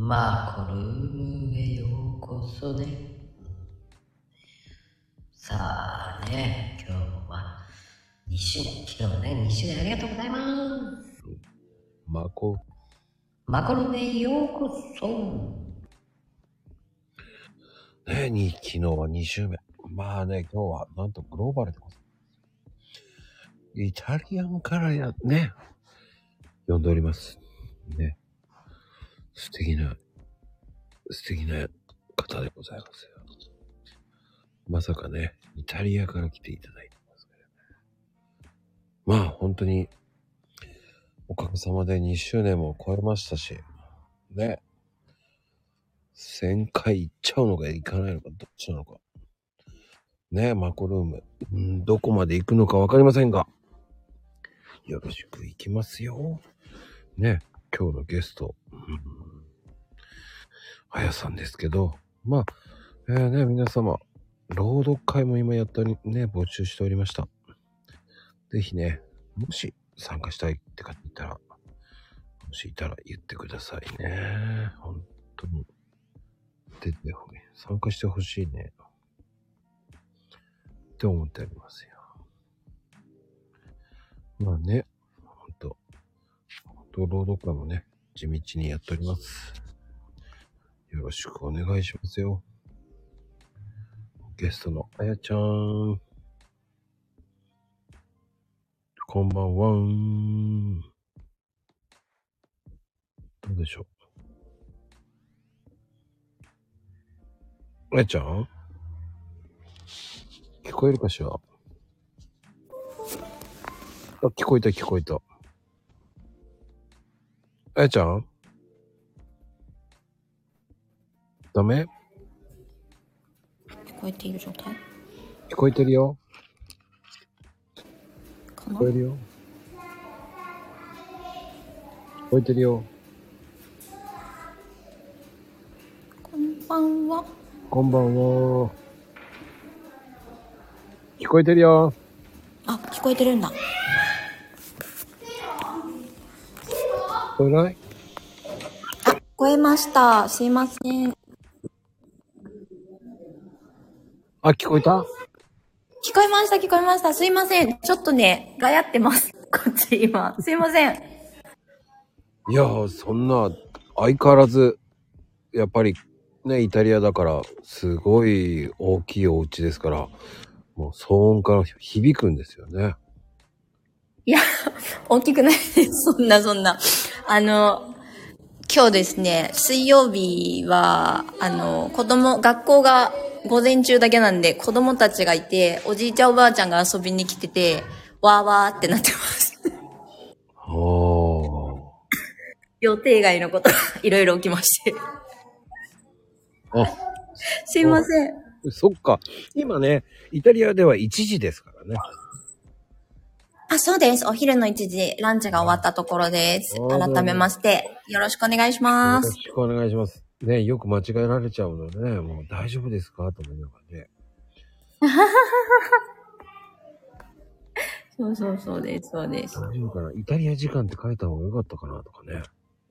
マコルームへようこそね。さあね、今日は2周年、昨日はね、2周年ありがとうございます。マコルームへようこそ。 ね、昨日は2週目。まあね、今日はなんとグローバルでございます。イタリアンからね、呼んでおります。ね。素敵な方でございますよ。まさかね、イタリアから来ていただいてますからね。まあ本当に、おかげさまで2周年も超えましたし、ね。1000回行っちゃうのか行かないのか、どっちなのか。ね、マコルーム。どこまで行くのかわかりませんが、よろしく行きますよ。ね、今日のゲスト、あやさんですけど、まあ、ね、皆様、朗読会も今やったりね、募集しておりました。ぜひね、もし参加したいって方いたら、もしいたら言ってくださいね。本当に。出て参加してほしいね。って思っておりますよ。まあね、本当朗読会もね、地道にやっております。よろしくお願いしますよ。ゲストのあやちゃん。こんばんは。どうでしょう。あやちゃん聞こえるかしら。あ、聞こえた。あやちゃんダメ？ 聞こえている状態？ 聞こえてるよ。 かな？ 聞こえるよ。聞こえてるよ。 こんばんは。 こんばんは。聞こえてるよ。 あ、聞こえてるんだ。聞こえない？ こえました。すいません。 あ、聞こえた？ 聞こえました。すいません。ちょっとね、がやってます。こっち今。すいません。 いやー、そんな、相変わらず、やっぱり、ね、イタリアだから、すごい大きいお家ですから、もう騒音から響くんですよね。 いや、大きくないです。そんな。今日ですね、水曜日は、学校が午前中だけなんで、子供たちがいて、おじいちゃんおばあちゃんが遊びに来てて、わーわーってなってます。予定外のことがいろいろ起きまして。 あ、 すいません。 そっか。今ね、イタリアでは1時ですからね。 あ、そうです。お昼の1時、ランチが終わったところです。改めまして、よろしくお願いします。 よろしくお願いします。ね、よく間違えられちゃうのでね、もう大丈夫ですかと思いながらね。 そうです。 大丈夫かな？イタリア時間って書いた方が良かったかなとかね。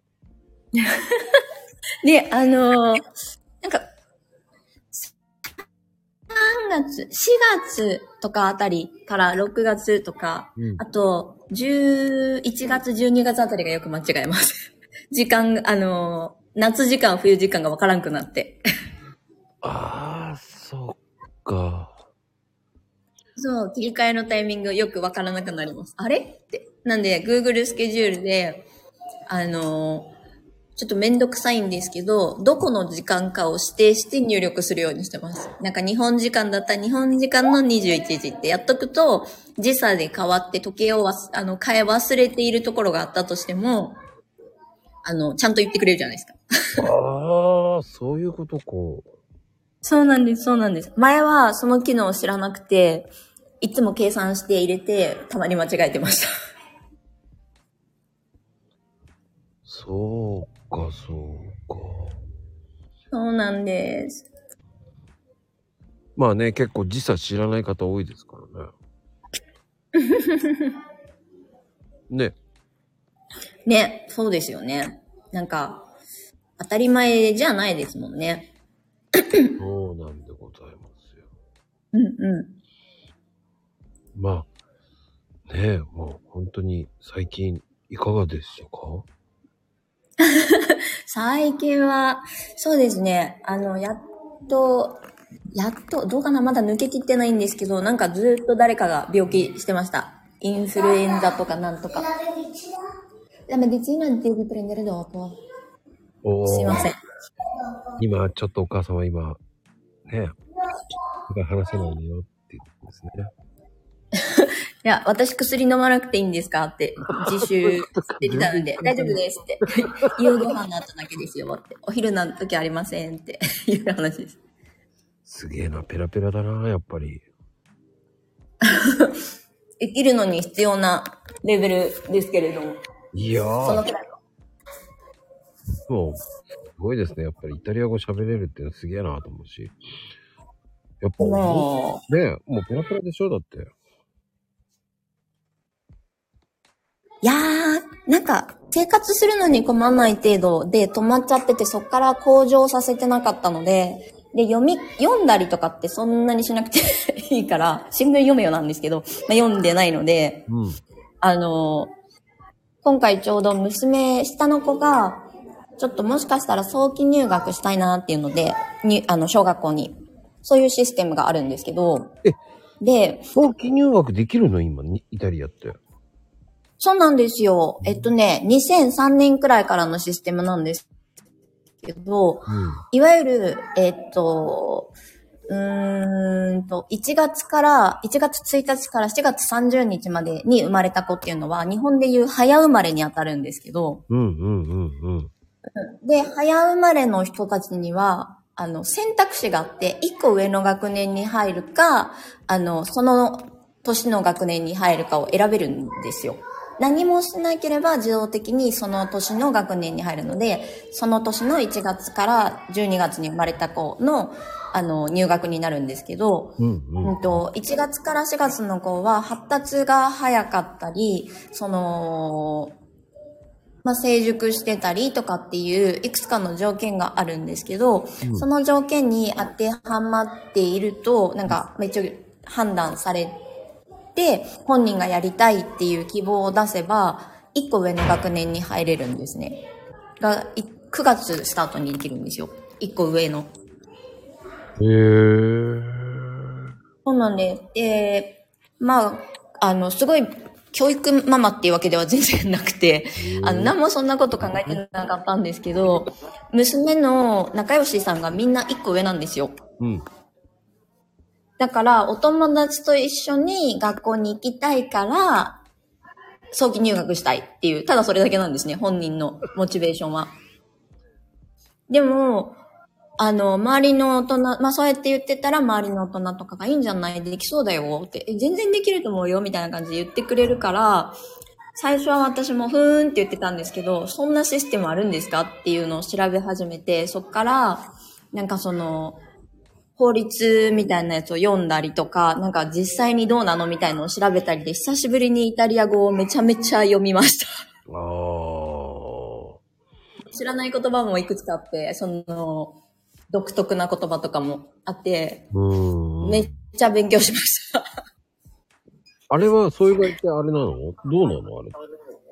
で、なんか、3月、4月とかあたりから6月とか、あと、11月、12月あたりがよく間違えます。時間、夏時間、冬時間がわからんくなって。 ああ、そっか。 そう、切り替えのタイミングよくわからなくなります。あれって。なんで、Google スケジュールで、ちょっとめんどくさいんですけど、どこの時間かを指定して入力するようにしてます。なんか日本時間だったら日本時間の21時ってやっとくと、時差で変わって時計を変え忘れているところがあったとしても、ちゃんと言ってくれるじゃないですか。 ああ、そういうことか。 そうなんです。前はその機能を知らなくて、いつも計算して入れて、たまに間違えてました。 そうか。 そうなんです。 まあね、結構時差知らない方多いですからね。ね。 ね、そうですよね。なんか、 当たり前じゃないですもんね。 そうなんでございますよ。 うんうん。 まあ、ねえ、もう本当に最近いかがでしたか？ 最近は、そうですね、やっと、どうかな、まだ抜けきってないんですけど、なんかずっと誰かが病気してました。インフルエンザとかなんとか。La medicina devi prendere dopo. すいません。 今、ちょっとお母さんは今、ねえ、話せないのよって言ってですね。 いや、私薬飲まなくていいんですかって自習してきたので、大丈夫ですって。夕ご飯の後だけですよって。お昼の時ありませんっていう話です。 すげえな、ペラペラだな、やっぱり。 生きるのに必要なレベルですけれども。 いやー。 そのくらいもう、すごいですね。やっぱりイタリア語喋れるっていうのはすげえなと思うし。やっぱ、 もねえ、もうペラペラでしょだって。 いやー、なんか、生活するのに困らない程度で止まっちゃってて、そっから向上させてなかったので、で、読んだりとかってそんなにしなくていいから、新聞読めよなんですけど、読んでないので、今回ちょうど下の子が、ちょっともしかしたら早期入学したいなっていうので、小学校に。そういうシステムがあるんですけど。で、 早期入学できるの今、イタリアって。 そうなんですよ。2003年くらいからのシステムなんですけど、いわゆる、1月1日から7月30日までに生まれた子っていうのは、日本でいう早生まれに当たるんですけど、で、早生まれの人たちには、選択肢があって、1個上の学年に入るか、その年の学年に入るかを選べるんですよ。何もしなければ自動的にその年の学年に入るので、その年の1月から12月に生まれた子の、入学になるんですけど、1月から4月の子は発達が早かったり、成熟してたりとかっていういくつかの条件があるんですけど、その条件に当てはまっていると、なんかめっちゃ判断されて、本人がやりたいっていう希望を出せば、1個上の学年に入れるんですね。9月スタートにできるんですよ。1個上の。そうなんです。で、すごい、教育ママっていうわけでは全然なくて、何もそんなこと考えてなかったんですけど、娘の仲良しさんがみんな1個上なんですよ。だから、お友達と一緒に学校に行きたいから、早期入学したいっていう、ただそれだけなんですね、本人のモチベーションは。でも、周りの大人、そうやって言ってたら、周りの大人とかがいいんじゃない？できそうだよって、全然できると思うよみたいな感じで言ってくれるから、最初は私もふーんって言ってたんですけど、そんなシステムあるんですかっていうのを調べ始めて、そっから、なんか法律みたいなやつを読んだりとか、なんか実際にどうなのみたいなのを調べたりで、久しぶりにイタリア語をめちゃめちゃ読みました。知らない言葉もいくつかあって、独特な言葉とかもあって、めっちゃ勉強しました。 あれは、そういう場合ってあれなの？どうなのあれ。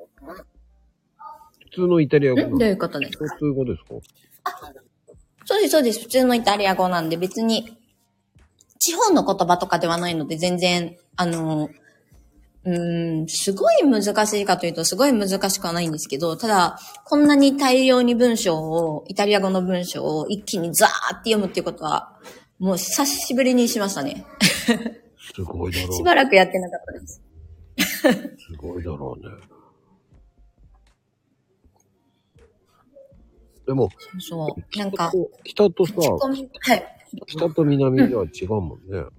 普通のイタリア語なの？ どういうことですか？ 普通語ですか？ そうです、そうです。普通のイタリア語なんで別に、地方の言葉とかではないので全然、すごい難しいかというとすごい難しくはないんですけど、ただ、こんなに大量にイタリア語の文章を一気にザーって読むっていうことは、もう久しぶりにしましたね。 すごいだろう。 しばらくやってなかったです。 すごいだろうね。でも、 そうなんか、 北とさ、 はい。 北と南では違うもんね。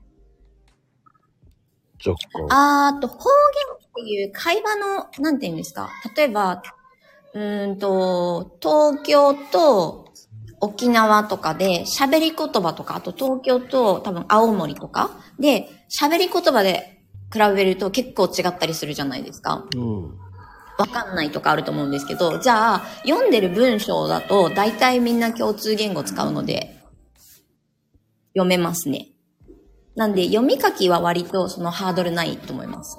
若干。方言っていう会話の、なんて言うんですか。例えば、東京と沖縄とかで喋り言葉とか、あと東京と多分青森とかで喋り言葉で比べると結構違ったりするじゃないですか。 わかんないとかあると思うんですけど、じゃあ、読んでる文章だと、大体みんな共通言語使うので、読めますね。なんで、読み書きは割とそのハードルないと思います。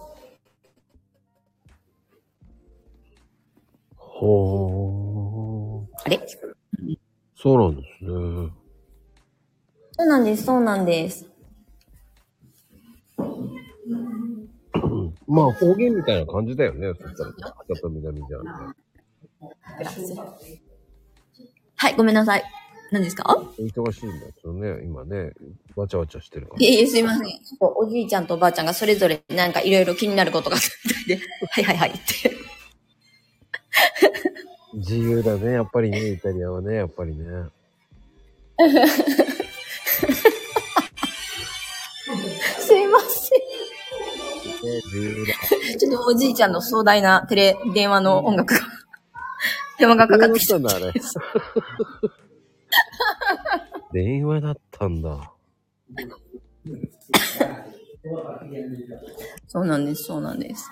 ほー。 あれ？ そうなんですね。 そうなんです、そうなんです。 まあ方言みたいな感じだよね。そしたら北と南じゃんね。 はい、ごめんなさい。何ですか？ 忙しいんだよね。今ね、わちゃわちゃしてるから。 すいません。おじいちゃんとおばあちゃんがそれぞれなんかいろいろ気になることがあったみたいで、はいはいはいって。 自由だね、やっぱりね、イタリアはね、やっぱりね。 すいません。 自由だ。 ちょっとおじいちゃんの壮大な電話の音楽が、電話がかかってきたんだ、あれ。 電話だったんだ。 そうなんです、そうなんです。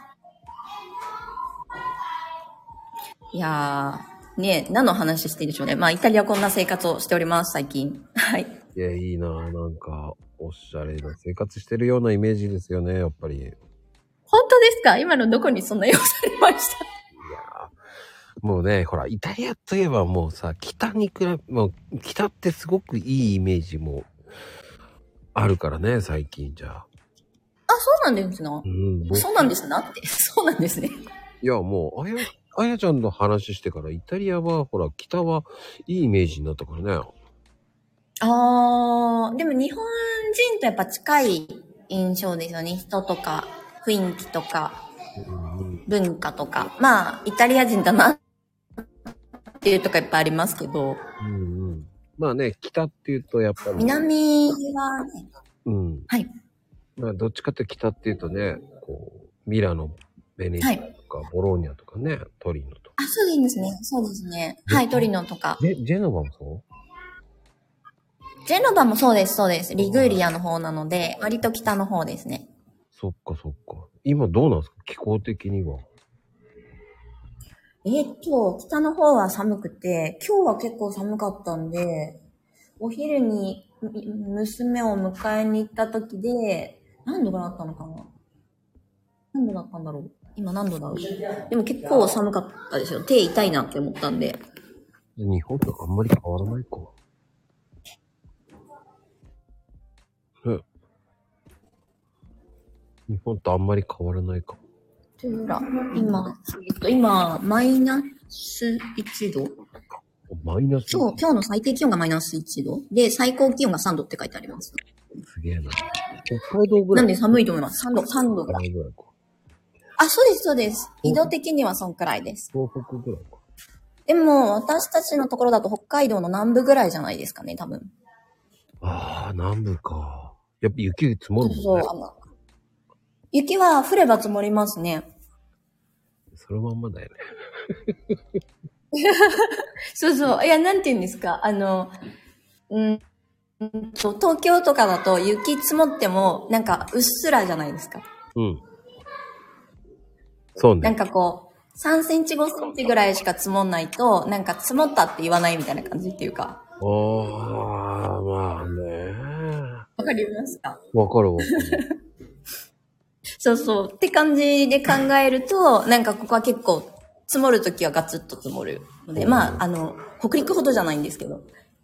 いやー、ねえ、何の話してるんでしょうね。まあ、イタリアこんな生活をしております、最近。はい。 いや、いいなぁ。なんか、おしゃれな生活してるようなイメージですよね、やっぱり。 本当ですか？今のどこにそんな用されました？ いやー、もうね、ほら、イタリアといえばもうさ、北に比べ、もう、北ってすごくいいイメージもあるからね、最近じゃあ。 あ、そうなんですな。 うん、 そうなんですなって。そうなんですね。 いや、もう、あやちゃんの話してから、イタリアは、ほら、北はいいイメージになったからね。 でも日本人とやっぱ近い印象ですよね。人とか、雰囲気とか、文化とか。まあ、イタリア人だなっていうとかいっぱいありますけど。 うんうん。まあね、北っていうと、やっぱり。 南はね。 うん。 はい。 まあ、どっちかって北っていうとね、こう、ミラノ、ベネチアとか、ボローニャとかね、トリノとか。 あ、そうでいいんですね。そうですね。はい、トリノとか。 ジェノバもそう？ ジェノバもそうです、そうです。リグーリアの方なので、割と北の方ですね。 そっかそっか。今どうなんですか？気候的には。 北の方は寒くて、今日は結構寒かったんで、お昼に娘を迎えに行った時で、何度ぐらいあったのかな？何度だったんだろう？今何度だろう？でも結構寒かったですよ。手痛いなって思ったんで。 日本とあんまり変わらないか。ね。日本とあんまり変わらないか。 ほら、今、マイナス1度？ マイナス？ 今日の最低気温がマイナス1度で、最高気温が3度って書いてあります。 すげえな。北海道ぐらい。 なんで寒いと思います。3度ぐらい。あ、そうです、そうです。緯度的にはそんくらいです。 東北ぐらいか。 でも、私たちのところだと北海道の南部ぐらいじゃないですかね、多分。 ああ、南部か。やっぱ雪積もるもんね。 そう、雪は降れば積もりますね。 そのまんまだよね。 そうそう。いや、なんて言うんですか。東京とかだと雪積もっても、なんかうっすらじゃないですか。 うん。そうね。 なんかこう、3センチ5センチぐらいしか積もんないと、なんか積もったって言わないみたいな感じっていうか。 ああ、まあね。 わかりますか？ わかるわかる。 そうそう。って感じで考えると、なんかここは結構、積もるときはガツッと積もるので、まあ、北陸ほどじゃないんですけど。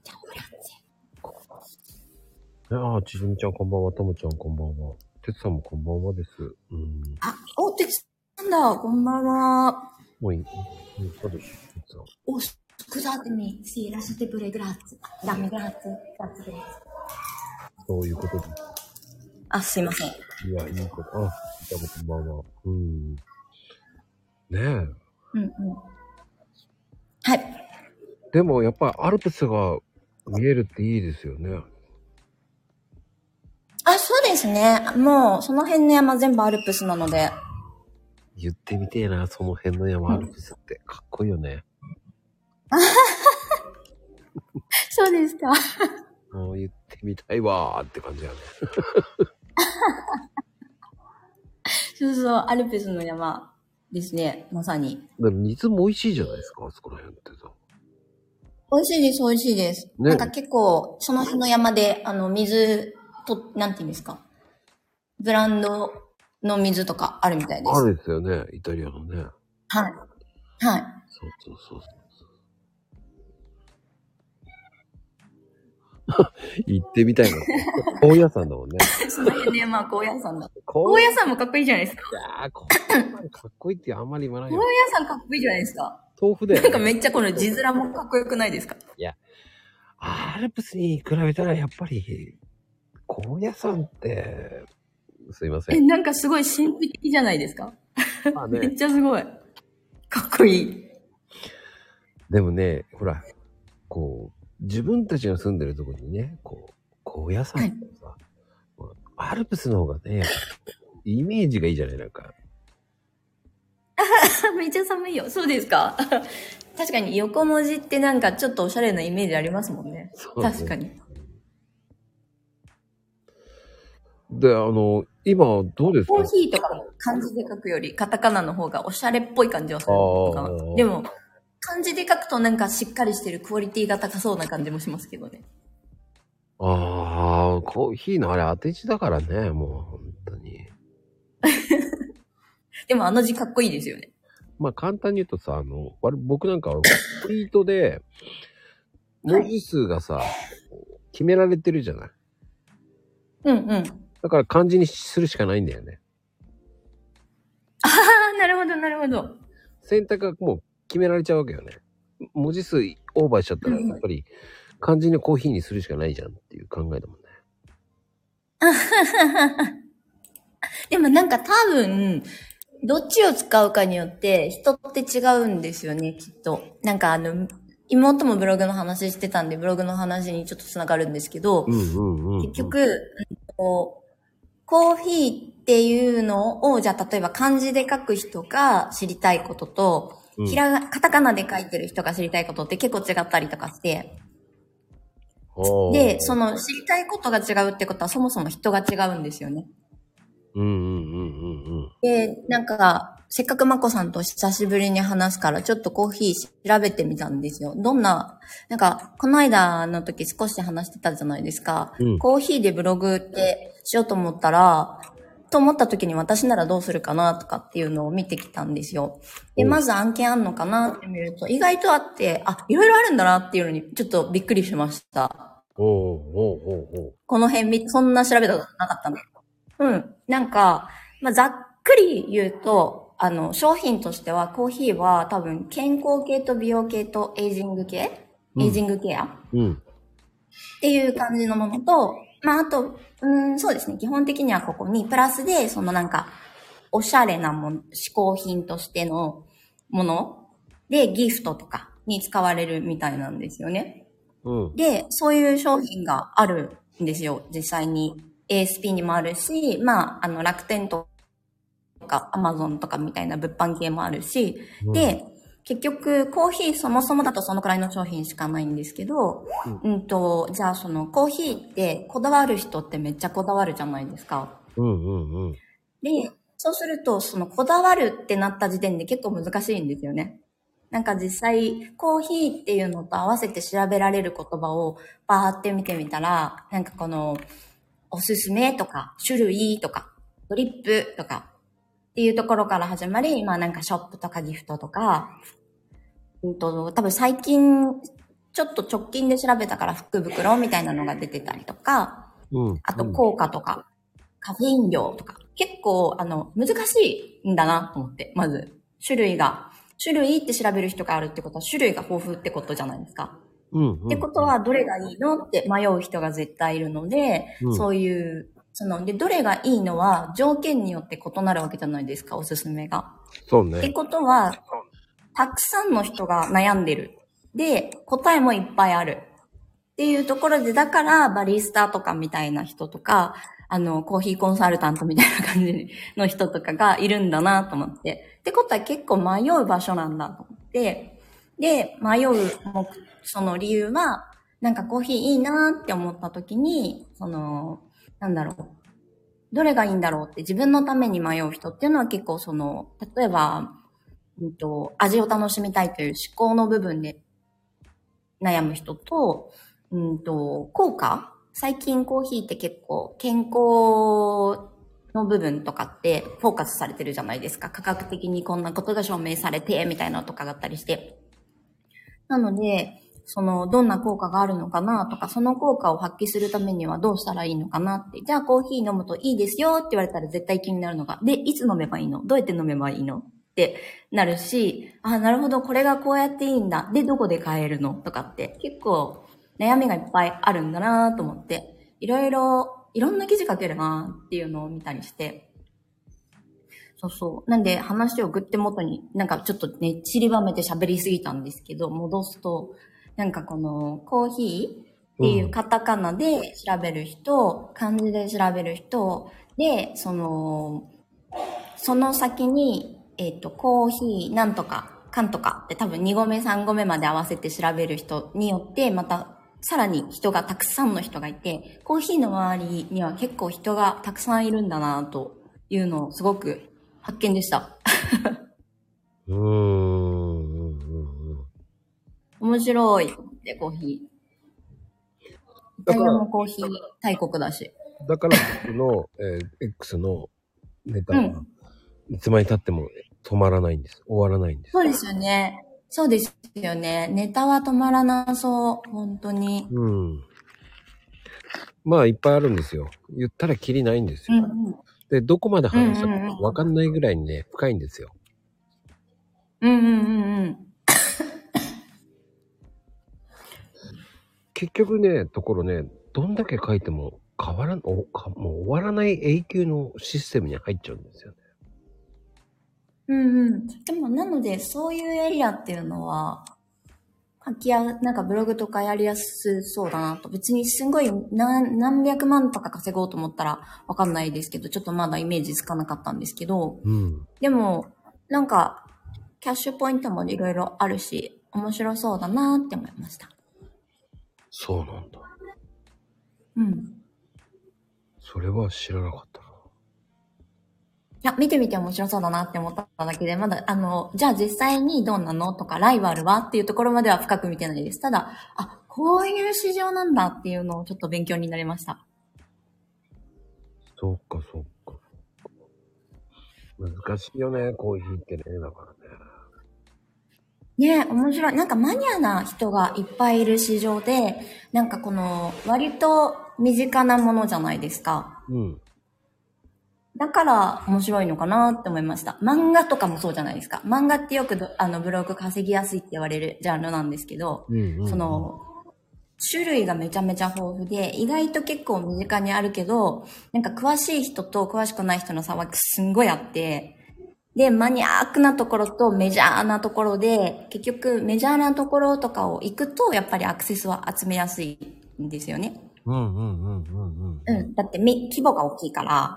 ああ、ちじみちゃんこんばんは、ともちゃんこんばんは。てつさんもこんばんはです。うん。 てつさんだ、こんばんは。 もういい。そうです、てつさん。 scusatemi, sì, lasciate pure, grazie. Dammi, grazie, grazie. そういうことです。 あ、すいません。 いや、いいこと。あ、どうもこんばんは。うん。ねえ。 うんうん。はい。 でもやっぱりアルプスが見えるっていいですよね。 あ、そうですね。もう、その辺の山全部アルプスなので。 言ってみてえな、その辺の山アルプスって。かっこいいよね。 そうですか。 もう言ってみたいわーって感じやね。 そうそう、アルプスの山。 ですね、まさに。 でも水も美味しいじゃないですか、あそこら辺ってさ。 美味しいです、美味しいです。 ね。 なんか結構、その辺の山で、水と、なんていうんですか。ブランドの水とかあるみたいです。 あるですよね、イタリアのね。 はい。はい。 そうそうそうそう。行ってみたいな。高野山だもんね。 その辺の山は高野山だ。 高高野山もかっこいいじゃないですか。 いやー、高野山かっこいいってあんまり言わない高よ。 野山かっこいいじゃないですか。 豆腐で。 なんかめっちゃこの字面もかっこよくないですか？ いや、アルプスに比べたらやっぱり、高野山って、すいません。 なんかすごい神秘的じゃないですか？ まあめっね。 ちゃすごい。かっこいい。 でもね、ほら、こう、自分たちが住んでるところにね、こう、高野山ってさ、アルプスの方がね、イメージがいいじゃないなんか。 めっちゃ寒いよ。そうですか？確かに横文字ってなんかちょっとおしゃれなイメージありますもんね。 そうね確かに。 で、今どうですか？ コーヒーとかも漢字で書くよりカタカナの方がおしゃれっぽい感じはするのかあな。 ーでも、漢字で書くとなんかしっかりしてるクオリティが高そうな感じもしますけどね。 ああ、コーヒーのあれ当て字だからね、もう本当に。 でもあの字かっこいいですよね。 まあ簡単に言うとさ、僕なんかはツイートで、文字数がさ、決められてるじゃない。 うんうん。 だから漢字にするしかないんだよね。 ああ、なるほどなるほど。 選択がもう決められちゃうわけよね。文字数オーバーしちゃったら、やっぱり漢字のコーヒーにするしかないじゃんっていう考えだもんね。 でもなんか多分、どっちを使うかによって人って違うんですよね、きっと。なんか妹もブログの話してたんで、ブログの話にちょっとつながるんですけど、結局、コーヒーっていうのを、じゃあ例えば漢字で書く人が知りたいことと、カタカナで書いてる人が知りたいことって結構違ったりとかして、で、その知りたいことが違うってことはそもそも人が違うんですよね。で、なんか、せっかくまこさんと久しぶりに話すから、ちょっとコーヒー調べてみたんですよ。なんか、この間の時少し話してたじゃないですか。コーヒーでブログってしようと思った時に私ならどうするかなとかっていうのを見てきたんですよ。で、まず案件あんのかなって見ると、意外とあって、いろいろあるんだなっていうのにちょっとびっくりしました。この辺そんな調べたことなかったんだ。なんか、ざっくり言うと、商品としては、コーヒーは多分、健康系と美容系とエイジングケアっていう感じのものと、あと、そうですね。基本的にはここに、プラスで、なんか、おしゃれなもの、嗜好品としてのもので、ギフトとかに使われるみたいなんですよね。で、そういう商品があるんですよ、実際に。ASP にもあるし、楽天とか Amazon とかみたいな物販系もあるし、で、結局、コーヒーそもそもだとそのくらいの商品しかないんですけど、じゃあコーヒーってこだわる人ってめっちゃこだわるじゃないですか。で、そうすると、こだわるってなった時点で結構難しいんですよね。なんか実際、コーヒーっていうのと合わせて調べられる言葉をバーって見てみたら、なんかおすすめとか、種類とか、ドリップとかっていうところから始まり、なんかショップとかギフトとか、多分最近、ちょっと直近で調べたから福袋みたいなのが出てたりとか、あと効果とか、カフェイン量とか、結構難しいんだなと思って、まず、種類って調べる人があるってことは種類が豊富ってことじゃないですか。ってことは、どれがいいのって迷う人が絶対いるので、そういう、で、どれがいいのは条件によって異なるわけじゃないですか、おすすめが。 そうね。 ってことは、たくさんの人が悩んでる。で、答えもいっぱいある。っていうところで、だからバリスタとかみたいな人とか、コーヒーコンサルタントみたいな感じの人とかがいるんだなと思って。ってことは結構迷う場所なんだと思って。で、迷うその理由は、なんかコーヒーいいなって思った時に、なんだろう。どれがいいんだろうって自分のために迷う人っていうのは結構例えば、 味を楽しみたいという思考の部分で悩む人と、効果、最近コーヒーって結構健康の部分とかってフォーカスされてるじゃないですか。科学的にこんなことが証明されて、みたいなのとかがあったりして。なので、どんな効果があるのかなとか、その効果を発揮するためにはどうしたらいいのかなって。じゃあコーヒー飲むといいですよって言われたら絶対気になるのが。で、いつ飲めばいいの？どうやって飲めばいいの？ってなるし、なるほど、これがこうやっていいんだ。で、どこで買えるの？とかって結構悩みがいっぱいあるんだなと思って、いろんな記事書けるなっていうのを見たりして。そう。なんで話をぐって元に、なんかちょっとね、散りばめて喋りすぎたんですけど、戻すと、なんかこのコーヒーっていうカタカナで調べる人、漢字で調べる人、で、その先に、コーヒーなんとか、かんとかって多分2語目3語目まで合わせて調べる人によって、またさらに人がたくさんの人がいて、コーヒーの周りには結構人がたくさんいるんだなというのをすごく発見でした。面白いで、コーヒー。イタリアもコーヒー大国だし。 だから僕の、X のネタは、いつまで経っても止まらないんです。終わらないんです。 そうですよね。そうですよね。ネタは止まらなそう。本当に。 まあいっぱいあるんですよ。言ったらキリないんですよ。で、どこまで話したかわかんないぐらいにね、深いんですよ。結局ね、どんだけ書いてももう終わらない永久のシステムに入っちゃうんですよね。 でも、なので、そういうエリアっていうのは、なんかブログとかやりやすそうだなと。別にすごい何百万とか稼ごうと思ったらわかんないですけど、ちょっとまだイメージつかなかったんですけど、でも、なんか、キャッシュポイントもいろいろあるし、面白そうだなって思いました。 そうなんだ。それは知らなかったな。 いや、見てみて面白そうだなって思っただけで、まだ、じゃあ実際にどうなのとか、ライバルはっていうところまでは深く見てないです。ただ、こういう市場なんだっていうのをちょっと勉強になりました。 そっか。難しいよね、コーヒーってね、だからね。ね、面白い。なんかマニアな人がいっぱいいる市場で、なんか割と身近なものじゃないですか。だから面白いのかなって思いました。漫画とかもそうじゃないですか。漫画ってよくブログ稼ぎやすいって言われるジャンルなんですけど、種類がめちゃめちゃ豊富で、意外と結構身近にあるけど、なんか詳しい人と詳しくない人の差はすんごいあって、で、マニアックなところとメジャーなところで、結局メジャーなところとかを行くと、やっぱりアクセスは集めやすいんですよね。だって規模が大きいから。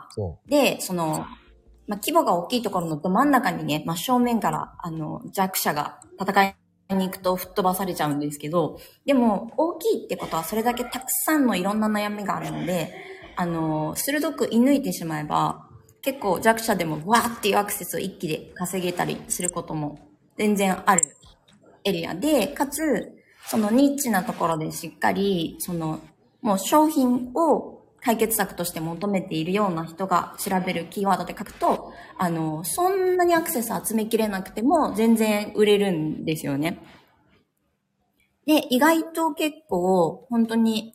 で、規模が大きいところのど真ん中にね、真正面から、弱者が戦いに行くと吹っ飛ばされちゃうんですけど、でも、大きいってことはそれだけたくさんのいろんな悩みがあるので、鋭く射抜いてしまえば、結構弱者でもわーっていうアクセスを一気で稼げたりすることも全然あるエリアで、かつ、そのニッチなところでしっかり、もう商品を解決策として求めているような人が調べるキーワードで書くと、そんなにアクセス集めきれなくても全然売れるんですよね。で、意外と結構、本当に、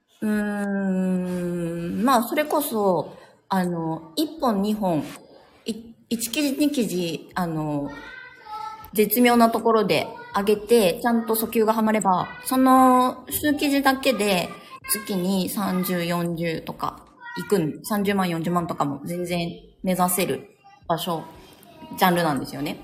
まあ、それこそ、1本2本、1記事2記事、絶妙なところで上げて、ちゃんと訴求がはまれば、その数記事だけで、月に30、40とか30万、40万とかも全然目指せる場所、ジャンルなんですよね。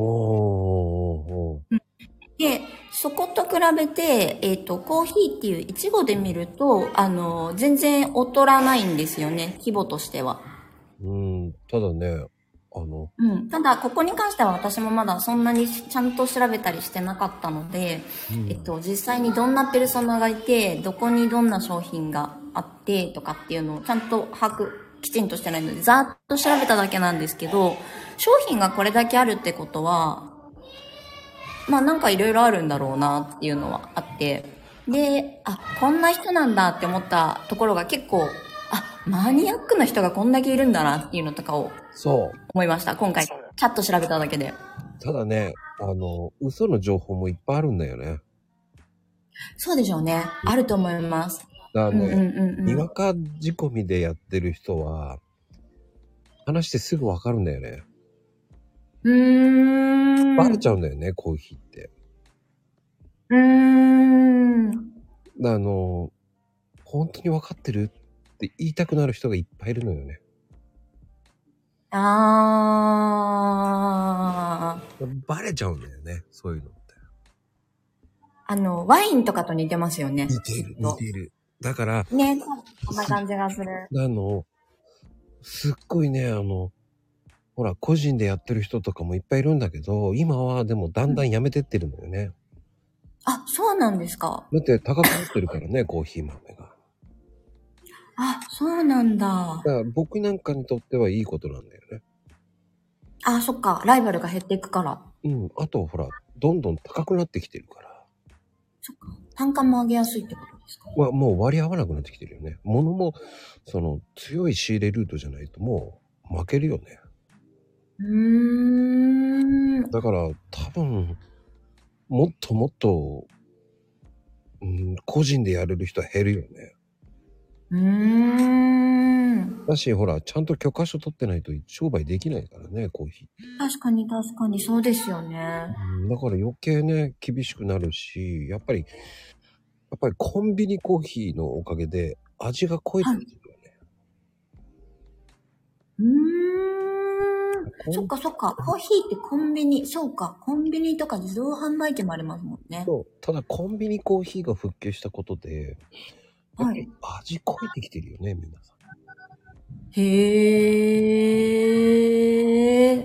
で、そこと比べて、コーヒーっていう一語で見ると、全然劣らないんですよね、規模としては。 ただね、 ただ、ここに関しては私もまだそんなにちゃんと調べたりしてなかったので、実際にどんなペルソナがいて、どこにどんな商品があってとかっていうのをちゃんときちんとしてないので、ざーっと調べただけなんですけど、 商品がこれだけあるってことは、まあなんかいろいろあるんだろうなっていうのはあって、で、あ、こんな人なんだって思ったところが結構、あ、マニアックな人がこんだけいるんだなっていうのとかをそう。 思いました。今回、チャット調べただけで。 ただね、嘘の情報もいっぱいあるんだよね。 そうでしょうね。あると思います。 だからね、にわか仕込みでやってる人は、話してすぐわかるんだよね。バレちゃうんだよね、コーヒーって。本当にわかってるって言いたくなる人がいっぱいいるのよね。バレちゃうんだよね、そういうのって。 ワインとかと似てますよね。 似てる。だから。 ね、こんな感じがする。 すっごいね、ほら、個人でやってる人とかもいっぱいいるんだけど、今はでもだんだんやめてってるんだよね。 あ、そうなんですか。 だって高くなってるからね、コーヒー豆が。 あ、そうなんだ。 だから僕なんかにとってはいいことなんだよね。 あ、そっか。ライバルが減っていくから。 あとほら、どんどん高くなってきてるから。 そっか。単価も上げやすいってことですか？ もう割り合わなくなってきてるよね。物も、強い仕入れルートじゃないともう負けるよね。だから多分、もっともっと、個人でやれる人は減るよね。だし、ほら、ちゃんと許可書取ってないと商売できないからね、コーヒー。 確かに、そうですよね。 だから余計ね、厳しくなるし、やっぱりコンビニコーヒーのおかげで味が濃いって言うよね。 そっか。コーヒーってコンビニ、そうか。コンビニとか自動販売機もありますもんね。 そう。ただコンビニコーヒーが復旧したことで、はい。味濃いてきてるよね、皆さん。 へー。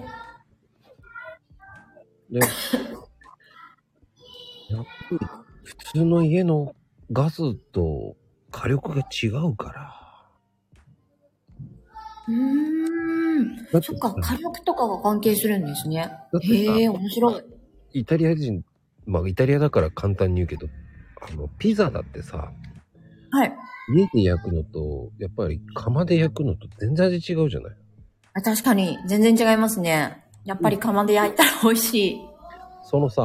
で、やっぱり普通の家のガスと火力が違うから。 そっか、火力とかが関係するんですね。へえ、面白い。 イタリア人、イタリアだから簡単に言うけど、ピザだってさ、 はい。 家で焼くのと、やっぱり窯で焼くのと全然味違うじゃない？ 確かに、全然違いますね。やっぱり窯で焼いたら美味しい。 その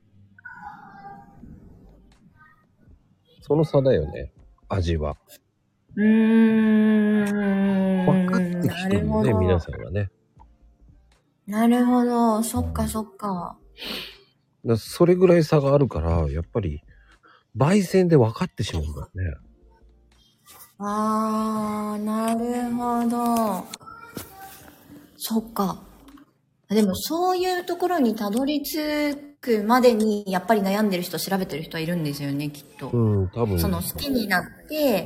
差だよね、味は。分かってきてるよね、皆さんがね。 なるほど、そっか。 それぐらい差があるから、やっぱり、焙煎で分かってしまうんだよね。 なるほど。そっか。でもそういうところにたどり着くまでにやっぱり悩んでる人、調べてる人はいるんですよね、きっと。 多分。 好きになって、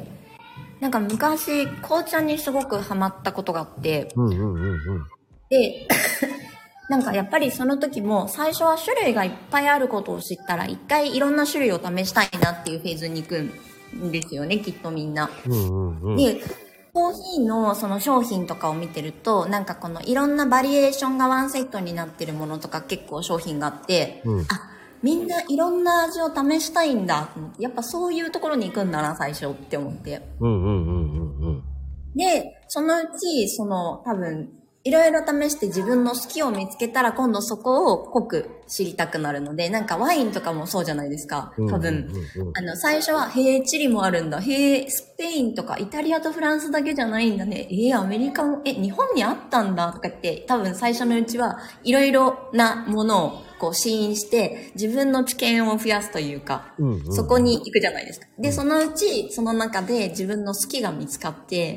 なんか昔紅茶にすごくハマったことがあって、で、なんかやっぱりその時も最初は種類がいっぱいあることを知ったら一回いろんな種類を試したいなっていうフェーズに行くんですよね、きっとみんな。で、コーヒーのその商品とかを見てると、なんかこのいろんなバリエーションがワンセットになってるものとか結構商品があって、みんないろんな味を試したいんだと思って、やっぱそういうところに行くんだな、最初って思って。で、そのうち、多分、いろいろ試して自分の好きを見つけたら今度そこを濃く知りたくなるので、なんかワインとかもそうじゃないですか。多分、最初は、チリもあるんだ。スペインとかイタリアとフランスだけじゃないんだね。アメリカも、日本にあったんだとか言って、多分最初のうちはいろいろなものをこう試飲して自分の知見を増やすというか、そこに行くじゃないですか。で、そのうち、その中で自分の好きが見つかって、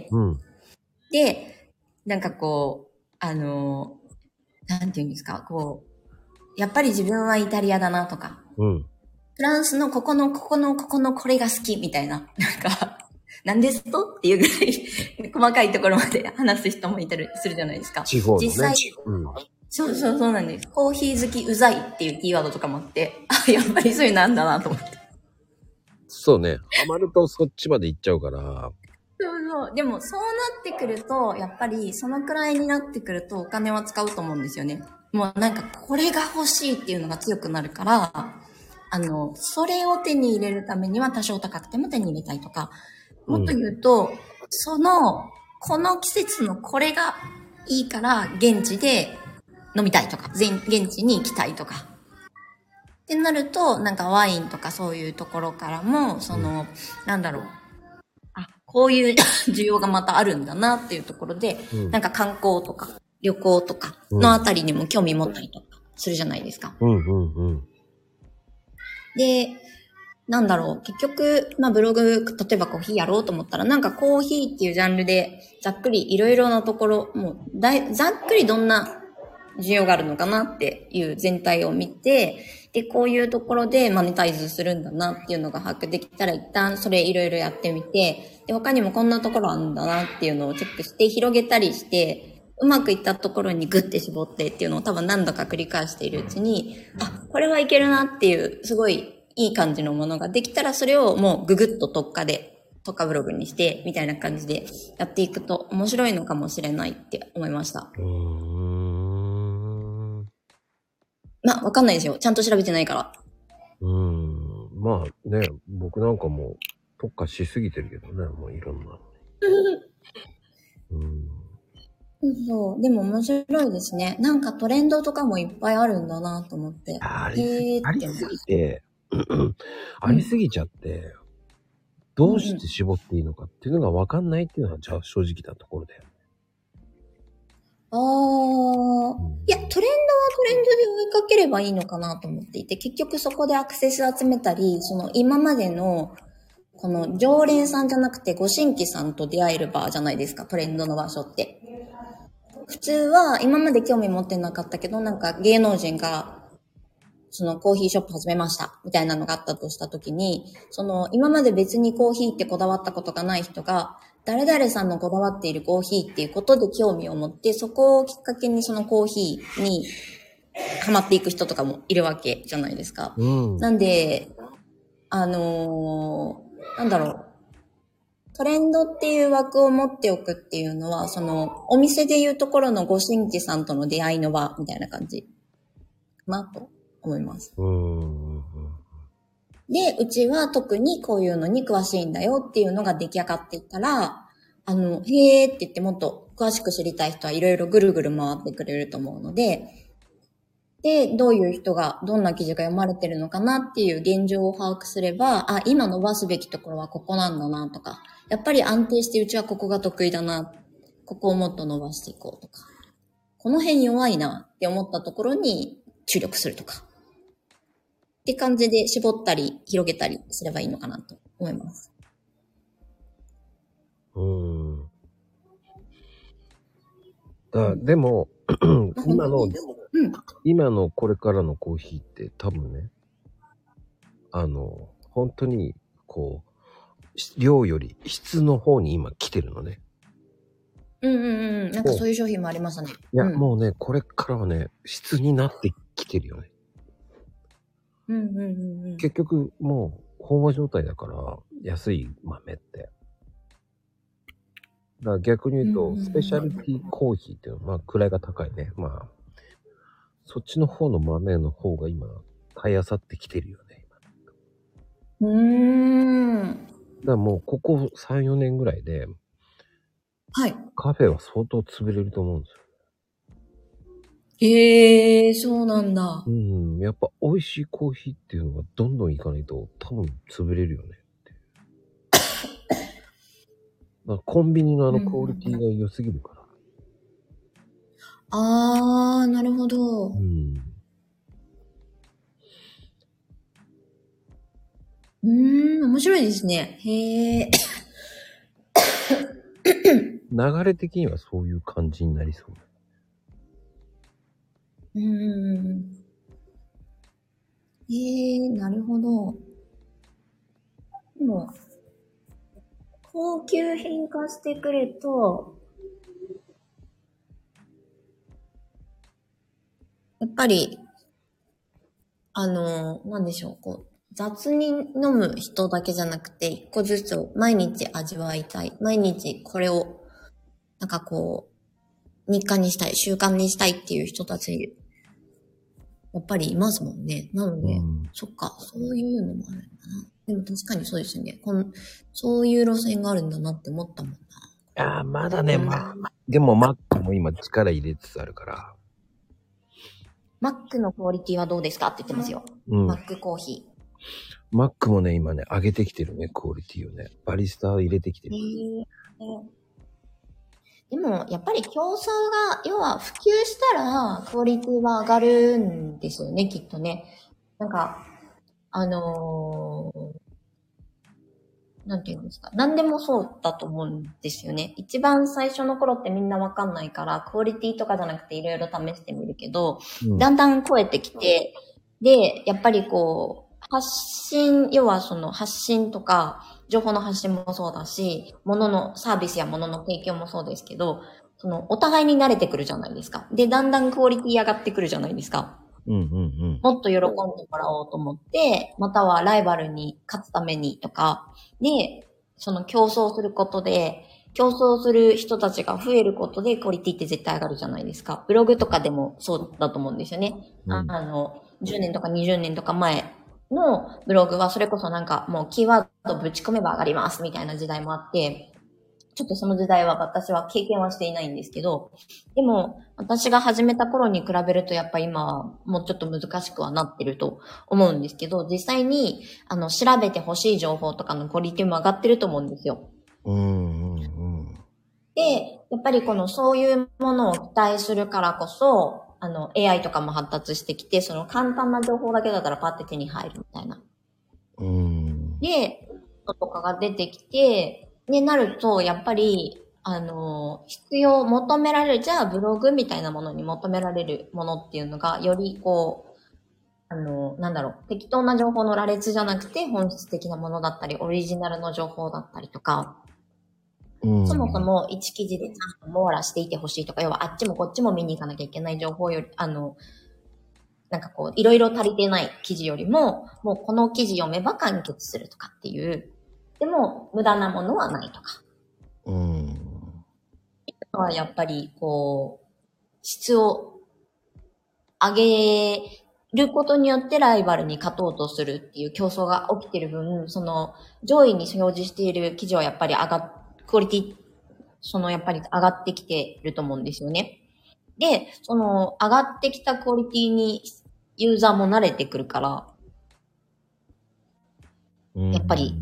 で、なんかこう、なんていうんですか、こう、やっぱり自分はイタリアだなとか、フランスのここのこれが好きみたいな、なんか、なんですとっていうぐらい細かいところまで話す人もいたりするじゃないですか。 地方のね。 実際、そうなんです。コーヒー好きうざいっていうキーワードとかもあって、やっぱりそういうのあんだなと思って。 そうね。ハマるとそっちまで行っちゃうから。 そうそう。でも、そうなってくると、やっぱり、そのくらいになってくると、お金は使うと思うんですよね。もうなんか、これが欲しいっていうのが強くなるから、それを手に入れるためには多少高くても手に入れたいとか、もっと言うと、この季節のこれがいいから、現地で飲みたいとか、現地に行きたいとか。ってなると、なんかワインとかそういうところからも、なんだろう。あ、こういう需要がまたあるんだなっていうところで、なんか観光とか旅行とかのあたりにも興味持ったりとかするじゃないですか。で、なんだろう、結局、ブログ、例えばコーヒーやろうと思ったら、なんかコーヒーっていうジャンルで、ざっくりいろいろなところ、ざっくりどんな需要があるのかなっていう全体を見て、で、こういうところでマネタイズするんだなっていうのが把握できたら、一旦それいろいろやってみて、で、他にもこんなところあるんだなっていうのをチェックして、広げたりして、うまくいったところにグッて絞ってっていうのを多分何度か繰り返しているうちに、あ、これはいけるなっていう、すごいいい感じのものができたら、それをもうググッと特化ブログにして、みたいな感じでやっていくと面白いのかもしれないって思いました。わかんないですよ。ちゃんと調べてないから。 まあね、僕なんかも特化しすぎてるけどね、もういろんな。 そう。でも面白いですね。なんかトレンドとかもいっぱいあるんだなと思って。 ありすぎて、ありすぎちゃって、どうして絞っていいのかっていうのが分かんないっていうのは、じゃあ正直なところだよ。 いや、トレンドはトレンドで追いかければいいのかなと思っていて、結局そこでアクセス集めたり、今までの、この常連さんじゃなくてご新規さんと出会える場じゃないですか、トレンドの場所って。普通は今まで興味持ってなかったけど、なんか芸能人が、コーヒーショップ始めました、みたいなのがあったとしたときに、今まで別にコーヒーってこだわったことがない人が、誰々さんのこだわっているコーヒーっていうことで興味を持って、そこをきっかけにそのコーヒーにハマっていく人とかもいるわけじゃないですか。なんで、なんだろう。トレンドっていう枠を持っておくっていうのは、お店でいうところのご新規さんとの出会いの場みたいな感じかなと思います。で、うちは特にこういうのに詳しいんだよっていうのが出来上がっていったら、へーって言ってもっと詳しく知りたい人はいろいろぐるぐる回ってくれると思うので、で、どういう人が、どんな記事が読まれてるのかなっていう現状を把握すれば、あ、今伸ばすべきところはここなんだなとか、やっぱり安定してうちはここが得意だな、ここをもっと伸ばしていこうとか、この辺弱いなって思ったところに注力するとか、って感じで絞ったり広げたりすればいいのかなと思います。 でも、今のこれからのコーヒーって多分ね、本当に、量より質の方に今来てるのね。 なんかそういう商品もありましたね。 いや、もうね、これからはね、質になってきてるよね。結局、もう、飽和状態だから、安い豆って。だから逆に言うと、スペシャルティーコーヒーっていうのは、位が高いね。そっちの方の豆の方が今、買い漁ってきてるよね。だからもう、ここ3、4年ぐらいで、 はい。 カフェは相当潰れると思うんですよ。 そうなんだ。 やっぱ美味しいコーヒーっていうのがどんどんいかないと多分潰れるよねって。だからコンビニのクオリティが良すぎるから。 なるほど。面白いですね。へー。 流れ的にはそういう感じになりそう。 なるほど。でも、高級品化してくると、やっぱり、なんでしょう、 雑に飲む人だけじゃなくて、一個ずつを毎日味わいたい。毎日これを、なんかこう、日課にしたい、習慣にしたいっていう人たち、やっぱりいますもんね。なので、そっか、そういうのもあるんだな。でも確かにそうですよね。そういう路線があるんだなって思ったもんな。 ああ、まだね、でもマックも今力入れつつあるから。 マックのクオリティはどうですかって言ってますよ。マックコーヒー。 マックもね、今ね、上げてきてるね、クオリティをね。バリスタを入れてきてる。 でも、やっぱり競争が、要は普及したら、クオリティは上がるんですよね、きっとね。なんか、なんていうんですか。何でもそうだと思うんですよね。一番最初の頃ってみんなわかんないから、クオリティとかじゃなくていろいろ試してみるけど、だんだん超えてきて、で、やっぱりこう、要はその発信とか、情報の発信もそうだし、サービスや物の提供もそうですけど、お互いに慣れてくるじゃないですか。で、だんだんクオリティ上がってくるじゃないですか。もっと喜んでもらおうと思って、またはライバルに勝つためにとか、で、競争することで、競争する人たちが増えることでクオリティって絶対上がるじゃないですか。ブログとかでもそうだと思うんですよね。10年とか20年とか前のブログはそれこそなんかもうキーワードぶち込めば上がりますみたいな時代もあって、ちょっとその時代は私は経験はしていないんですけど、でも私が始めた頃に比べるとやっぱ今はもうちょっと難しくはなってると思うんですけど、実際に調べて欲しい情報とかのクオリティも上がってると思うんですよ。で、やっぱりそういうものを期待するからこそ、AI とかも発達してきて、その簡単な情報だけだったらパッて手に入るみたいな。で、とかが出てきて、で、なると、やっぱり、求められる、じゃあブログみたいなものに求められるものっていうのが、より適当な情報の羅列じゃなくて、本質的なものだったり、オリジナルの情報だったりとか、そもそも1記事でちゃんと網羅していてほしいとか、要はあっちもこっちも見に行かなきゃいけない情報より、いろいろ足りてない記事よりも、もうこの記事読めば完結するとかっていう、でも無駄なものはないとか。やっぱり質を上げることによってライバルに勝とうとするっていう競争が起きてる分、上位に表示している記事はやっぱりクオリティ、やっぱり上がってきてると思うんですよね。で、上がってきたクオリティにユーザーも慣れてくるから、やっぱり、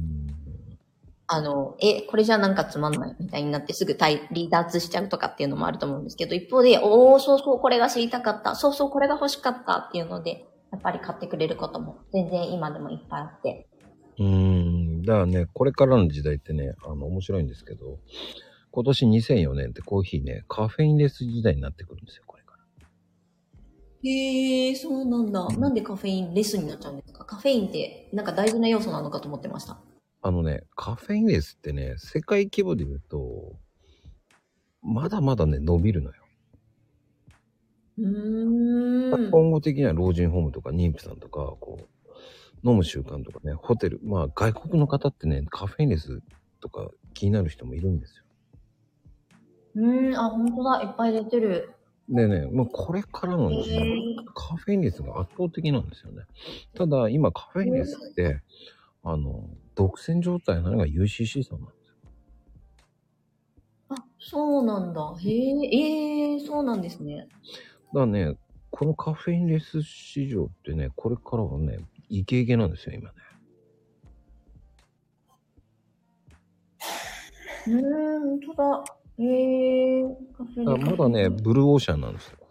これじゃなんかつまんないみたいになってすぐ離脱しちゃうとかっていうのもあると思うんですけど、一方で、そうそうこれが知りたかった、そうそうこれが欲しかったっていうので、やっぱり買ってくれることも全然今でもいっぱいあって。 だからね、これからの時代ってね、面白いんですけど、今年2004年ってコーヒーね、カフェインレス時代になってくるんですよ、これから。 へー、そうなんだ。なんでカフェインレスになっちゃうんですか？カフェインってなんか大事な要素なのかと思ってました。 カフェインレスってね、世界規模で言うと、まだまだね、伸びるのよ。今後的には老人ホームとか妊婦さんとか、飲む習慣とかね、ホテル、外国の方ってね、カフェインレスとか気になる人もいるんですよ。 本当だ、いっぱい出てる。 でね、もうこれからの時代、カフェインレスが圧倒的なんですよね。ただ、今カフェインレスって、独占状態なのが UCC さんなんですよ。 そうなんだ。へえ、そうなんですね。 だからね、このカフェインレス市場ってね、これからはね、イケイケなんですよ、今ね。 本当だ。へえ、カフェまだね、ブルーオーシャンなんですよ。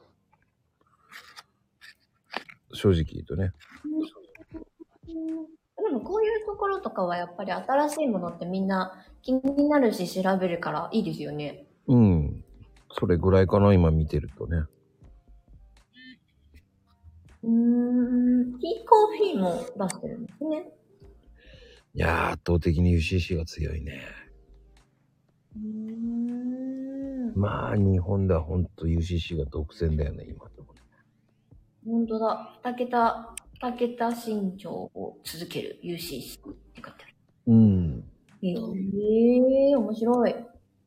正直言うとね。 でもこういうところとかはやっぱり新しいものってみんな気になるし調べるからいいですよね。 それぐらいかな、今見てるとね。 ティーコーヒーも出してるんですね。 いやー、圧倒的に UCC が強いね。日本ではほんと UCC が独占だよね、今って。 ほんとだ。2桁 2桁身長を続ける UCC って書いてある。 うん。 面白い。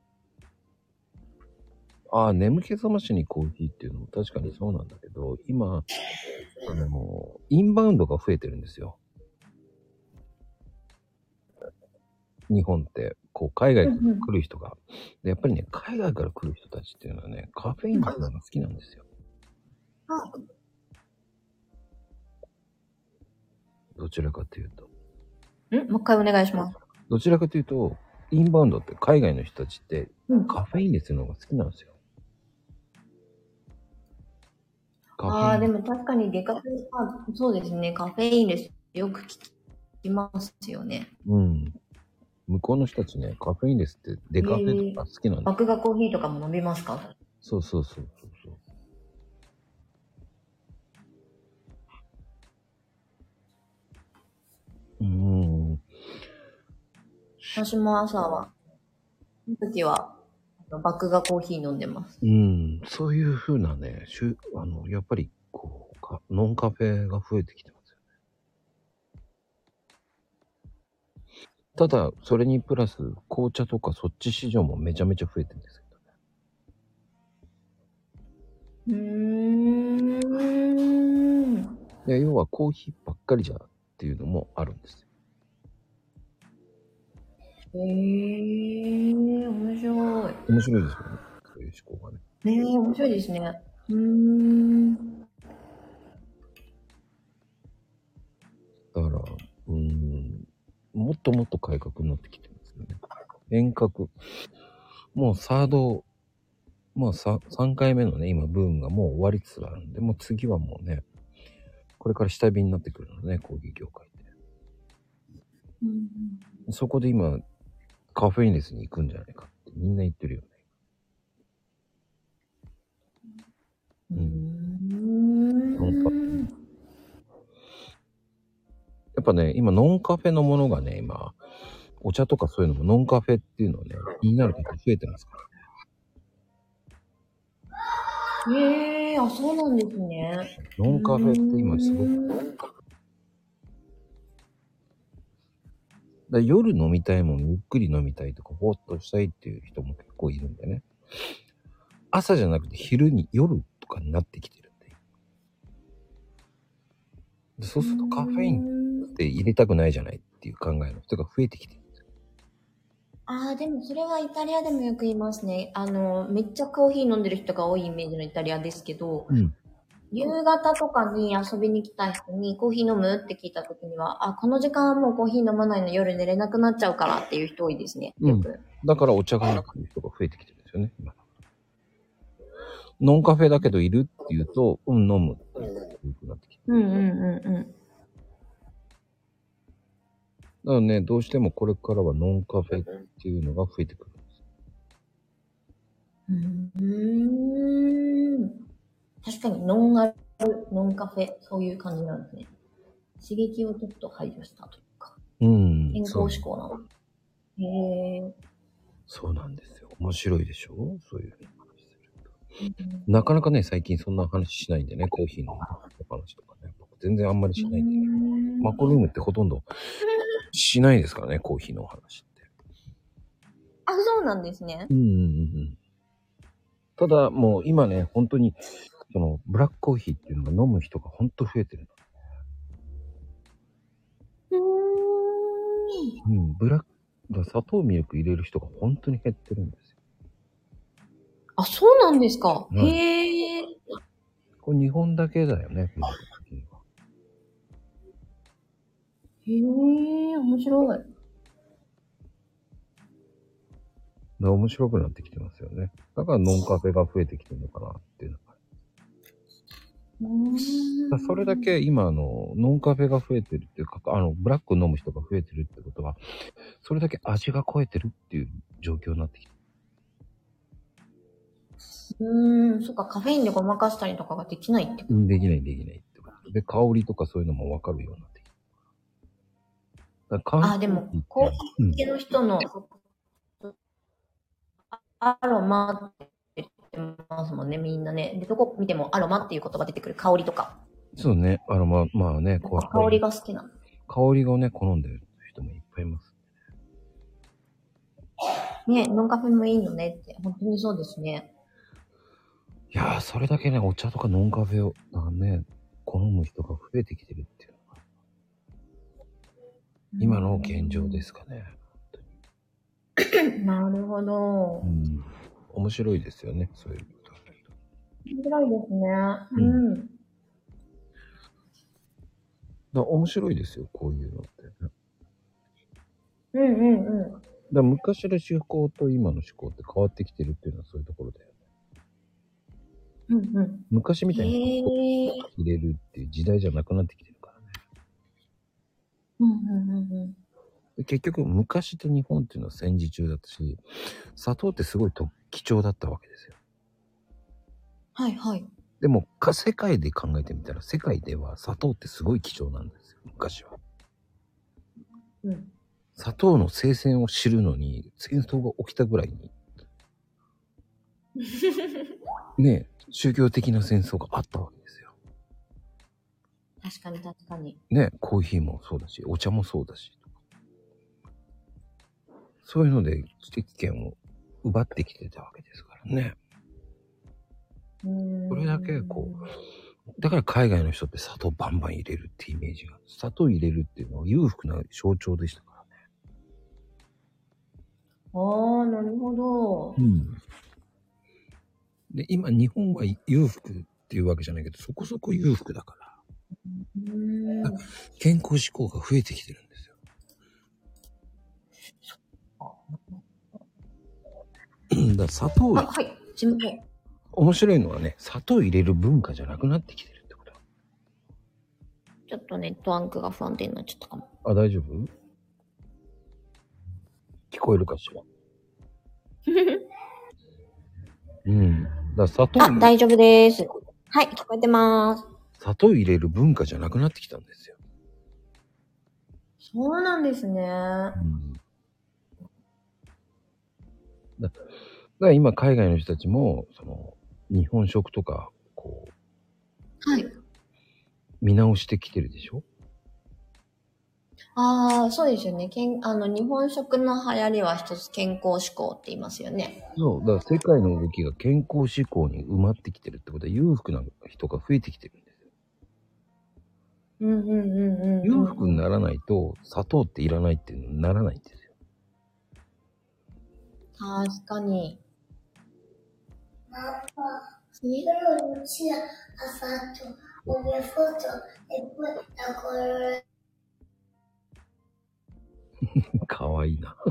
ああ、眠気覚ましにコーヒーっていうのも確かにそうなんだけど、今、インバウンドが増えてるんですよ。日本って、こう、海外から来る人が。でやっぱりね、海外から来る人たちっていうのはね、カフェインが好きなんですよ。どちらかというと。 もう一回お願いします。 どちらかというと、インバウンドって海外の人たちって、カフェインレスの方が好きなんですよ。 でも確かにデカフェそうですね、カフェインレスよく聞きますよね。 うん。向こうの人たちね、カフェインレスってデカフェとか好きなんです。 麦芽コーヒーとかも飲みますか？ そう。 私も朝は、その時は、麦芽コーヒー飲んでます。 そういう風なね、やっぱり、こう、ノンカフェが増えてきてますよね。ただ、それにプラス、紅茶とかそっち市場もめちゃめちゃ増えてるんですけどね。要はコーヒーばっかりじゃっていうのもあるんですよ。 面白い。 面白いですよね。そういう思考がね。 面白いですね。 だから、もっともっと改革になってきてますよね。遠隔。もう3回目のね、今ブームがもう終わりつつあるんで、もう次はもうね、これから下火になってくるのね、コーヒー業界って。そこで今、カフェインレスに行くんじゃないかってみんな言ってるよね。やっぱね、今ノンカフェのものがね、今、お茶とかそういうのもノンカフェっていうのをね、気になる方増えてますからね。そうなんですね。 ノンカフェって今すごく。夜飲みたいもん、ゆっくり飲みたいとか、ぼーっとしたいっていう人も結構いるんでね。朝じゃなくて夜とかになってきてるんで。そうするとカフェインって入れたくないじゃないっていう考えの人が増えてきてるんですよ。 でもそれはイタリアでもよく言いますね。めっちゃコーヒー飲んでる人が多いイメージのイタリアですけど、夕方とかに遊びに来た人にコーヒー飲むって聞いた時には、この時間はもうコーヒー飲まないの夜寝れなくなっちゃうからっていう人多いですね。よく。 だからお茶がなくてる人が増えてきてるんですよね。今ノンカフェだけどいるっていうと、飲むっていう風になってきて。だからね、どうしてもこれからはノンカフェっていうのが増えてくるんです。確かにノンカフェ、そういう感じなんですね。刺激をちょっと排除したというか。健康志向なの。 そうなんですよ。面白いでしょ？そういう話すると。なかなかね、最近そんな話しないんでね、コーヒーの話とかね。全然あんまりしないんでね。マコルームってほとんどしないですからね、コーヒーの話って。 そうなんですね。 ただ、もう今ね、本当に、ブラックコーヒーっていうのが飲む人が本当増えてるの。ブラック、砂糖ミルク入れる人が本当に減ってるんですよ。 そうなんですか。へえ。 これ日本だけだよね、 へえ、面白い。 面白くなってきてますよね。だからノンカフェが増えてきてるのかなっていうのが。それだけ今ノンカフェが増えてるっていうか、ブラック飲む人が増えてるってことは、それだけ味が濃えてるっていう状況になってきてる。 そっか、カフェインでごまかしたりとかができないってこと？ できないってことで、香りとかそういうのもわかるようになってきて。 でも、コーヒー系の人の、アロマって言ってますもんね、みんなね。で、どこ見てもアロマっていう言葉出てくる、香りとか。 そうね。まあね、こう。 香りが好きな。 香りをね、好んでる人もいっぱいいます。 ね、ノンカフェもいいのねって、本当にそうですね。 いやー、それだけね、お茶とかノンカフェを、ね、好む人が増えてきてるっていうのが、今の現状ですかね。 なるほど。 面白いですよね、そういうこと。 面白いですね。 面白いですよ、こういうのって。 だ昔の思考と今の思考って変わってきてるっていうのはそういうところだよね。昔みたいに入れるっていう時代じゃなくなってきてるからね。結局昔と日本っていうのは戦時中だったし、砂糖ってすごい貴重だったわけですよ。 はいはい。 でも世界で考えてみたら、世界では砂糖ってすごい貴重なんですよ、昔は。砂糖の生鮮を知るのに戦争が起きたぐらいにね、宗教的な戦争があったわけですよ。 確かに確かに。 ね、コーヒーもそうだし、お茶もそうだし。そういうので知的権を奪ってきてたわけですからね。それだけだから海外の人って砂糖バンバン入れるってイメージが、砂糖入れるっていうのは裕福な象徴でしたからね。 ああ、なるほど。 で、今日本は裕福っていうわけじゃないけど、そこそこ裕福だから。健康志向が増えてきてるんですよ。だ砂糖、 はい、すみません。 面白いのはね、砂糖入れる文化じゃなくなってきてるってこと。 ちょっとネットワークが不安定になっちゃったかも。 あ、大丈夫？聞こえるかしら？だ砂糖。 あ、大丈夫です。はい、聞こえてます。 砂糖入れる文化じゃなくなってきたんですよ。 そうなんですね。 だから今海外の人たちも日本食とかはい。 見直してきてるでしょ？ ああ、そうですよね。日本食の流行りは一つ健康志向って言いますよね。 そう。だから世界の動きが健康志向に埋まってきてるってことは裕福な人が増えてきてるんですよ。裕福にならないと砂糖っていらないっていうのにならないんですよ。 確かに。 かわいいな。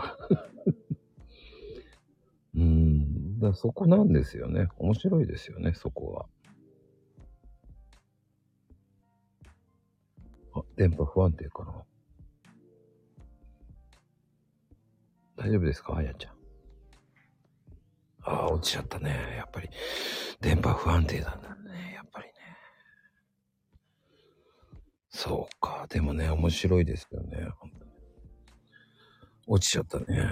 だからそこなんですよね。面白いですよね、そこは。あ、電波不安定かな。大丈夫ですか、あやちゃん。ああ、落ちちゃったね。やっぱり、電波不安定なんだね。やっぱりね。そうか。でもね、面白いですよね。本当に落ちちゃったね。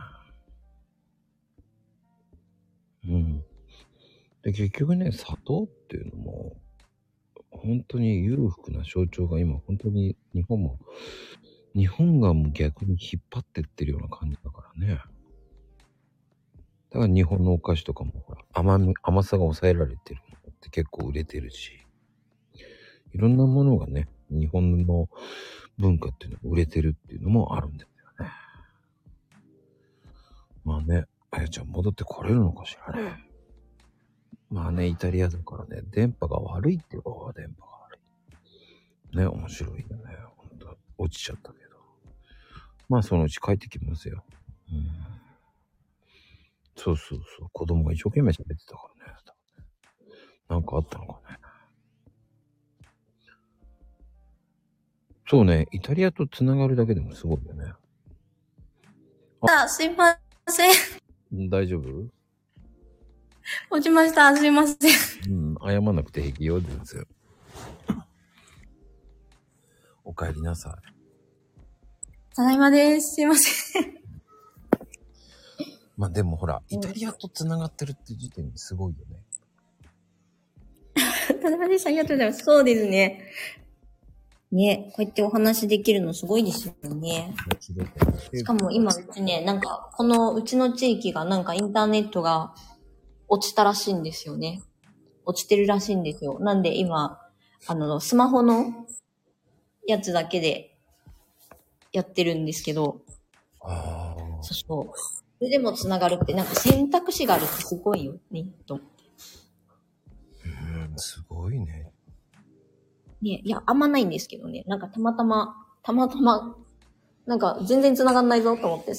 で、結局ね、砂糖っていうのも、本当に裕福な象徴が今、本当に日本がもう逆に引っ張ってってるような感じだからね。だから日本のお菓子とかもほら、甘さが抑えられてるものって結構売れてるし、いろんなものがね、日本の文化っていうのが売れてるっていうのもあるんだよね。まあね、あやちゃん戻ってこれるのかしらね。まあね、イタリアだからね、電波が悪いって言うから電波が悪い。ね、面白いよね。ほんと、落ちちゃったけど。まあそのうち帰ってきますよ。そうそうそう。子供が一生懸命喋ってたからね。なんかあったのかね。そうね、イタリアとつながるだけでもすごいよね。 すいません。大丈夫？ 落ちました。すいません。 謝んなくて平気よ、全然。お帰りなさい。 ただいまです。すいません。 まあでもほら、イタリアとつながってるって時点ですごいよね。 った様でした。ありがとうございます。そうですね。ね、こうやってお話できるのすごいですよね。しかも今うちね、なんか、このうちの地域がなんかインターネットが落ちたらしいんですよね。落ちてるらしいんですよ。なんで今、スマホのやつだけでやってるんですけど、 ああ。 そうそう。それでも繋がるって、なんか選択肢があるってすごいよね、と。 すごいね。 ね、いや、あんまないんですけどね。なんかたまたま、なんか全然繋がんないぞと思って、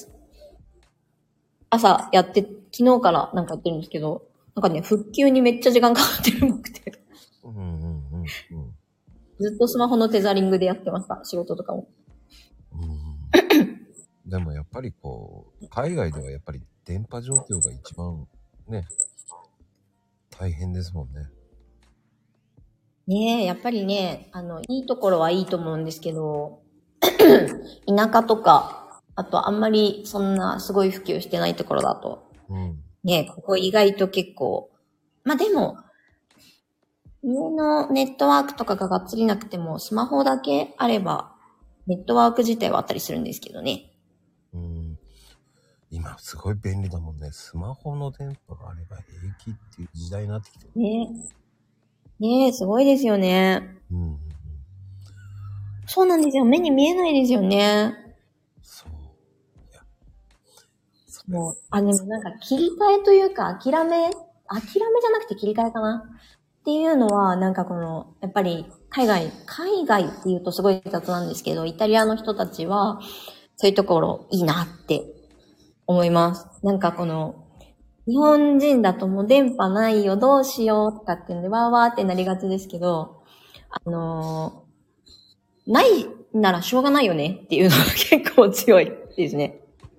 朝やって、昨日からなんかやってるんですけど、なんかね、復旧にめっちゃ時間かかってるのくて。ずっとスマホのテザリングでやってました。仕事とかも。 でもやっぱりこう、海外ではやっぱり電波状況が一番ね、大変ですもんね。 ねえ、やっぱりね、いいところはいいと思うんですけど、田舎とか、あとあんまりそんなすごい普及してないところだと、ねえ、ここ意外と結構、まあでも、家のネットワークとかががっつりなくても、スマホだけあれば、ネットワーク自体はあったりするんですけどね。 今すごい便利だもんね。スマホの電波があれば平気っていう時代になってきてる。 ねえ、すごいですよね。そうなんですよ。目に見えないですよね。 そう。いや。 もう、でもなんか切り替えというか、諦めじゃなくて切り替えかな。っていうのは、なんかやっぱり海外っていうとすごい雑なんですけど、イタリアの人たちは、そういうところいいなって思います。なんか日本人だともう電波ないよ、どうしようとかっていうんで、わーわーってなりがちですけど、ないならしょうがないよねっていうのが結構強いですね。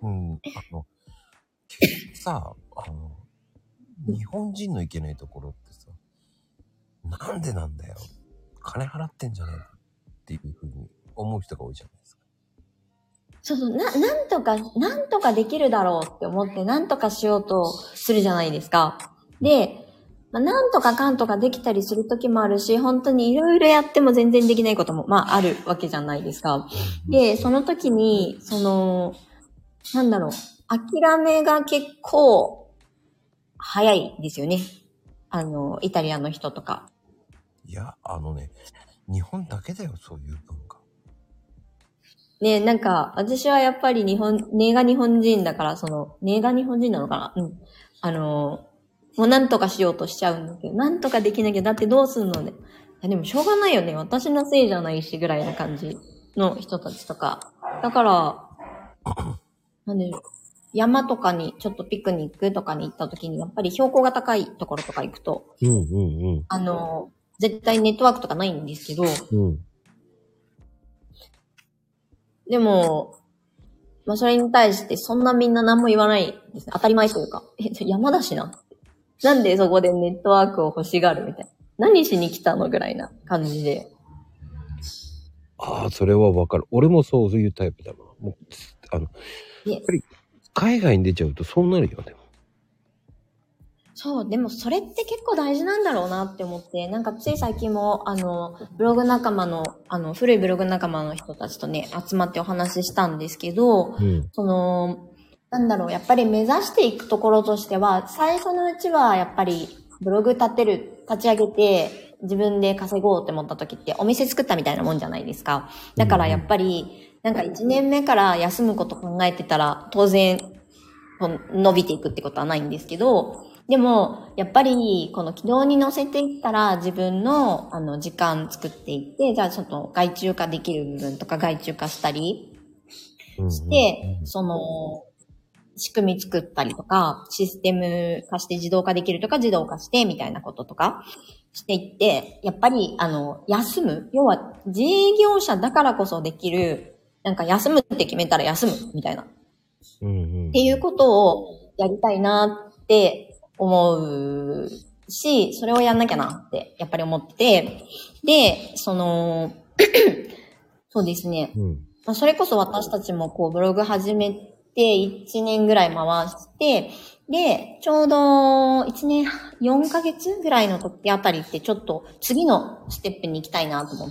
さ、日本人のいけないところってさ、なんでなんだよ。金払ってんじゃないっていうふうに思う人が多いじゃないですか。 そうそう、なんとかできるだろうって思って、なんとかしようとするじゃないですか。で、なんとかかんとかできたりする時もあるし、本当にいろいろやっても全然できないことも、あるわけじゃないですか。で、その時に、なんだろう、諦めが結構、早いですよね。イタリアの人とか。 いや、日本だけだよ、そういう文化。 ね、なんか、私はやっぱり根が日本人だから、根が日本人なのかなもうなんとかしようとしちゃうんだけど、なんとかできなきゃ、だってどうすんのね。でもしょうがないよね。私のせいじゃないし、ぐらいな感じの人たちとか。だから、なんでしょう。山とかにちょっとピクニックとかに行った時に、やっぱり標高が高いところとか行くと、絶対ネットワークとかないんですけど、でも、それに対してそんなみんな何も言わないですね。当たり前というか、山だしな。なんでそこでネットワークを欲しがるみたいな。何しに来たのぐらいな感じで。 ああ、それはわかる。俺もそういうタイプだわ。もうやっぱり海外に出ちゃうとそうなるよね。 そう、でもそれって結構大事なんだろうなって思って、なんかつい最近も、ブログ仲間の、古いブログ仲間の人たちとね、集まってお話ししたんですけど、なんだろう、やっぱり目指していくところとしては、最初のうちはやっぱりブログ立ち上げて、自分で稼ごうって思った時ってお店作ったみたいなもんじゃないですか。だからやっぱり、なんか1年目から休むこと考えてたら、当然、伸びていくってことはないんですけど、でも、やっぱり、この軌道に乗せていったら、自分の、時間作っていって、じゃあちょっと外注化できる部分とか外注化したりして、仕組み作ったりとか、システム化して自動化できるとか自動化してみたいなこととかしていって、やっぱり、休む。要は、自営業者だからこそできる、なんか休むって決めたら休むみたいな。っていうことをやりたいなって思うし、それをやんなきゃなってやっぱり思ってて、で、そうですね。それこそ私たちもブログ始めて、1年ぐらい回して、で、ちょうど1年4ヶ月ぐらいの時あたりってちょっと次のステップに行きたいなと思って、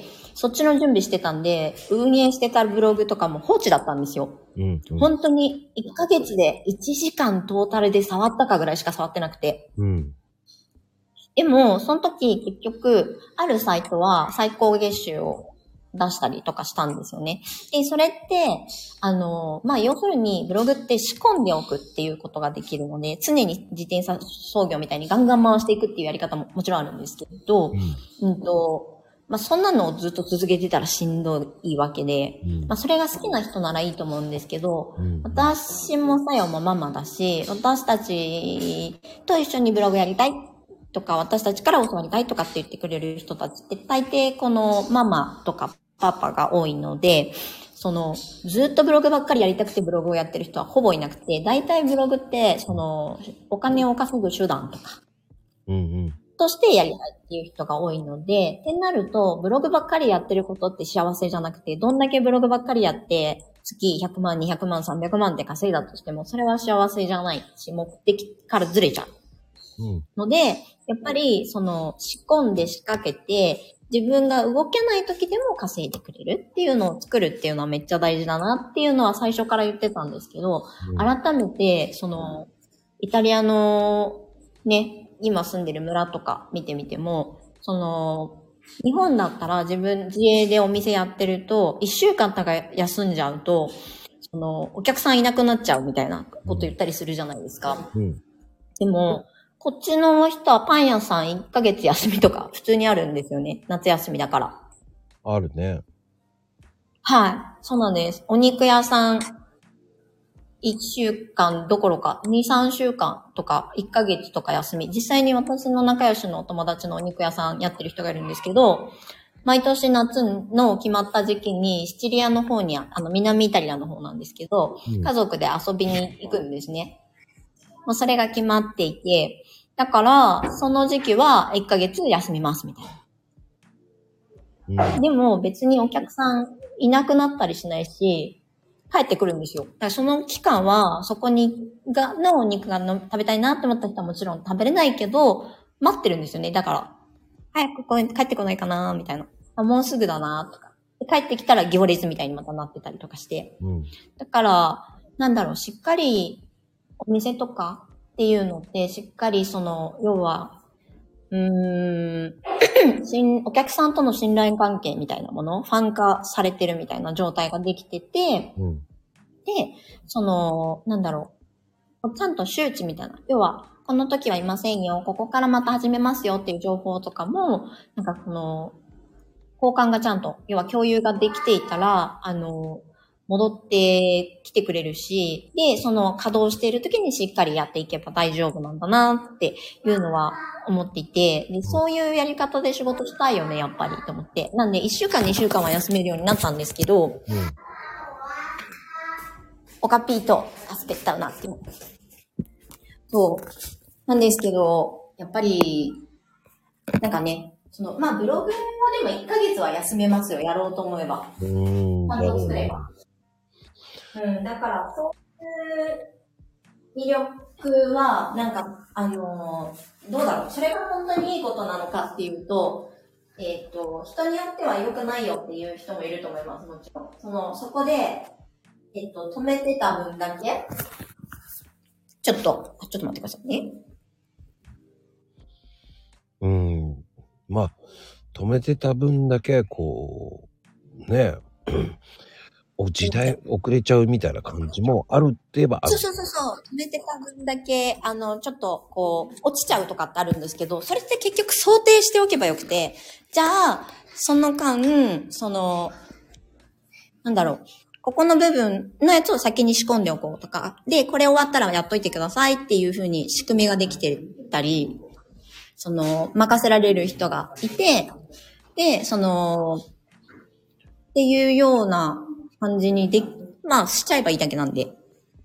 そっちの準備してたんで、運営してたブログとかも放置だったんですよ。本当に1ヶ月で1時間トータルで触ったかぐらいしか触ってなくて。でも、その時結局、あるサイトは最高月収を出したりとかしたんですよね。で、それって、要するにブログって仕込んでおくっていうことができるので、常に自転車操業みたいにガンガン回していくっていうやり方ももちろんあるんですけど、そんなのをずっと続けてたらしんどいわけで、それが好きな人ならいいと思うんですけど、私もさよもママだし、私たちと一緒にブログやりたいとか、私たちから教わりたいとかって言ってくれる人たちって、大抵このママとかパパが多いので、ずっとブログばっかりやりたくてブログをやってる人はほぼいなくて、大体ブログって、お金を稼ぐ手段とか、としてやりたいっていう人が多いので、ってなると、ブログばっかりやってることって幸せじゃなくて、どんだけブログばっかりやって、月100万、200万、300万って稼いだとしても、それは幸せじゃないし、目的からずれちゃう。ので、やっぱり、仕込んで仕掛けて、自分が動けない時でも稼いでくれるっていうのを作るっていうのはめっちゃ大事だなっていうのは最初から言ってたんですけど、改めて、イタリアのね、今住んでる村とか見てみても、日本だったら自営でお店やってると、1週間とか休んじゃうと、お客さんいなくなっちゃうみたいなこと言ったりするじゃないですか。でも、こっちの人はパン屋さん1ヶ月休みとか普通にあるんですよね。夏休みだから。 あるね。 はい。そうなんです。お肉屋さん1週間どころか2、3週間とか1ヶ月とか休み。実際に私の仲良しのお友達のお肉屋さんやってる人がいるんですけど、毎年夏の決まった時期にシチリアの方に、南イタリアの方なんですけど、家族で遊びに行くんですね。もうそれが決まっていて、だから、その時期は1ヶ月休みますみたいな。でも別にお客さんいなくなったりしないし、帰ってくるんですよ。だからその期間は、そこのお肉が食べたいなって思った人はもちろん食べれないけど、待ってるんですよね。だから、早くここに帰ってこないかなみたいな。もうすぐだなとか。帰ってきたら行列みたいにまたなってたりとかして。だから、しっかり、お店とかっていうのってしっかり要は、お客さんとの信頼関係みたいなもの、ファン化されてるみたいな状態ができてて、で、ちゃんと周知みたいな、要は、この時はいませんよ、ここからまた始めますよっていう情報とかも、交換がちゃんと、要は共有ができていたら、戻ってきてくれるし、で、稼働している時にしっかりやっていけば大丈夫なんだなっていうのは思っていて、で、そういうやり方で仕事したいよね、やっぱりと思って。なんで、1週間、2週間は休めるようになったんですけど、オカピーとアスペッタウナっていう。そう。なんですけど、やっぱり、ブログはでも1ヶ月は休めますよ、やろうと思えば。ちゃんと作れば。だから、そういう魅力は、どうだろう。それが本当にいいことなのかっていうと、人によっては良くないよっていう人もいると思います、もちろん。そこで、止めてた分だけ、ちょっと待ってくださいね。 止めてた分だけ、ね時代遅れちゃうみたいな感じもあるって言えばある。 そう。止めてた分だけ、ちょっと、落ちちゃうとかってあるんですけど、それって結局想定しておけばよくて、じゃあ、その間、ここの部分のやつを先に仕込んでおこうとか、で、これ終わったらやっといてくださいっていう風に仕組みができてたり、任せられる人がいて、で、っていうような感じにしちゃえばいいだけなんで。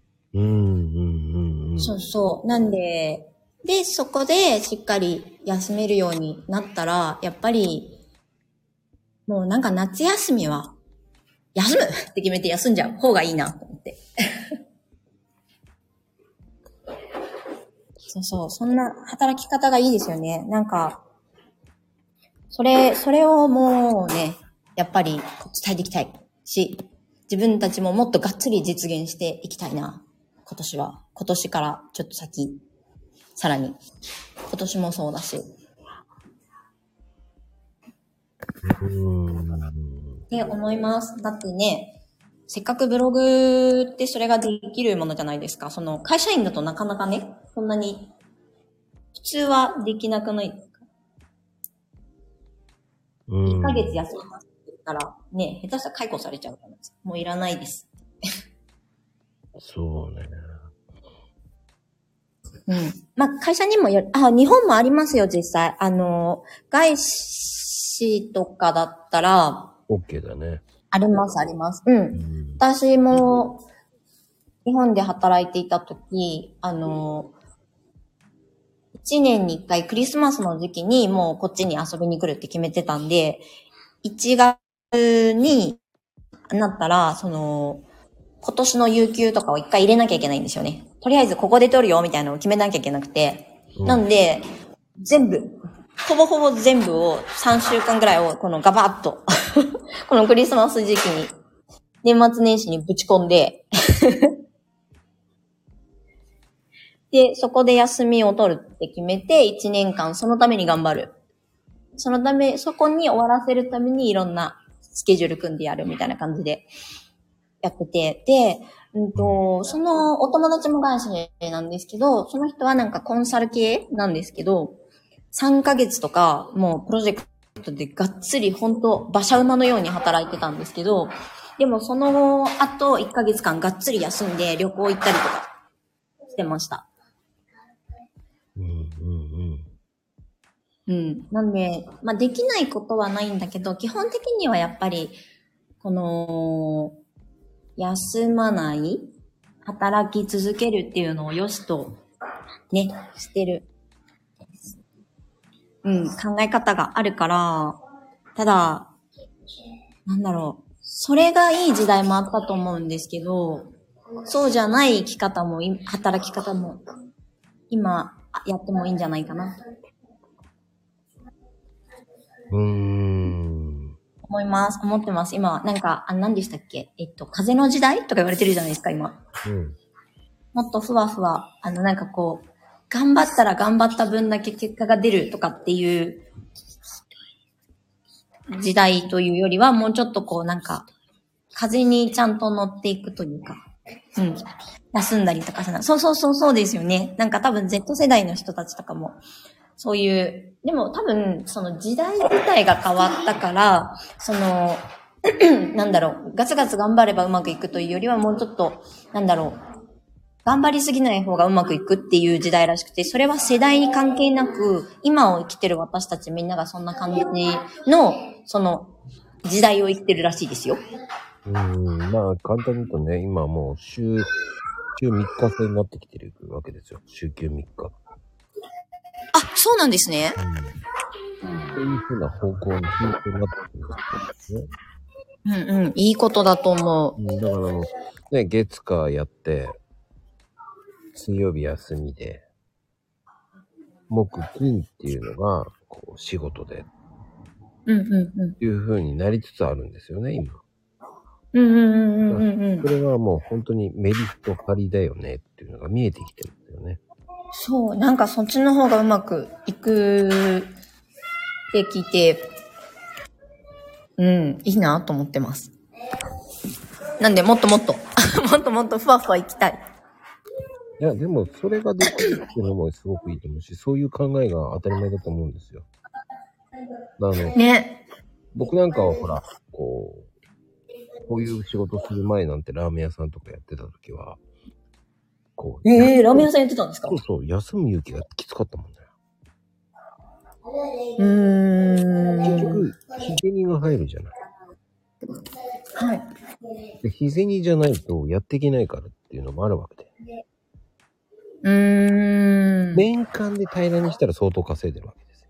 そう。なんで、そこでしっかり休めるようになったら、やっぱり、もう夏休みは、休むって決めて休んじゃう方がいいなと思って。 そうそう。そんな働き方がいいですよね。なんか、それをもうね、やっぱり伝えていきたいし、自分たちももっとがっつり実現していきたいな。今年からちょっと先、さらに。今年もそうだし。って思います。だってね、せっかくブログってそれができるものじゃないですか。その会社員だとなかなかね、そんなに普通はできなくないですか。1ヶ月休みますって言ったら、ね、下手したら解雇されちゃうからです。もういらないです。 そうね。 まあ、会社にも日本もありますよ、実際。外資とかだったら、 OK だね。 あります、あります。私も、日本で働いていたとき、1年に1回クリスマスの時期にもうこっちに遊びに来るって決めてたんで、1月になったら、今年の有給とかを1回入れなきゃいけないんですよね。とりあえずここで取るよみたいなのを決めなきゃいけなくて。なんで、ほぼほぼ全部を3週間ぐらいをこのガバッと、このクリスマス時期に、年末年始にぶち込んで、で、そこで休みを取るって決めて、1年間そのために頑張る。そこに終わらせるためにいろんなスケジュール組んでやるみたいな感じでやってて、で、そのお友達も外資なんですけど、その人はなんかコンサル系なんですけど、3ヶ月とかもうプロジェクトでがっつり本当馬車馬のように働いてたんですけど、でもその後1ヶ月間がっつり休んで旅行行ったりとかしてました。なんで、まあ、できないことはないんだけど、基本的にはやっぱり、休まない、働き続けるっていうのを良しと、ね、してる。考え方があるから、ただ、それがいい時代もあったと思うんですけど、そうじゃない生き方も、働き方も、今、やってもいいんじゃないかな。思ってます。今、なんか、何でしたっけ？風の時代とか言われてるじゃないですか、今。もっとふわふわ、なんかこう、頑張ったら頑張った分だけ結果が出るとかっていう時代というよりは、もうちょっとこう、なんか、風にちゃんと乗っていくというか、休んだりとかしない。そうですよね。なんか多分 Z 世代の人たちとかも、そういう、でも多分、その時代自体が変わったから、ガツガツ頑張ればうまくいくというよりは、もうちょっと、頑張りすぎない方がうまくいくっていう時代らしくて、それは世代に関係なく、今を生きてる私たちみんながそんな感じの、その、時代を生きてるらしいですよ。 まあ、簡単に言うとね、今もう週3日制になってきてるわけですよ。週休3日。 あ、そうなんですね。 そういうふうな方向にヒントになってくるわけですね。 いいことだと思う。 だからね、月火やって、水曜日休みで、木金っていうのが、こう、仕事で、っていう風になりつつあるんですよね、今。それはもう本当にメリット張りだよねっていうのが見えてきてるんだよね。 そう、なんかそっちの方がうまくいくって聞いて、いいなと思ってます。なんでもっともっとふわふわいきたい。 いや、でもそれができるっていうのもすごくいいと思うし、そういう考えが当たり前だと思うんですよ。 ね。 僕なんかはほら、こういう仕事する前なんてラーメン屋さんとかやってた時は、こう。 ラーメン屋さんやってたんですか？ そう、休む勇気がきつかったもんね。結局、日銭が入るじゃない。 はい。 で、日銭じゃないとやっていけないからっていうのもあるわけで。年間で平らにしたら相当稼いでるわけですよ。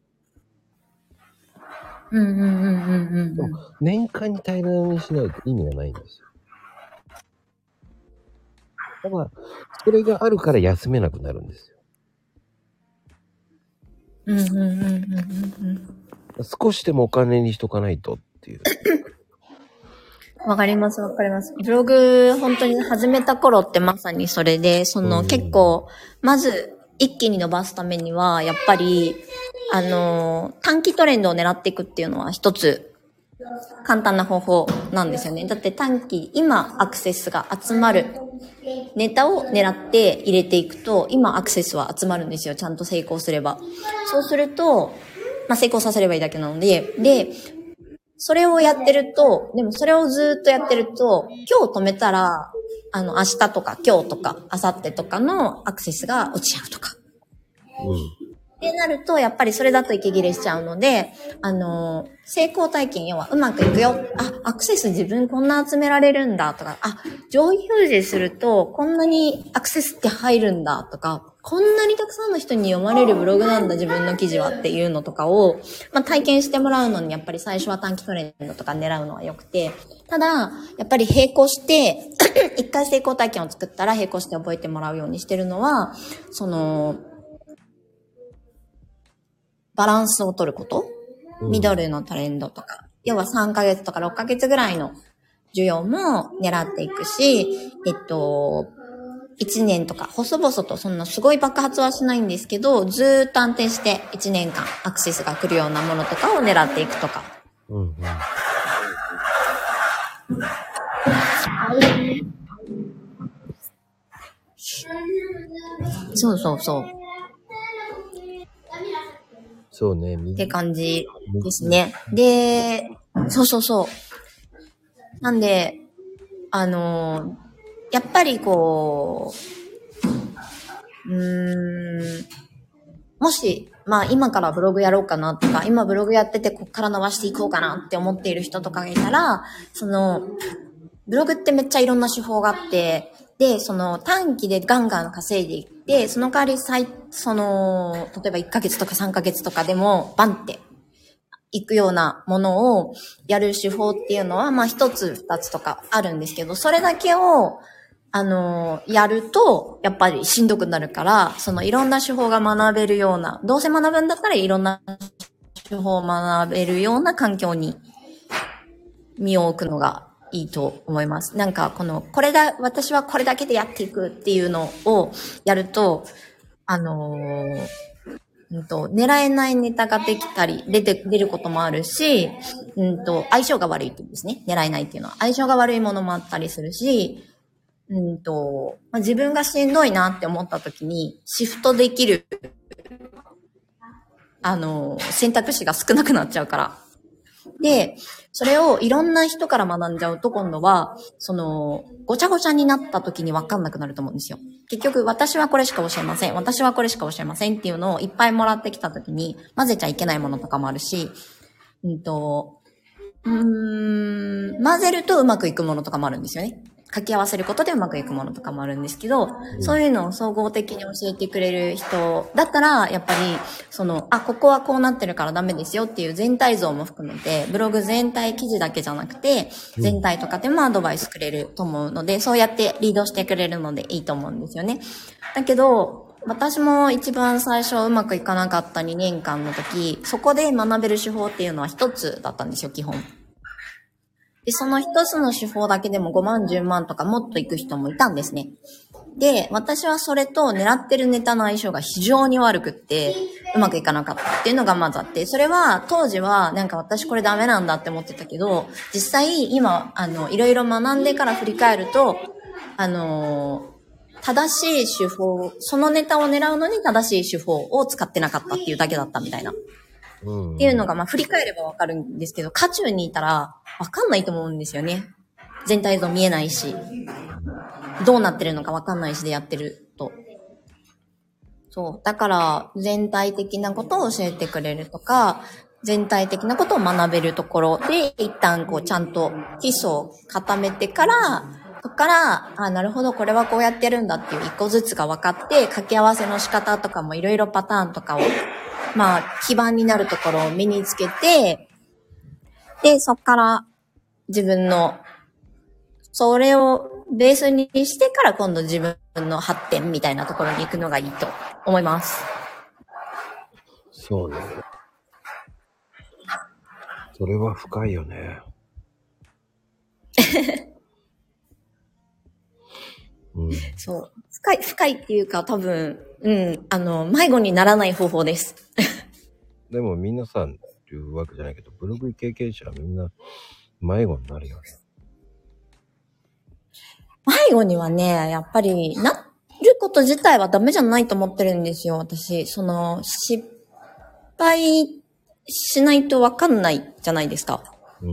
でも年間に平らにしないと意味がないんですよ。だから、それがあるから休めなくなるんですよ。 うんうんうんうんうんうん。 少しでもお金にしとかないとっていう。 わかります、わかります。ブログ、本当に始めた頃ってまさにそれで、結構、まず、一気に伸ばすためには、やっぱり、短期トレンドを狙っていくっていうのは一つ、簡単な方法なんですよね。だって短期、今アクセスが集まるネタを狙って入れていくと、今アクセスは集まるんですよ。ちゃんと成功すれば。そうすると、成功させればいいだけなので、それをやってると、でもそれをずっとやってると、今日止めたら、明日とか今日とか明後日とかのアクセスが落ちちゃうとか。ってなると、やっぱりそれだと息切れしちゃうので、成功体験、要はうまくいくよ。アクセス自分こんな集められるんだとか、上位表示するとこんなにアクセスって入るんだとか、こんなにたくさんの人に読まれるブログなんだ自分の記事はっていうのとかを、体験してもらうのにやっぱり最初は短期トレンドとか狙うのは良くて、ただ、やっぱり並行して、一回成功体験を作ったら並行して覚えてもらうようにしてるのは、バランスを取ること、ミドルのトレンドとか、要は3ヶ月とか6ヶ月ぐらいの需要も狙っていくし、1年とか細々とそんなすごい爆発はしないんですけど、ずーっと安定して1年間アクセスが来るようなものとかを狙っていくとか。そうそうそう。 そうね。 って感じですね。で、そうそうそう。なんで、やっぱりこう、もし、今からブログやろうかなとか、今ブログやっててこっから伸ばしていこうかなって思っている人とかがいたら、ブログってめっちゃいろんな手法があって、で、短期でガンガン稼いでいって、その代わり例えば1ヶ月とか3ヶ月とかでもバンっていくようなものをやる手法っていうのは、一つ二つとかあるんですけど、それだけを、やると、やっぱりしんどくなるから、いろんな手法が学べるような、どうせ学ぶんだったらいろんな手法を学べるような環境に身を置くのがいいと思います。なんか私はこれだけでやっていくっていうのをやると、狙えないネタができたり、出ることもあるし、相性が悪いって言うんですね。狙えないっていうのは。相性が悪いものもあったりするし、自分がしんどいなって思った時に、シフトできる、選択肢が少なくなっちゃうから。で、それをいろんな人から学んじゃうと、今度は、ごちゃごちゃになった時に分かんなくなると思うんですよ。結局、私はこれしか教えません。私はこれしか教えませんっていうのをいっぱいもらってきた時に、混ぜちゃいけないものとかもあるし、混ぜるとうまくいくものとかもあるんですよね。掛け合わせることでうまくいくものとかもあるんですけど、そういうのを総合的に教えてくれる人だったら、やっぱり、ここはこうなってるからダメですよっていう全体像も含めて、ブログ全体記事だけじゃなくて、全体とかでもアドバイスくれると思うので、そうやってリードしてくれるのでいいと思うんですよね。だけど、私も一番最初うまくいかなかった2年間の時、そこで学べる手法っていうのは一つだったんですよ、基本。で、その一つの手法だけでも5万、10万とかもっと行く人もいたんですね。で、私はそれと狙ってるネタの相性が非常に悪くって、うまくいかなかったっていうのがまずあって、それは当時はなんか私これダメなんだって思ってたけど、実際今、いろいろ学んでから振り返ると、正しい手法、そのネタを狙うのに正しい手法を使ってなかったっていうだけだったみたいな。っていうのが、振り返ればわかるんですけど、渦中にいたらわかんないと思うんですよね。全体像見えないし、どうなってるのかわかんないしでやってると。そう。だから、全体的なことを教えてくれるとか、全体的なことを学べるところで、一旦ちゃんと基礎を固めてから、そこから、なるほど、これはこうやってるんだっていう一個ずつが分かって、掛け合わせの仕方とかもいろいろパターンとかを、基盤になるところを身につけて、で、そこから自分の、それをベースにしてから今度自分の発展みたいなところに行くのがいいと思います。 そうね。それは深いよね。うん、 そう。深いっていうか多分、迷子にならない方法です。 でも皆さんっていうわけじゃないけど、ブログ経験者はみんな迷子になるよね。 迷子にはね、やっぱりなること自体はダメじゃないと思ってるんですよ、私。失敗しないとわかんないじゃないですか。 うんうん、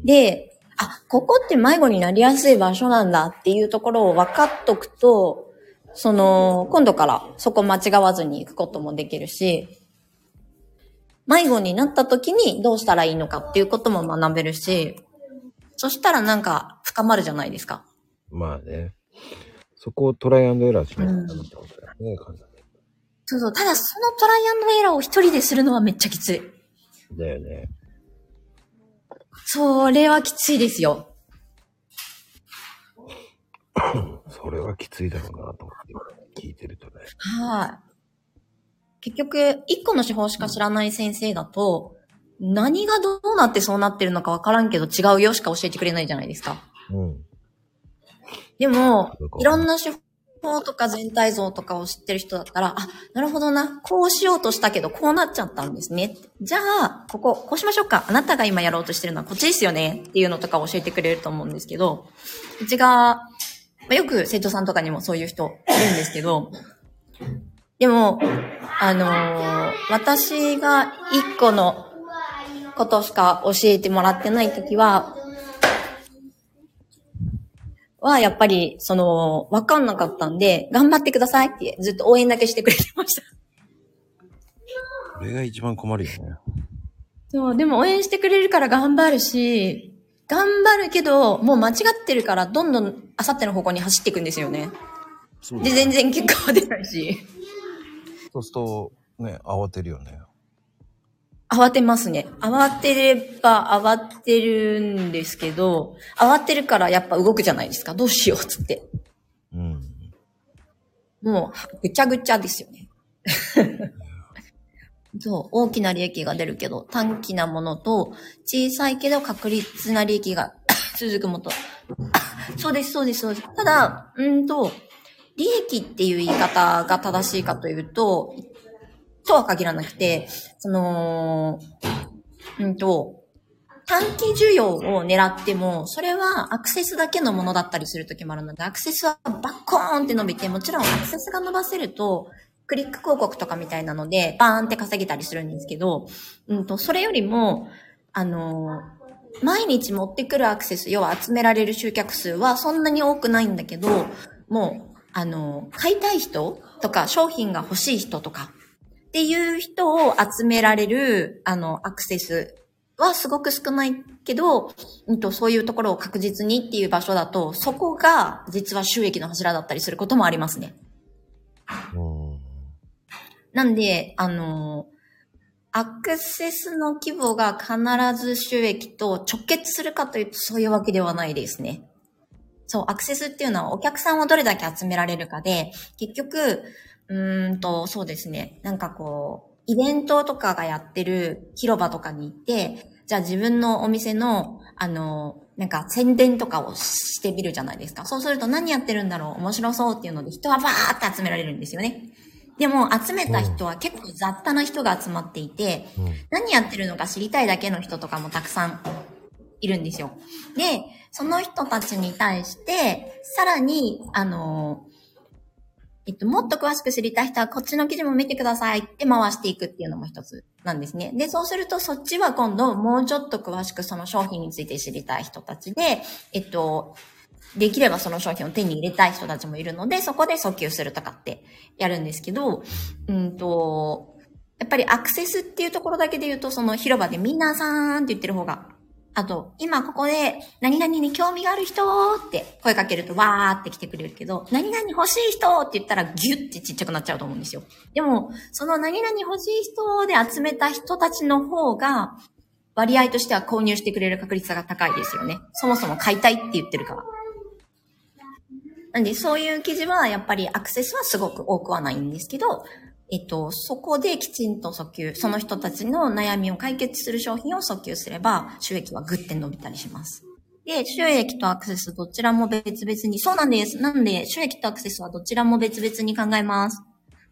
で、ここって迷子になりやすい場所なんだっていうところを分かっとくと、今度からそこ間違わずに行くこともできるし、迷子になった時にどうしたらいいのかっていうことも学べるし、そしたらなんか深まるじゃないですか。 まあね。そこをトライアンドエラーしないとダメってことだよね、簡単に。 そうそう。ただそのトライアンドエラーを一人でするのはめっちゃきつい。 だよね。 それはきついですよ。 それはきついだろうなと思って聞いてるとね。 はい。結局、一個の手法しか知らない先生だと、何がどうなってそうなってるのかわからんけど違うよしか教えてくれないじゃないですか。 うん。 でも、いろんな手法とか全体像とかを知ってる人だったら、なるほどな、こうしようとしたけどこうなっちゃったんですね。じゃあ、こうしましょうか。あなたが今やろうとしてるのはこっちですよねっていうのとかを教えてくれると思うんですけど、うちが、よく生徒さんとかにもそういう人いるんですけど、でも、私が一個のことしか教えてもらってないときは、やっぱり、わかんなかったんで、頑張ってくださいってずっと応援だけしてくれてました。 これが一番困るよね。 そう、でも応援してくれるから頑張るし、頑張るけど、もう間違ってるからどんどんあさっての方向に走っていくんですよね。で、全然結果は出ないし。 そうすると、ね、慌てるよね。 慌てますね。慌てれば慌てるんですけど、慌てるからやっぱ動くじゃないですか。どうしようっつって。 うん。 もう、ぐちゃぐちゃですよね。そう、大きな利益が出るけど、短期なものと、小さいけど確率な利益が続くものと。そうです。ただ、利益っていう言い方が正しいかというとは限らなくて、短期需要を狙っても、それはアクセスだけのものだったりするときもあるので、アクセスはバッコーンって伸びて、もちろんアクセスが伸ばせると、クリック広告とかみたいなので、バーンって稼げたりするんですけど、それよりも、毎日持ってくるアクセス、要は集められる集客数はそんなに多くないんだけど、もう、買いたい人とか、商品が欲しい人とか、っていう人を集められる、アクセスはすごく少ないけど、そういうところを確実にっていう場所だと、そこが実は収益の柱だったりすることもありますね。なんで、アクセスの規模が必ず収益と直結するかというとそういうわけではないですね。そう、アクセスっていうのはお客さんをどれだけ集められるかで、結局、そうですね。なんかこう、イベントとかがやってる広場とかに行って、じゃあ自分のお店の、なんか宣伝とかをしてみるじゃないですか。そうすると何やってるんだろう、面白そうっていうので人はバーって集められるんですよね。でも集めた人は結構雑多な人が集まっていて、何やってるのか知りたいだけの人とかもたくさんいるんですよ。で、その人たちに対して、さらに、もっと詳しく知りたい人はこっちの記事も見てくださいって回していくっていうのも一つなんですね。で、そうするとそっちは今度もうちょっと詳しくその商品について知りたい人たちで、できればその商品を手に入れたい人たちもいるので、そこで訴求するとかってやるんですけど、やっぱりアクセスっていうところだけで言うと、その広場でみんなさーんって言ってる方が、あと、今ここで何々に興味がある人って声かけるとわーって来てくれるけど、何々欲しい人って言ったらギュッてちっちゃくなっちゃうと思うんですよ。でも、その何々欲しい人で集めた人たちの方が、割合としては購入してくれる確率が高いですよね。そもそも買いたいって言ってるから。なんで、そういう記事はやっぱりアクセスはすごく多くはないんですけど、 そこできちんと訴求、その人たちの悩みを解決する商品を訴求すれば、収益はグッて伸びたりします。で、収益とアクセスどちらも別々に、そうなんです。なんで、収益とアクセスはどちらも別々に考えます。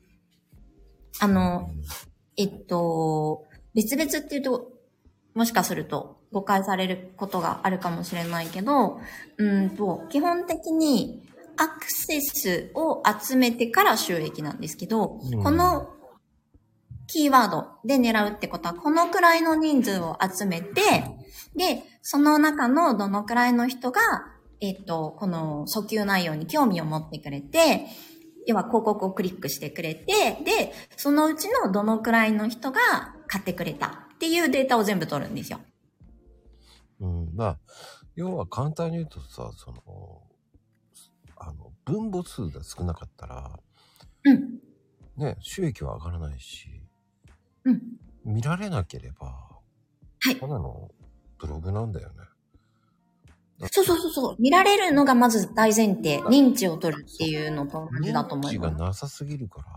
別々っていうと、もしかすると誤解されることがあるかもしれないけど、基本的にアクセスを集めてから収益なんですけど、このキーワードで狙うってことは、このくらいの人数を集めて、で、その中のどのくらいの人が、この訴求内容に興味を持ってくれて、要は広告をクリックしてくれて、で、そのうちのどのくらいの人が買ってくれたっていうデータを全部取るんですよ。 要は簡単に言うとさ、分母数が少なかったら、ね、収益は上がらないし、見られなければ、ただのブログなんだよね。 そう。見られるのがまず大前提。認知を取るっていうのと同じだと思います。 認知がなさすぎるから、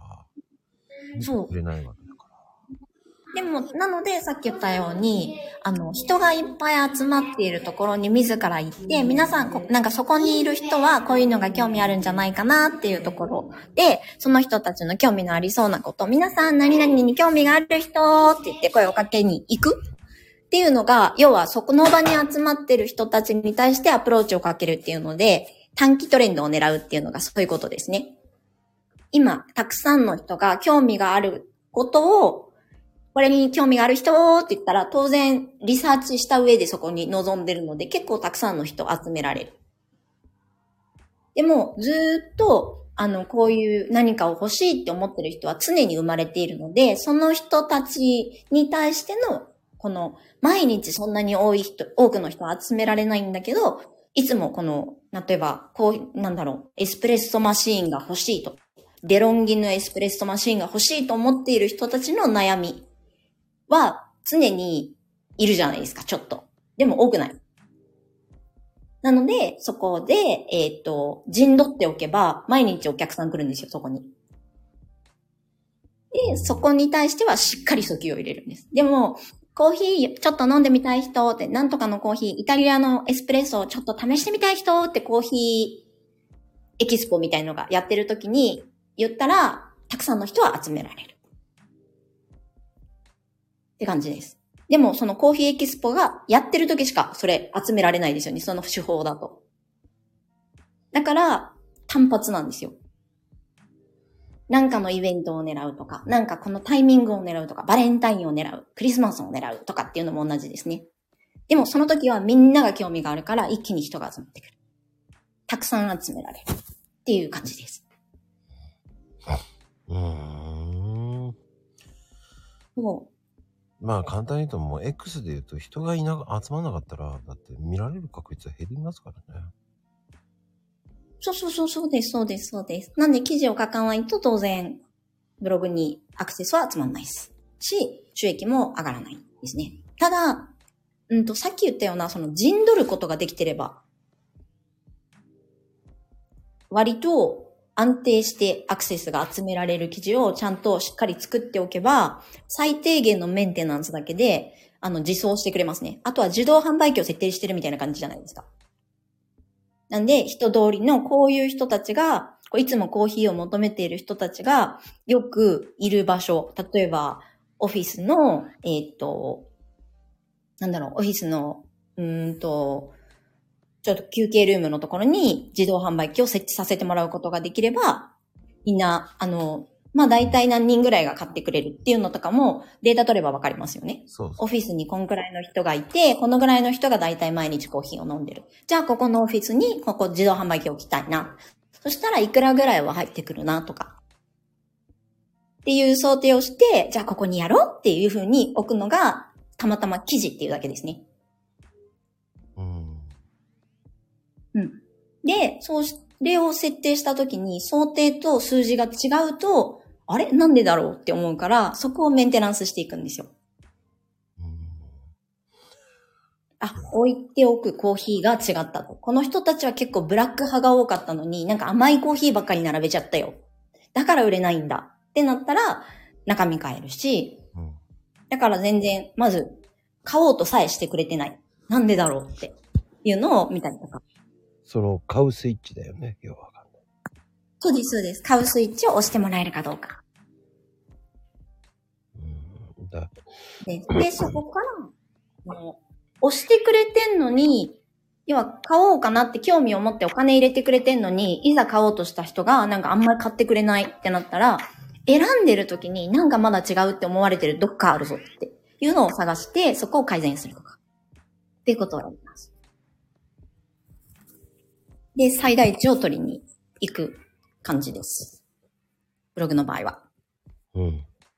見てくれないわけだから。 でも、なので、さっき言ったように、人がいっぱい集まっているところに自ら行って、皆さん、なんかそこにいる人はこういうのが興味あるんじゃないかなっていうところで、その人たちの興味のありそうなこと、皆さん何々に興味がある人って言って声をかけに行くっていうのが、要はそこの場に集まってる人たちに対してアプローチをかけるっていうので、短期トレンドを狙うっていうのがそういうことですね。今、たくさんの人が興味があることを、これに興味がある人って言ったら、当然リサーチした上でそこに臨んでるので、結構たくさんの人を集められる。でも、ずーっと、こういう何かを欲しいって思ってる人は常に生まれているので、その人たちに対しての、この、毎日そんなに多くの人は集められないんだけど、いつもこの、例えば、エスプレッソマシーンが欲しいと。デロンギのエスプレッソマシーンが欲しいと思っている人たちの悩みは常にいるじゃないですか、ちょっと。でも多くない。なので、そこで、陣取っておけば、毎日お客さん来るんですよ、そこに。で、そこに対してはしっかり訴求を入れるんです。でも、コーヒーちょっと飲んでみたい人って、なんとかのコーヒー、イタリアのエスプレッソをちょっと試してみたい人ってコーヒーエキスポみたいのがやってる時に言ったら、たくさんの人は集められる。って感じです。でも、そのコーヒーエキスポがやってる時しかそれ集められないですよね。その手法だと。だから、単発なんですよ。なんかのイベントを狙うとか、なんかこのタイミングを狙うとか、バレンタインを狙う、クリスマスを狙うとかっていうのも同じですね。でもその時はみんなが興味があるから一気に人が集まってくる。たくさん集められるっていう感じです。 まあ簡単に言うともう X で言うと人が集まらなかったら、だって見られる確率は減りますからね。 そうです。なんで記事を書かないと当然ブログにアクセスは集まらないですし、収益も上がらないですね。ただ、さっき言ったようなその陣取ることができてれば、割と安定してアクセスが集められる記事をちゃんとしっかり作っておけば、最低限のメンテナンスだけで自走してくれますね。あとは自動販売機を設定してるみたいな感じじゃないですか。なんで、人通りのこういう人たちが、いつもコーヒーを求めている人たちがよくいる場所、例えば、オフィスの、オフィスの、ちょっと休憩ルームのところに自動販売機を設置させてもらうことができれば、みんな、大体何人ぐらいが買ってくれるっていうのとかもデータ取ればわかりますよね。 そう。 オフィスにこんくらいの人がいて、このぐらいの人が大体毎日コーヒーを飲んでる。じゃあここのオフィスにここ自動販売機を置きたいな。そしたらいくらぐらいは入ってくるなとか。っていう想定をして、じゃあここにやろうっていう風に置くのがたまたま記事っていうだけですね。で、それを設定したときに想定と数字が違うと、あれなんでだろうって思うから、そこをメンテナンスしていくんですよ。置いておくコーヒーが違ったと。この人たちは結構ブラック派が多かったのに、なんか甘いコーヒーばっかり並べちゃったよ。だから売れないんだ。 ってなったら中身変えるし、 うん。 だから全然、まず、買おうとさえしてくれてない。なんでだろうっていうのを見たりとか。 その、買うスイッチだよね、要は。 そうです、そうです。買うスイッチを押してもらえるかどうか。 だで、そこから、もう、押してくれてんのに、要は買おうかなって興味を持ってお金入れてくれてんのに、いざ買おうとした人がなんかあんまり買ってくれないってなったら、選んでる時になんかまだ違うって思われてるどっかあるぞっていうのを探して、そこを改善するとか。っていうことをやります。で、最大値を取りに行く感じです。ブログの場合は。 うん。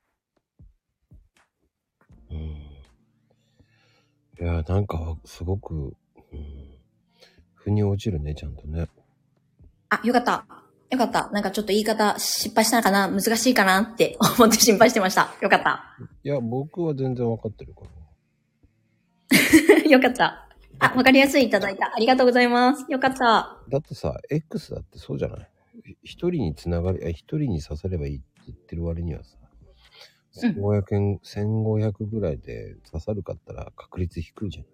いや、なんか、すごく、腑に落ちるね、ちゃんとね。 あ、よかった。よかった。なんかちょっと言い方失敗したのかな、難しいかなって思って心配してました。よかった。 いや、僕は全然わかってるから。 よかった。あ、わかりやすいいただいた。ありがとうございます。よかった。 だってさ、X だってそうじゃない？一人につながり、一人に刺さればいいって言ってる割にはさ、1500ぐらいで刺さるかったら確率低いじゃん。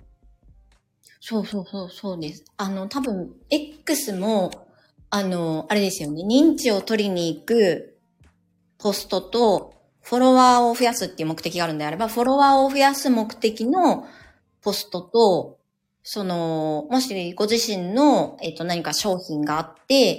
そうです。多分、X も、あれですよね。認知を取りに行くポストと、フォロワーを増やすっていう目的があるんであれば、フォロワーを増やす目的のポストと、もしご自身の、何か商品があって、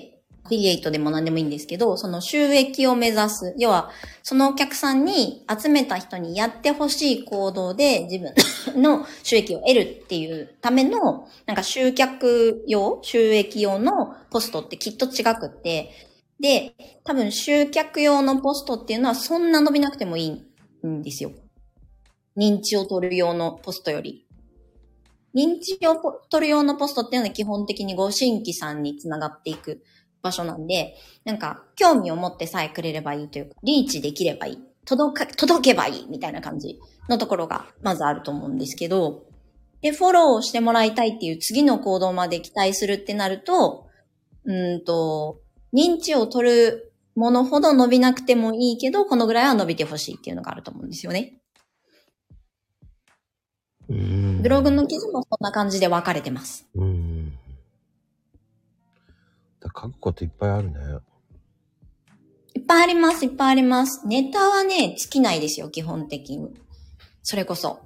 アフィリエイトでも何でもいいんですけど、その収益を目指す。要は、そのお客さんに集めた人にやってほしい行動で自分の収益を得るっていうための、なんか収益用のポストってきっと違くって、で、多分集客用のポストっていうのはそんな伸びなくてもいいんですよ。認知を取る用のポストより。認知を取る用のポストっていうのは基本的にご新規さんにつながっていく場所なんで、なんか興味を持ってさえくれればいいというか、リーチできればいい。届けばいいみたいな感じのところがまずあると思うんですけど、で、フォローしてもらいたいっていう次の行動まで期待するってなると、認知を取るものほど伸びなくてもいいけど、このぐらいは伸びてほしいっていうのがあると思うんですよね。ブログの記事もそんな感じで分かれてます。 書くこといっぱいあるね。 いっぱいあります、いっぱいあります。ネタはね、尽きないですよ、基本的に。それこそ。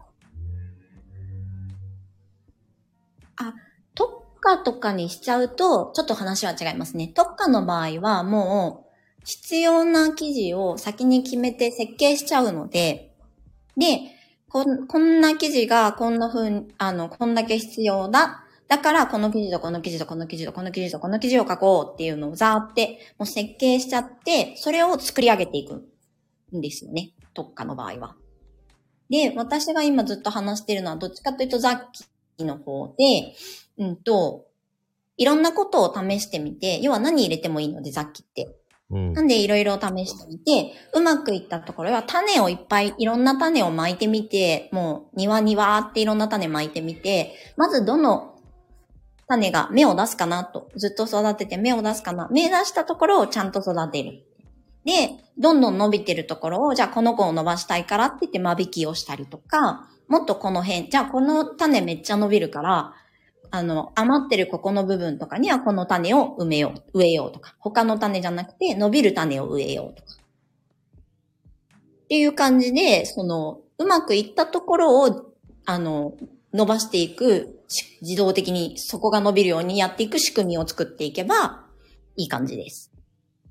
特化とかにしちゃうと、ちょっと話は違いますね。特化の場合はもう、必要な記事を先に決めて設計しちゃうので、で、こんな記事がこんな風に、こんだけ必要だ。だから、この記事とこの記事とこの記事とこの記事とこの記事を書こうっていうのをザーって、もう設計しちゃって、それを作り上げていくんですよね。特化の場合は。で、私が今ずっと話しているのは、どっちかというとザッキーの方で、いろんなことを試してみて、要は何入れてもいいので、ザッキーって。なんでいろいろ試してみて、うまくいったところは種をいっぱい、いろんな種を巻いてみて、もう庭にわーっていろんな種巻いてみて、まずどの種が芽を出すかなと、ずっと育てて芽を出すかな、芽出したところをちゃんと育てる。で、どんどん伸びてるところを、じゃあこの子を伸ばしたいからって言って間引きをしたりとか、もっとこの辺、じゃあこの種めっちゃ伸びるから、余ってるここの部分とかにはこの種を植えようとか、他の種じゃなくて伸びる種を植えようとか。っていう感じで、うまくいったところを、伸ばしていく、自動的にそこが伸びるようにやっていく仕組みを作っていけばいい感じです。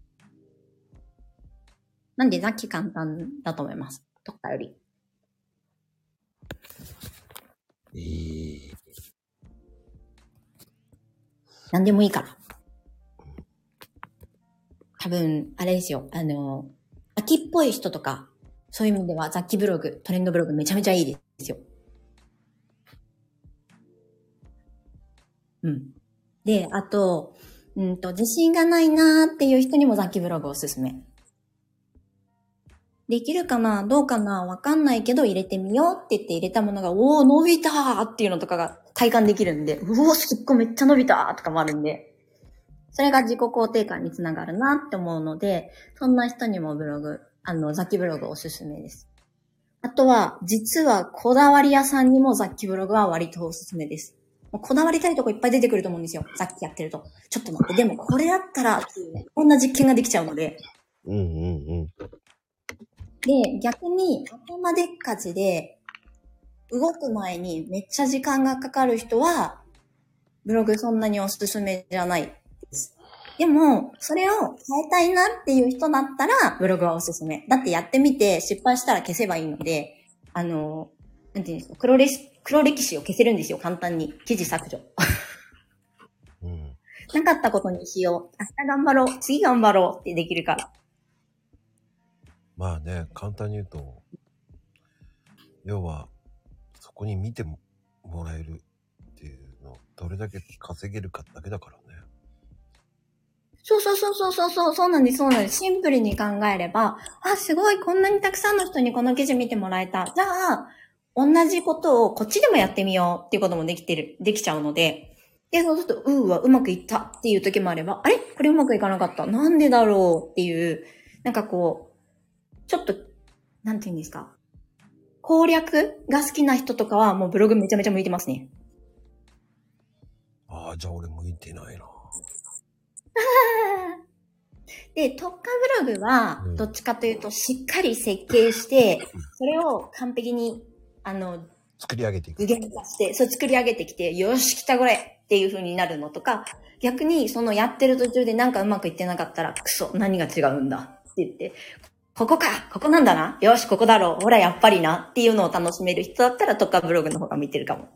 なんで、さっき簡単だと思います。特化より。なんでもいいから。多分、あれですよ。秋っぽい人とか、そういう意味では雑記ブログ、トレンドブログめちゃめちゃいいですよ。で、あと、自信がないなーっていう人にも雑記ブログおすすめ。できるかなどうかなわかんないけど入れてみようって言って入れたものが、おー伸びたーっていうのとかが体感できるんで、うおーすっごいめっちゃ伸びたーとかもあるんで、 それが自己肯定感につながるなって思うので、そんな人にもブログ、雑記ブログおすすめです。あとは、実はこだわり屋さんにも雑記ブログは割とおすすめです。もうこだわりたいとこいっぱい出てくると思うんですよ。雑記やってると。ちょっと待って、でもこれだったらっていうね、こんな実験ができちゃうので。で、逆に頭でっかちで、動く前にめっちゃ時間がかかる人は、ブログそんなにおすすめじゃないです。でも、それを変えたいなっていう人だったら、ブログはおすすめ。だってやってみて失敗したら消せばいいので、なんていうんですか、黒歴史を消せるんですよ、簡単に。記事削除。なかったことにしよう。明日頑張ろう。次頑張ろうってできるから。 まあね、簡単に言うと、要は、そこに見てもらえるっていうのをどれだけ稼げるかだけだからね。 そうなんです。シンプルに考えれば、あ、すごい、こんなにたくさんの人にこの記事見てもらえた。じゃあ、同じことをこっちでもやってみようっていうこともできちゃうので、で、そうすると、うまくいったっていう時もあれば、あれこれうまくいかなかった。なんでだろうっていう、なんかこう、ちょっと、なんて言うんですか。攻略が好きな人とかはもうブログめちゃめちゃ向いてますね。 ああ、じゃあ俺向いてないな。 で、特化ブログは、どっちかというと、しっかり設計して、それを完璧に、 作り上げていく。 具現化して、そう作り上げてきて、よし、来たこれっていう風になるのとか、逆にそのやってる途中でなんかうまくいってなかったら、クソ、何が違うんだって言って、ここなんだな。よし、ここだろう。ほら、やっぱりな。っていうのを楽しめる人だったら、特化ブログの方が見てるかも。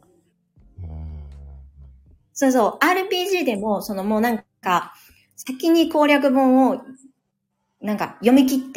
そう、RPG でも、もうなんか、先に攻略本を、なんか読み切って、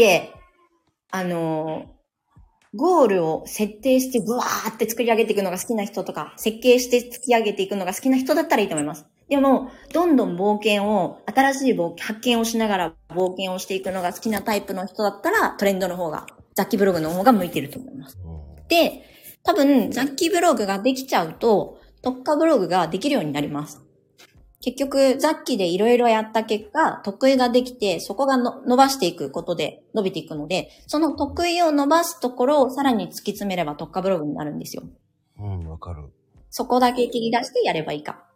ゴールを設定してブワーって作り上げていくのが好きな人とか、設計して突き上げていくのが好きな人だったらいいと思います。でも、どんどん新しい発見をしながら冒険をしていくのが好きなタイプの人だったら、トレンドの方が、雑記ブログの方が向いてると思います。で、多分、雑記ブログができちゃうと、特化ブログができるようになります。結局、雑記でいろいろやった結果、得意ができて、そこが伸ばしていくことで伸びていくので、その得意を伸ばすところをさらに突き詰めれば特化ブログになるんですよ。 わかる。 そこだけ切り出してやればいいか。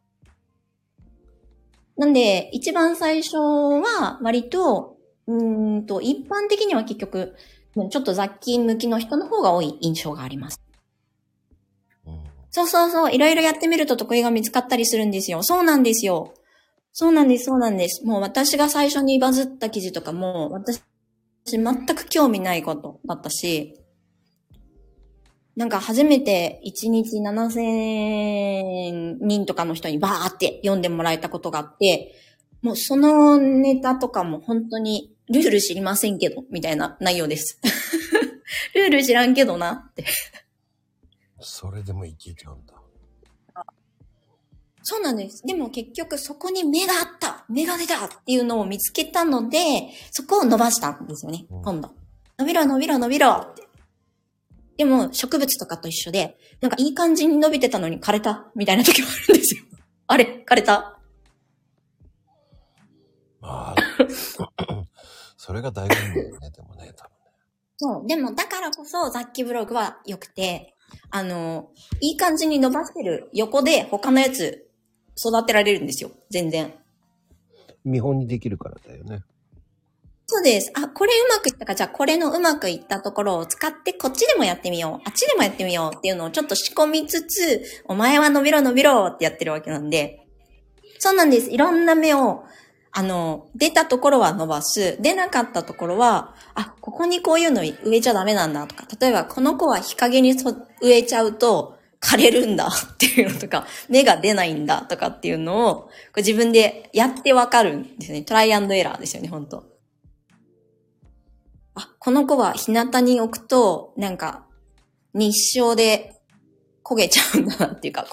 なんで、一番最初は割と、一般的には結局、ちょっと雑記向きの人の方が多い印象があります。そう、いろいろやってみると得意が見つかったりするんですよ。そうなんです。もう私が最初にバズった記事とかも、私全く興味ないことだったし、なんか初めて1日7000人とかの人にバーって読んでもらえたことがあって、もうそのネタとかも本当にルール知りませんけど、みたいな内容です。ルール知らんけどなって。 それでもいけちゃうんだ。 そうなんです。でも結局そこに目が出たっていうのを見つけたので、そこを伸ばしたんですよね、今度。伸びろって。でも植物とかと一緒で、なんかいい感じに伸びてたのに枯れたみたいな時もあるんですよ。あれ枯れた。 まあ、それが醍醐味だよね、でもね、多分ね。 そう。でもだからこそ雑記ブログは良くて、いい感じに伸ばしてる横で他のやつ育てられるんですよ。全然。 見本にできるからだよね。 そうです。あ、これうまくいったか、じゃあこれのうまくいったところを使ってこっちでもやってみよう。あっちでもやってみようっていうのをちょっと仕込みつつ、お前は伸びろってやってるわけなんで。そうなんです。いろんな芽を、出たところは伸ばす。出なかったところは、あ、ここにこういうの植えちゃダメなんだとか、例えばこの子は日陰に植えちゃうと枯れるんだっていうのとか、芽が出ないんだとかっていうのを、これ自分でやってわかるんですよね。トライアンドエラーですよね、本当。あ、この子は日向に置くと、なんか、日照で焦げちゃうんだなっていうか、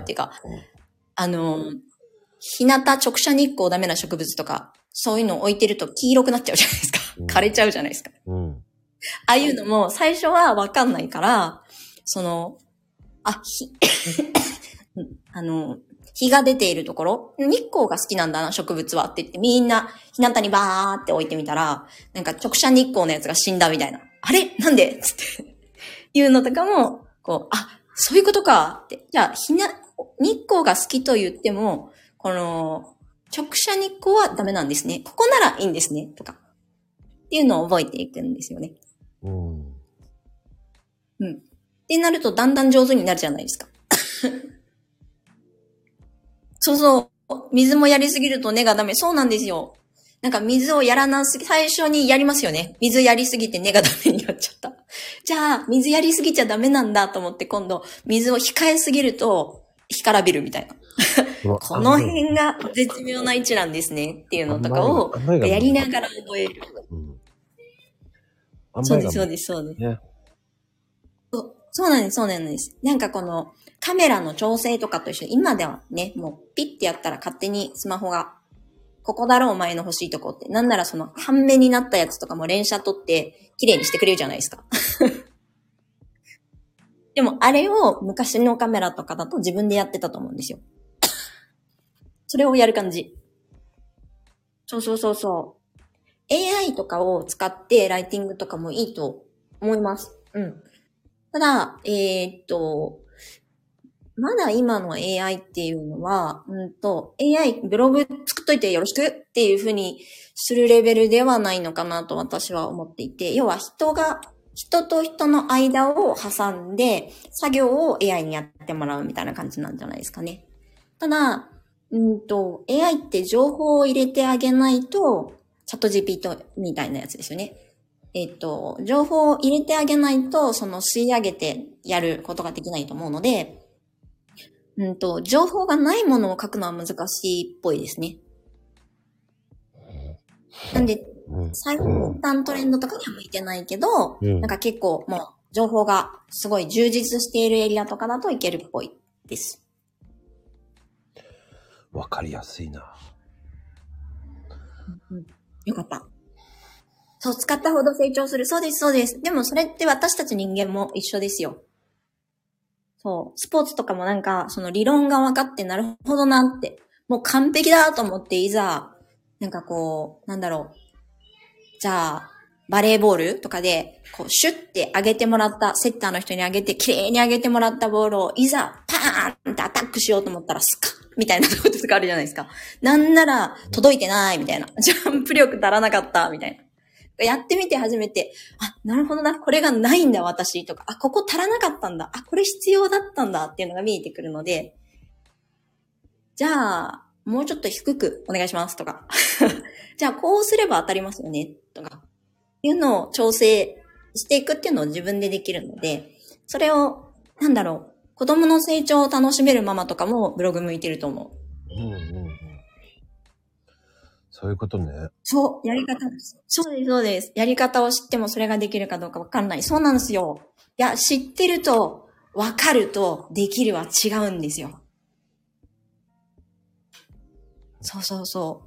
日向直射日光ダメな植物とか、そういうのを置いてると黄色くなっちゃうじゃないですか。枯れちゃうじゃないですか。ああいうのも最初はわかんないから、 日が出ているところ、日光が好きなんだな、植物はって言って、みんな日向にバーって置いてみたら、なんか直射日光のやつが死んだみたいな。あれなんでつっていうのとかも、こう、あ、そういうことかって。じゃあ、日光が好きと言っても、この、直射日光はダメなんですね。ここならいいんですね。とか。っていうのを覚えていくんですよね。うん。ってなると、だんだん上手になるじゃないですか。そうそう。水もやりすぎると根がダメ。そうなんですよ。なんか水をやらなすぎ、最初にやりますよね。水やりすぎて根がダメになっちゃった。じゃあ、水やりすぎちゃダメなんだと思って今度、水を控えすぎると、干からびるみたいな。この辺が絶妙な位置なんですねっていうのとかをやりながら覚える。そうです、そうです、そうです。ね、そうなんです、そうなんです。なんかこのカメラの調整とかと一緒で、今ではね、もうピッてやったら勝手にスマホが、ここだろお前の欲しいとこって、なんならその半目になったやつとかも連写撮って綺麗にしてくれるじゃないですか。でもあれを昔のカメラとかだと自分でやってたと思うんですよ。それをやる感じ。そうそうそうそう。AI とかを使ってライティングとかもいいと思います。うん。ただ、まだ今の AI っていうのは、AI ブログ作っといてよろしくっていう風にするレベルではないのかなと私は思っていて、要は人と人の間を挟んで作業を AI にやってもらうみたいな感じなんじゃないですかね。ただ、AI って情報を入れてあげないと、チャット GPT みたいなやつですよね。情報を入れてあげないと、その吸い上げてやることができないと思うので、情報がないものを書くのは難しいっぽいですね。なんで、最短トレンドとかには向いてないけど、なんか結構もう情報がすごい充実しているエリアとかだといけるっぽいです。 わかりやすいな。 よかった。そう、使ったほど成長する。そうです、そうです。でもそれって私たち人間も一緒ですよ。そう、スポーツとかもなんか、その理論が分かってなるほどなって、もう完璧だと思っていざ、なんかこう、じゃあ、バレーボールとかで、こう、シュッて上げてもらった、セッターの人に上げて、綺麗に上げてもらったボールを、いざ、パーンってアタックしようと思ったら、スカッみたいなこととかあるじゃないですか。なんなら、届いてないみたいな。ジャンプ力足らなかったみたいな。やってみて初めて、あ、なるほどな、これがないんだ私とか、あ、ここ足らなかったんだ、あ、これ必要だったんだっていうのが見えてくるので、じゃあ、もうちょっと低くお願いしますとか、じゃあこうすれば当たりますよねとか、いうのを調整していくっていうのを自分でできるので、それを、子供の成長を楽しめるママとかもブログ向いてると思う。 そういうことね。 そう、やり方です。そうです、そうです。やり方を知ってもそれができるかどうかわかんない。そうなんですよ。いや、知ってると、わかると、できるは違うんですよ。そうそうそう。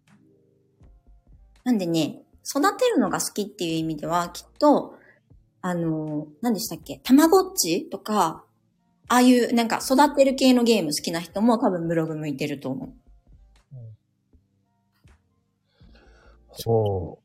なんでね、育てるのが好きっていう意味では、きっと、何でしたっけ？たまごっちとか、ああいうなんか育てる系のゲーム好きな人も多分ブログ向いてると思う。 そう。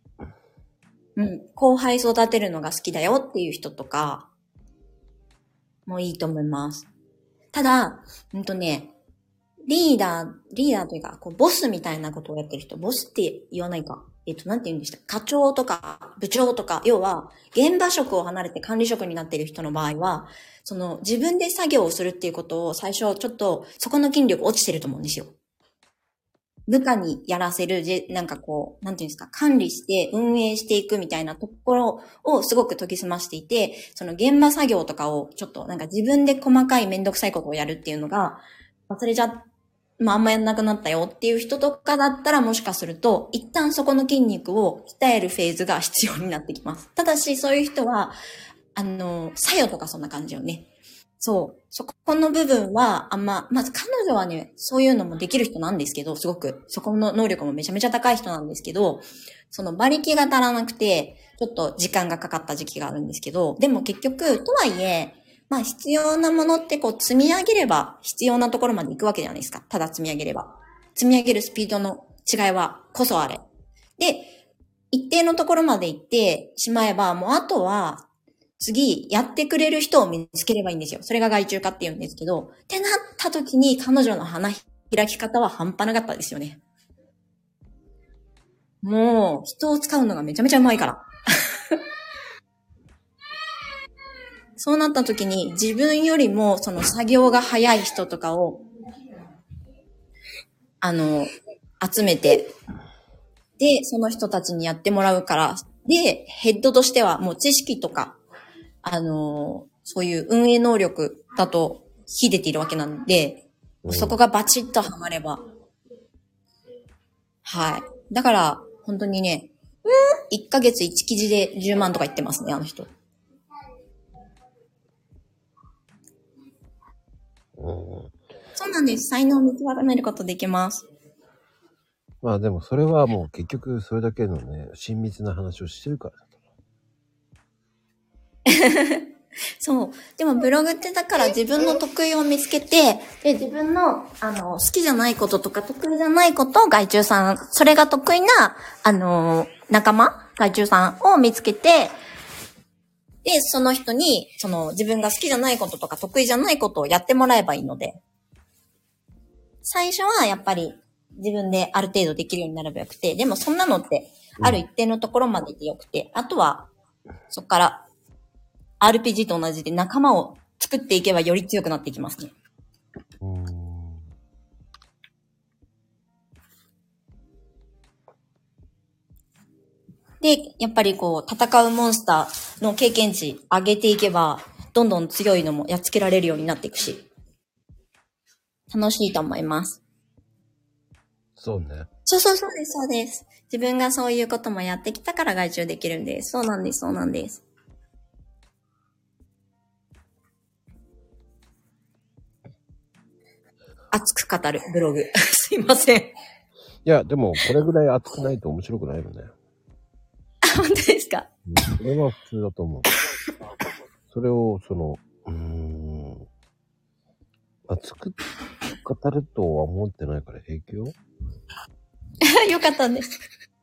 後輩育てるのが好きだよっていう人とか、もいいと思います。ただ、リーダーというか、こうボスみたいなことをやってる人、ボスって言わないか。なんて言うんでした？課長とか部長とか、要は現場職を離れて管理職になっている人の場合は、その自分で作業をするっていうことを最初ちょっとそこの筋力落ちてると思うんですよ。部下にやらせる、なんかこう、なんていうんですか、管理して運営していくみたいなところをすごく研ぎ澄ましていて、その現場作業とかをちょっとなんか自分で細かいめんどくさいことをやるっていうのが忘れちゃって、あんまやんなくなったよっていう人とかだったらもしかすると、一旦そこの筋肉を鍛えるフェーズが必要になってきます。ただし、そういう人は、作用とかそんな感じよね。そう。そこの部分は、まず彼女はね、そういうのもできる人なんですけど、すごく、そこの能力もめちゃめちゃ高い人なんですけど、その馬力が足らなくて、ちょっと時間がかかった時期があるんですけど、でも結局、とはいえ、 まあ必要なものってこう積み上げれば必要なところまで行くわけじゃないですか。ただ積み上げれば。積み上げるスピードの違いはこそあれ。で、一定のところまで行ってしまえば、もうあとは次やってくれる人を見つければいいんですよ。それが外注化って言うんですけど、ってなった時に彼女の花開き方は半端なかったですよね。もう人を使うのがめちゃめちゃうまいから。そうなった時に自分よりもその作業が早い人とかを、集めて、で、その人たちにやってもらうから、で、ヘッドとしてはもう知識とか、そういう運営能力だと秀でているわけなんで、そこがバチッとはまれば。はい。だから、本当にね、1ヶ月1記事で10万とか言ってますね、あの人。そうなんです。才能を見極めることできます。 まあでもそれはもう結局それだけのね、親密な話をしてるからだと。 そう。でもブログってだから自分の得意を見つけて、で、自分の、好きじゃないこととか得意じゃないことを外注さん、それが得意な、仲間外注さんを見つけて、で、その人に、自分が好きじゃないこととか得意じゃないことをやってもらえばいいので、最初はやっぱり自分である程度できるようになればよくて、でもそんなのって、ある一定のところまででよくて、あとは、そっから、RPG と同じで仲間を作っていけばより強くなっていきますね。で、やっぱりこう、戦うモンスターの経験値上げていけば、どんどん強いのもやっつけられるようになっていくし、楽しいと思います。 そうね。 そうです、そうです。自分がそういうこともやってきたから外注できるんです。そうなんです、そうなんです。熱く語るブログ。すいません。 いや、でもこれぐらい熱くないと面白くないよね。 本当ですか？ それは普通だと思う。それを、熱く語るとは思ってないから平気よ。 よかったです。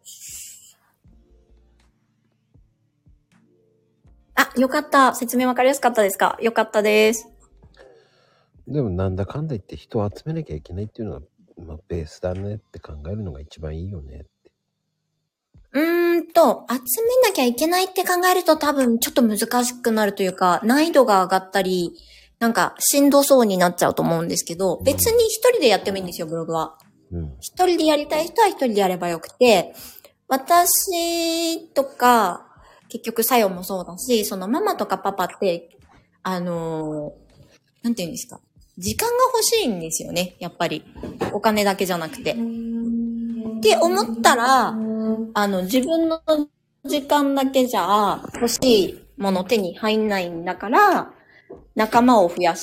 あ、よかった。説明わかりやすかったですか？よかったです。 でもなんだかんだ言って人を集めなきゃいけないっていうのが、まあベースだねって考えるのが一番いいよねって。 集めなきゃいけないって考えると多分ちょっと難しくなるというか、難易度が上がったり、なんかしんどそうになっちゃうと思うんですけど、別に一人でやってもいいんですよ、ブログは。一人でやりたい人は一人でやればよくて、私とか、結局作用もそうだし、そのママとかパパって、なんていうんですか。時間が欲しいんですよね、やっぱり。お金だけじゃなくて。って思ったら、自分の時間だけじゃ欲しいもの手に入んないんだから、仲間を増やして、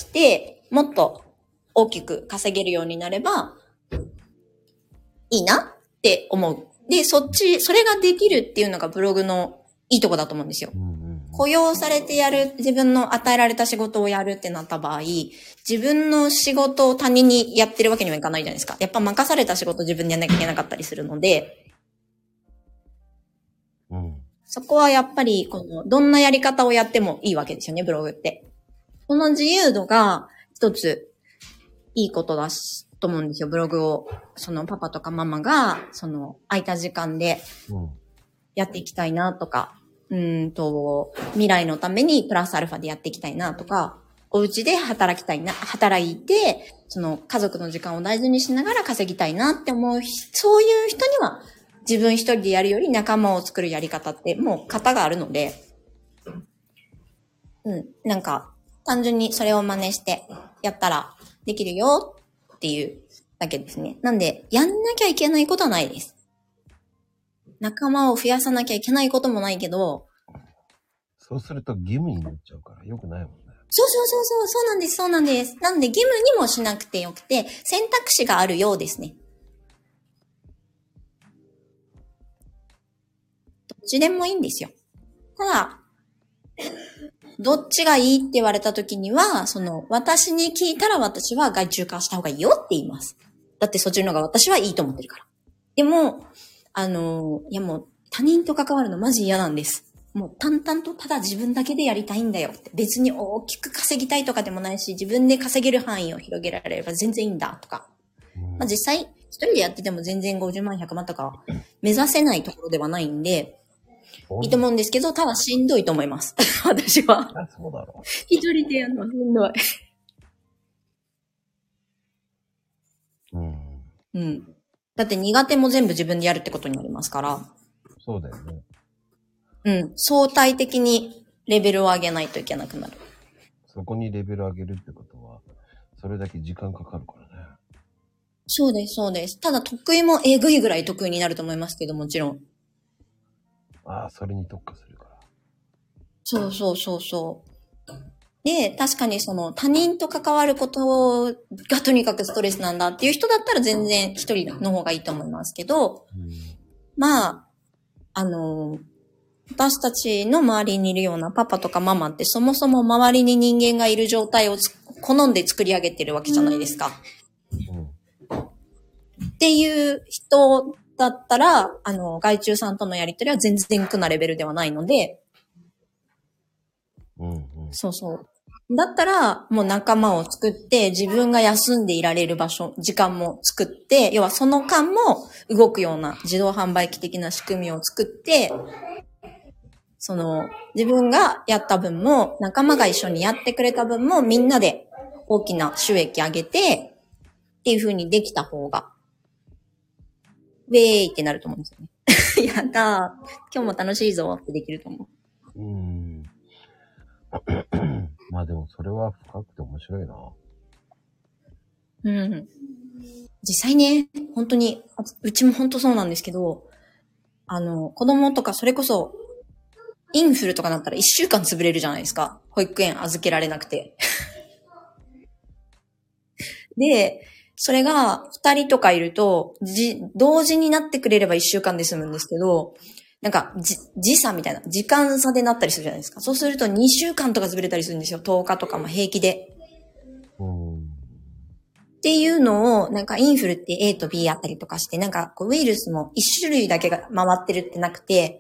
もっと大きく稼げるようになれば、いいなって思う。で、それができるっていうのがブログのいいとこだと思うんですよ。雇用されてやる、自分の与えられた仕事をやるってなった場合、自分の仕事を他人にやってるわけにはいかないじゃないですか。やっぱ任された仕事を自分でやんなきゃいけなかったりするので、そこはやっぱり、どんなやり方をやってもいいわけですよね、ブログって。この自由度が一ついいことだし、と思うんですよ、ブログを。パパとかママが、空いた時間でやっていきたいなとか、未来のためにプラスアルファでやっていきたいなとか、お家で働いて、家族の時間を大事にしながら稼ぎたいなって思う、そういう人には、自分一人でやるより仲間を作るやり方ってもう型があるので、なんか、単純にそれを真似してやったらできるよっていうだけですね。なんで、やんなきゃいけないことはないです。仲間を増やさなきゃいけないこともないけど、 そうすると義務になっちゃうから良くないもんね。 そうなんです、そうなんです。なんで義務にもしなくてよくて、選択肢があるようですね。どっちでもいいんですよ。ただ、 どっちがいいって言われた時には、私に聞いたら私は外注化した方がいいよって言います。だってそっちの方が私はいいと思ってるから。でも、いやもう他人と関わるのマジ嫌なんです。もう淡々とただ自分だけでやりたいんだよって。別に大きく稼ぎたいとかでもないし、自分で稼げる範囲を広げられれば全然いいんだとか。まあ実際、一人でやってても全然50万、100万とか目指せないところではないんで、いいと思うんですけど、ただしんどいと思います。私は。 そうだろう。 一人でやるのしんどい。うん。だって苦手も全部自分でやるってことになりますから。 そうだよね。 うん。相対的にレベルを上げないといけなくなる。 そこにレベル上げるってことは、それだけ時間かかるからね。 そうです、そうです。ただ得意もえぐいぐらい得意になると思いますけど、もちろん。 ああ、それに特化するから。 そうそうそうそう。で、確かに他人と関わることがとにかくストレスなんだっていう人だったら全然一人の方がいいと思いますけど、まあ、私たちの周りにいるようなパパとかママってそもそも周りに人間がいる状態を好んで作り上げてるわけじゃないですか。っていう人だったら、外注さんとのやりとりは全然苦なレベルではないので、そうそう。だったら、もう仲間を作って、自分が休んでいられる場所、時間も作って、要はその間も動くような自動販売機的な仕組みを作って、自分がやった分も、仲間が一緒にやってくれた分も、みんなで大きな収益上げて、っていう風にできた方が、ウェーイってなると思うんですよね。やったー。今日も楽しいぞってできると思う。 まあでもそれは深くて面白いな。 うん。実際ね、本当に、うちも本当そうなんですけど、子供とかそれこそ、インフルとかなったら1週間潰れるじゃないですか。保育園預けられなくて。で、それが2人とかいると、同時になってくれれば1週間で済むんですけど、なんか、時差みたいな、時間差でなったりするじゃないですか。そうすると2週間とか潰れたりするんですよ。10日とかも平気で。っていうのを、なんかインフルって A と B あったりとかして、なんかウイルスも1種類だけが回ってるってなくて、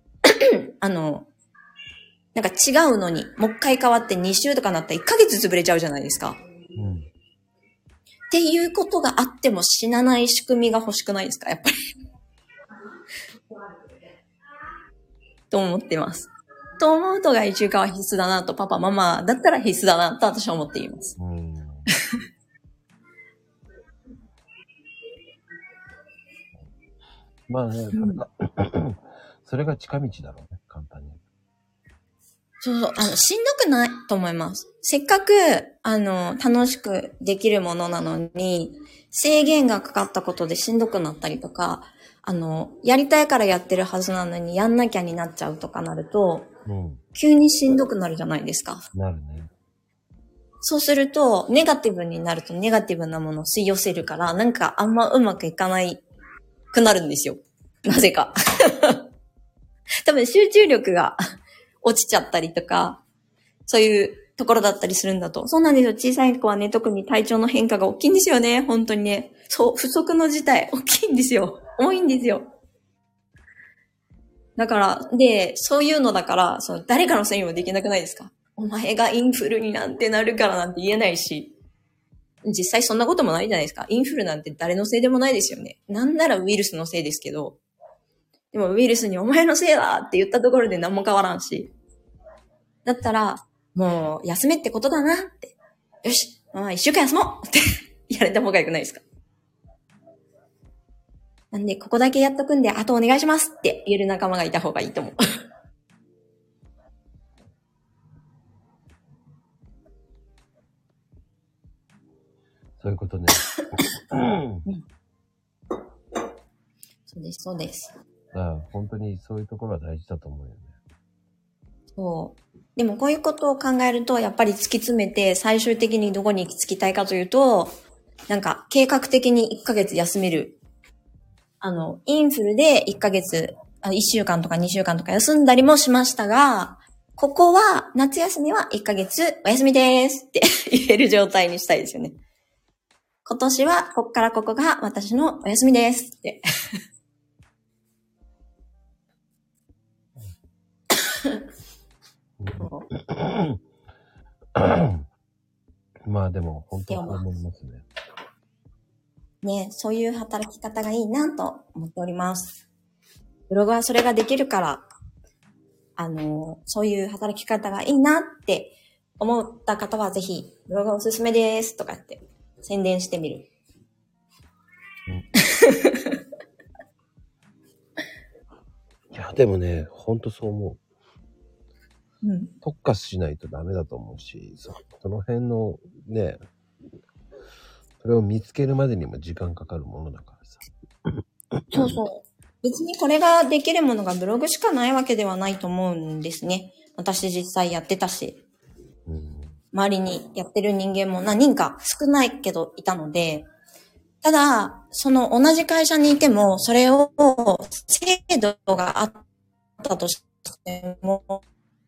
なんか違うのに、もう一回変わって2週とかなったら1ヶ月潰れちゃうじゃないですか。っていうことがあっても死なない仕組みが欲しくないですか、やっぱり。と思ってます。と思うと外注化は必須だなと、パパ、ママだったら必須だなと私は思っています。 まあね、それが近道だろうね、簡単に。 そうそう、しんどくないと思います。せっかく、楽しくできるものなのに、制限がかかったことでしんどくなったりとか、やりたいからやってるはずなのにやんなきゃになっちゃうとかなると、急にしんどくなるじゃないですか。 なるね。 そうすると、ネガティブになるとネガティブなものを吸い寄せるから、なんかあんまうまくいかないくなるんですよ。なぜか。多分集中力が落ちちゃったりとか、そういうところだったりするんだと。そうなんですよ。小さい子はね、特に体調の変化が大きいんですよね。本当にね。そう、不足の事態、大きいんですよ。重いんですよ。だから、で、そういうのだから、誰かのせいにもできなくないですか？お前がインフルになんてなるからなんて言えないし、実際そんなこともないじゃないですか。インフルなんて誰のせいでもないですよね。なんならウイルスのせいですけど、でもウイルスにお前のせいだって言ったところで何も変わらんし。だったら、もう休めってことだなって。よし、1週間休もうってやれた方がよくないですか？なんで、ここだけやっとくんで、あとお願いしますって言える仲間がいた方がいいと思う。 そういうことね。 そうです、そうです。 本当にそういうところは大事だと思うよね。 そう。でもこういうことを考えると、やっぱり突き詰めて最終的にどこに行き着きたいかというと、なんか計画的に1ヶ月休める。インフルで1ヶ月、1週間とか2週間とか休んだりもしましたが、 ここは、夏休みは1ヶ月お休みですって言える状態にしたいですよね。今年は、こっからここが私のお休みですって。 まあでも、本当にそう思いますね。 ね、そういう働き方がいいなと思っております。ブログはそれができるから、そういう働き方がいいなって思った方はぜひ、ブログおすすめですとかって宣伝してみる。 いや、でもね、ほんとそう思う。うん。 特化しないとダメだと思うし、その辺のね、それを見つけるまでにも時間かかるものだからさ。 そうそう。別にこれができるものがブログしかないわけではないと思うんですね。私実際やってたし。周りにやってる人間も何人か少ないけどいたので、ただ、その同じ会社にいても、それを制度があったとしても、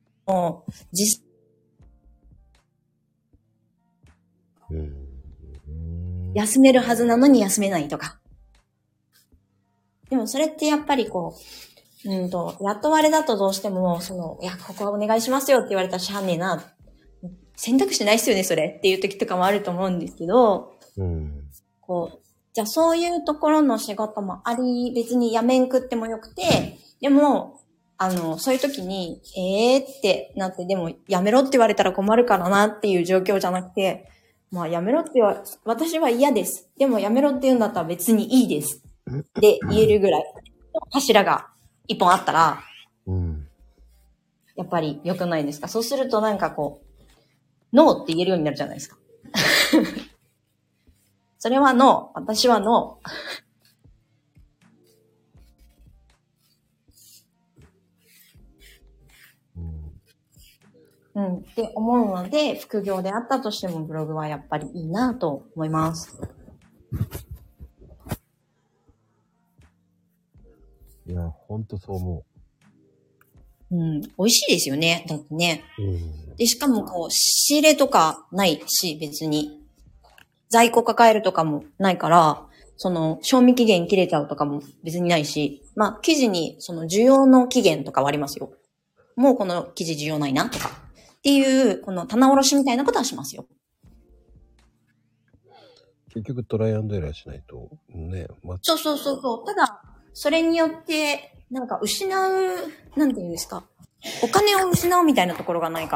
休めるはずなのに休めないとか。でもそれってやっぱりこう、雇われだとどうしても、いや、ここはお願いしますよって言われたらしゃあねえな。選択肢ないっすよね、それっていう時とかもあると思うんですけど、じゃあそういうところの仕事もあり、別にやめんくってもよくて、でも、そういう時に、ってなって、でもやめろって言われたら困るからなっていう状況じゃなくて、まあやめろって私は嫌です。でもやめろって言うんだったら別にいいです。で言えるぐらい柱が一本あったら、やっぱり良くないですか？そうするとなんかこう、ノーって言えるようになるじゃないですか。それはノー。私はノー。って思うので、副業であったとしてもブログはやっぱりいいなと思います。 いや、ほんとそう思う。美味しいですよね。だってね。で、しかもこう、仕入れとかないし、別に。在庫抱えるとかもないから、賞味期限切れちゃうとかも別にないし、まあ、記事に需要の期限とかはありますよ。もうこの記事需要ないなとか。っていう、この棚卸しみたいなことはしますよ。 結局トライアンドエラーしないとね、 そう。ただ、それによって、なんかなんていうんですか。お金を失うみたいなところがないから。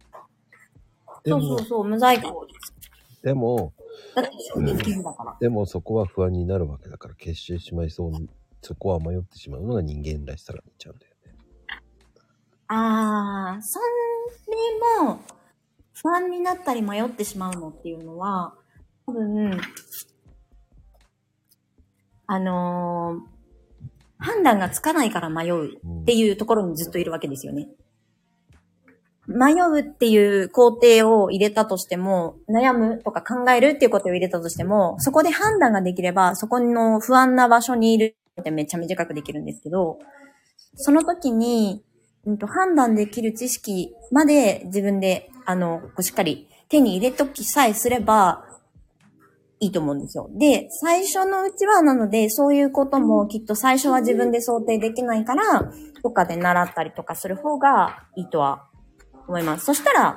そう、無在庫。 でも、 だって記事だから。 でもそこは不安になるわけだから消してしまいそうに、そこは迷ってしまうのが人間らしさが出ちゃうんだよね。 それも、不安になったり迷ってしまうのっていうのは、多分、判断がつかないから迷うっていうところにずっといるわけですよね。迷うっていう工程を入れたとしても、悩むとか考えるっていうことを入れたとしても、そこで判断ができれば、そこの不安な場所にいるってめっちゃ短くできるんですけど、その時に、判断できる知識まで自分で、しっかり手に入れときさえすればいいと思うんですよ。で、最初のうちはなので、そういうこともきっと最初は自分で想定できないから、どっかで習ったりとかする方がいいとは思います。そしたら、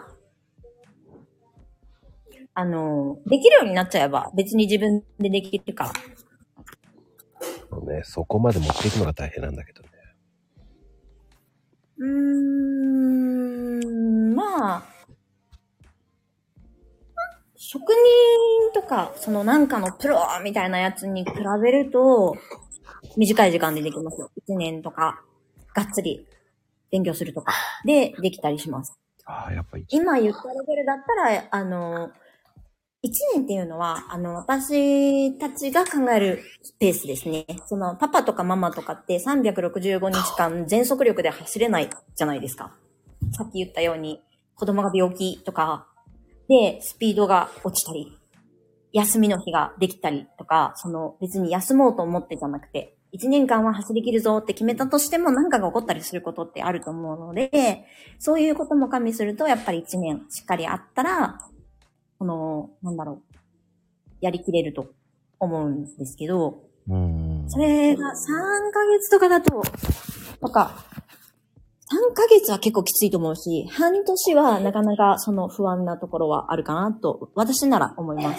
できるようになっちゃえば別に自分でできるから。 そうね、そこまで持っていくのが大変なんだけどね。 まあ、職人とか、なんかのプロみたいなやつに比べると、短い時間でできますよ。1年とか、がっつり勉強するとかでできたりします。 やっぱ今言ったレベルだったら、1年っていうのは、私たちが考えるペースですね。パパとかママとかって365日間全速力で走れないじゃないですか。さっき言ったように、子供が病気とか、で、スピードが落ちたり、休みの日ができたりとか、別に休もうと思ってじゃなくて、 1年間は走り切るぞって決めたとしても何かが起こったりすることってあると思うので、そういうことも加味すると、やっぱり1年しっかりあったら、やりきれると思うんですけど、それが3ヶ月とかだと、3ヶ月は結構きついと思うし、半年はなかなかその不安なところはあるかなと、私なら思います。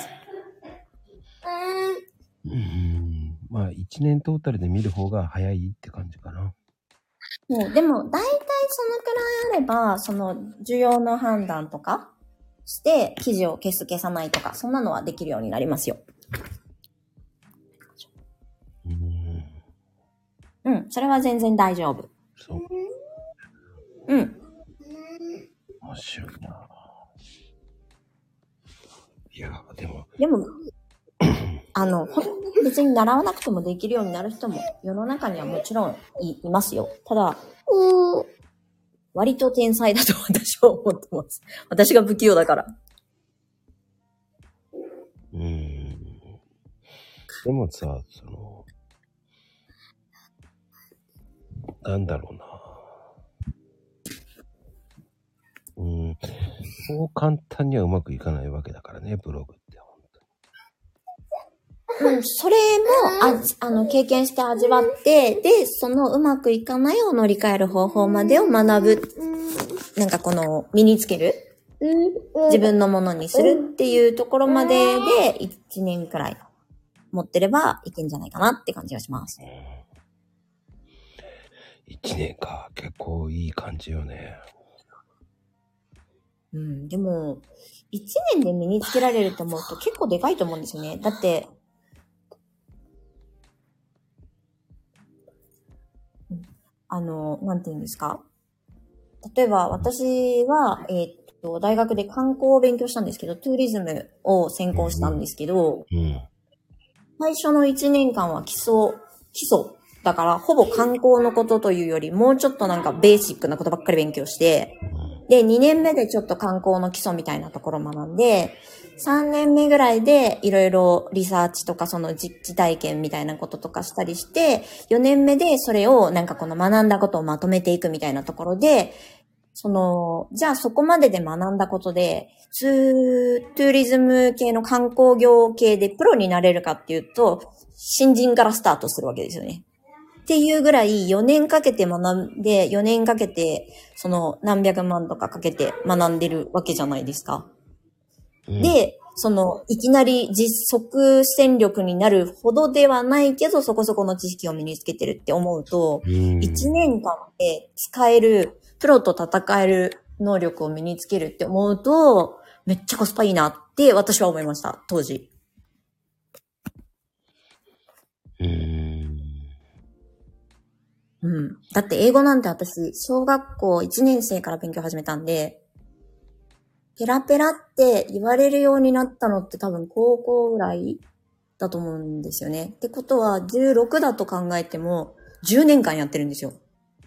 まあ、1年トータルで見る方が早いって感じかな。 でも、大体そのくらいあれば、その、需要の判断とかして、記事を消す消さないとか、そんなのはできるようになりますよ。それは全然大丈夫。 そう。面白いな。いや、でも、 別に習わなくてもできるようになる人も世の中にはもちろん いますよ。ただ、割と天才だと私は思ってます。私が不器用だから。 でもさ、なんだろうな。そう簡単にはうまくいかないわけだからね、ブログって。 それも、経験して味わって、で、そのうまくいかないを乗り換える方法までを学ぶ。身につける。自分のものにするっていうところまでで、1年くらい持ってればいけんじゃないかなって感じがします。 1年か。結構いい感じよね。 でも、1年で身につけられると思うと結構でかいと思うんですよね。だって、なんて言うんですか？例えば私は、大学で観光を勉強したんですけど、トゥーリズムを専攻したんですけど、最初の1年間は基礎だから、ほぼ観光のことというより、もうちょっとベーシックなことばっかり勉強して、で、2年目でちょっと観光の基礎みたいなところを学んで、3年目ぐらいでいろいろリサーチとかその実地体験みたいなこととかしたりして、4年目でそれを学んだことをまとめていくみたいなところで、じゃあそこまでで学んだことで、トゥーリズム系の観光業系でプロになれるかっていうと、新人からスタートするわけですよね。っていうぐらい4年かけて学んで、4年かけて、何百万とかかけて学んでるわけじゃないですか。で、いきなり実測戦力になるほどではないけど、そこそこの知識を身につけてるって思うと、1年間で使える、プロと戦える能力を身につけるって思うと、めっちゃコスパいいなって私は思いました、当時。だって英語なんて私、小学校1年生から勉強始めたんで、ペラペラって言われるようになったのって多分高校ぐらいだと思うんですよね。ってことは16だと考えても10年間やってるんですよ。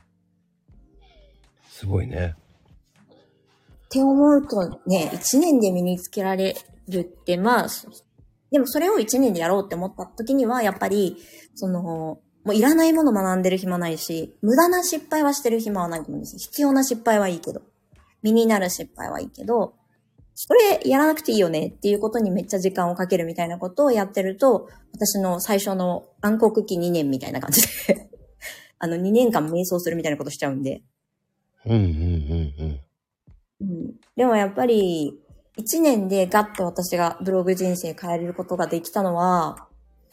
すごいね。 って思うとね、1年で身につけられるって、でもそれを1年でやろうって思った時には、やっぱり、もういらないもの学んでる暇ないし、無駄な失敗はしてる暇はないと思うんですよ。必要な失敗はいいけど。身になる失敗はいいけど、それやらなくていいよねっていうことにめっちゃ時間をかけるみたいなことをやってると、私の最初の暗黒期2年みたいな感じで、2年間瞑想するみたいなことしちゃうんで。でもやっぱり、1年でガッと私がブログ人生変えれることができたのは、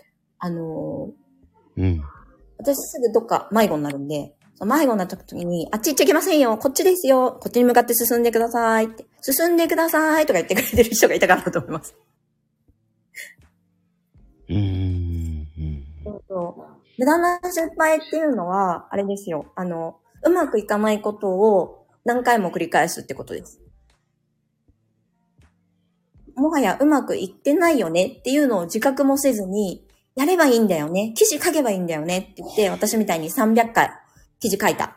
私すぐどっか迷子になるんで、迷子になった時に、あっち行っちゃいけませんよ、こっちですよ、こっちに向かって進んでくださいって、進んでくださいとか言ってくれてる人がいたからだと思います。無駄な失敗っていうのは、あれですよ、うまくいかないことを何回も繰り返すってことです。もはやうまくいってないよねっていうのを自覚もせずに、やればいいんだよね。記事書けばいいんだよねって言って、私みたいに300回記事書いた。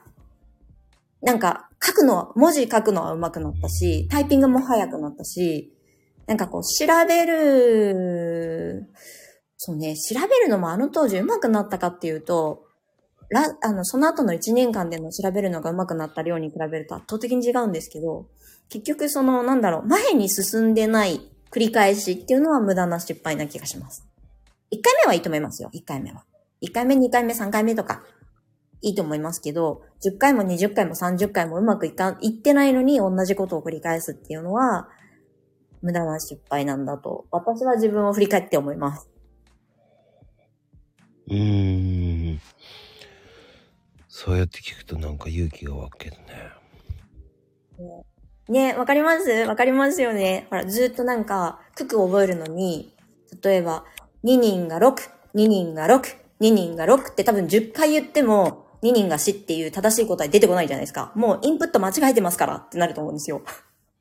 文字書くのは上手くなったし、タイピングも早くなったし、調べるそうね、調べるのもあの当時上手くなったかっていうと、その後の1年間での調べるのが上手くなった量に比べると圧倒的に違うんですけど、結局前に進んでない繰り返しっていうのは無駄な失敗な気がします。1回目はいいと思いますよ、1回目は。1回目、2回目、3回目とか、いいと思いますけど、10回も20回も30回もうまくいってないのに同じことを繰り返すっていうのは、無駄な失敗なんだと、私は自分を振り返って思います。 そうやって聞くとなんか勇気が湧くけどね。 ね、わかりますよね。ほら、ずっと九九を覚えるのに、例えば、2人が6、2人が6、2人が6って多分10回言っても、2人が4っていう正しい答え出てこないじゃないですか。もうインプット間違えてますからってなると思うんですよ。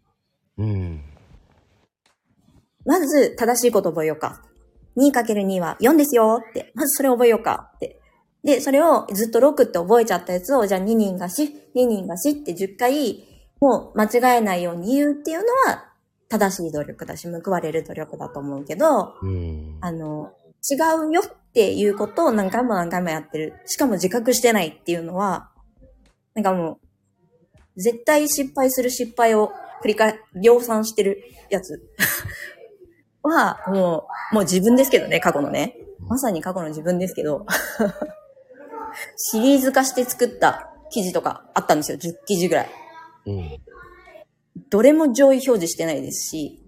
まず、正しいこと覚えようか。2×2 は4ですよって。まずそれ覚えようかって。で、それをずっと6って覚えちゃったやつを、じゃあ2人が4、2人が4って10回、もう間違えないように言うっていうのは、正しい努力だし、報われる努力だと思うけど、違うよっていうことを何回も何回もやってる。しかも自覚してないっていうのは、もう、絶対失敗する失敗を量産してるやつは、もう自分ですけどね、過去のね。まさに過去の自分ですけど、シリーズ化して作った記事とかあったんですよ、10記事ぐらい。どれも上位表示してないですし、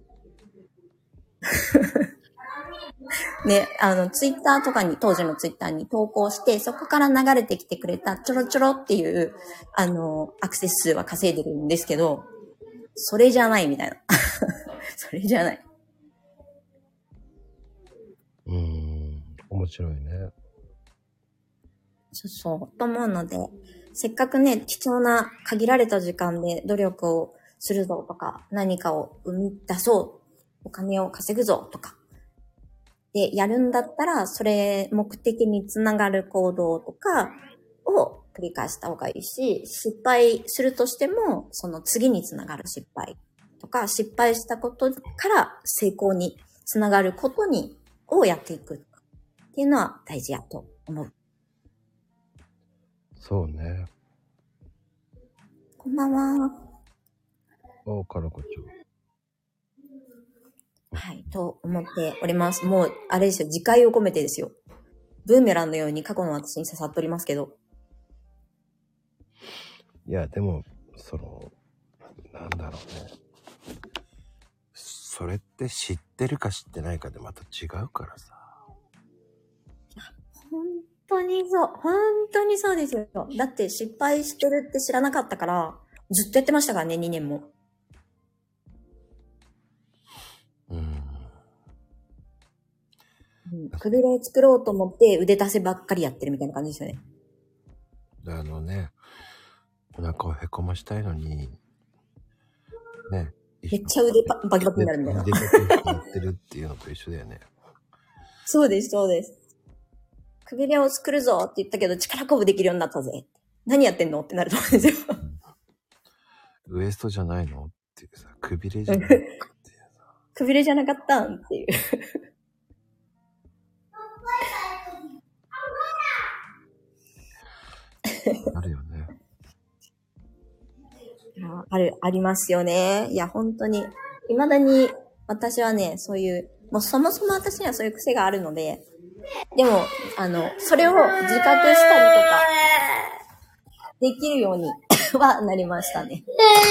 ね、ツイッターとかに、当時のツイッターに投稿して、そこから流れてきてくれたちょろちょろっていう、アクセス数は稼いでるんですけど、それじゃないみたいな。それじゃない。 面白いね。 そう、と思うので、せっかくね、貴重な限られた時間で努力をするぞとか、何かを生み出そう、お金を稼ぐぞとか、で、やるんだったら、それ、目的につながる行動とかを繰り返した方がいいし、失敗するとしても、その次につながる失敗とか、失敗したことから成功につながることをやっていくっていうのは大事やと思う。 そうね。 こんばんは。 かなこちゃん。はい、と思っております。もう、あれですよ、自戒を込めてですよ。ブーメランのように過去の私に刺さっておりますけど。 いや、でも、なんだろうね。それって知ってるか知ってないかでまた違うからさ。 本当にそうですよ。だって失敗してるって知らなかったから、ずっとやってましたからね、2年も。くびれ作ろうと思って腕出せばっかりやってるみたいな感じですよね。 お腹をへこましたいのに、ね。 めっちゃ腕バキバキになるみたいな。 腕バキやってるっていうのと一緒だよね。 そうです、そうです。くびれを作るぞって言ったけど力こぶできるようになったぜ。何やってんのってなると思うんですよ。 ウエストじゃないのっていうさ、くびれじゃないっていうさ。 くびれじゃなかったんっていう。 あるよね。 ありますよね。いや、本当に。未だに私はね、そういう、もうそもそも私にはそういう癖があるので、でも、それを自覚したりとか、できるようにはなりましたね。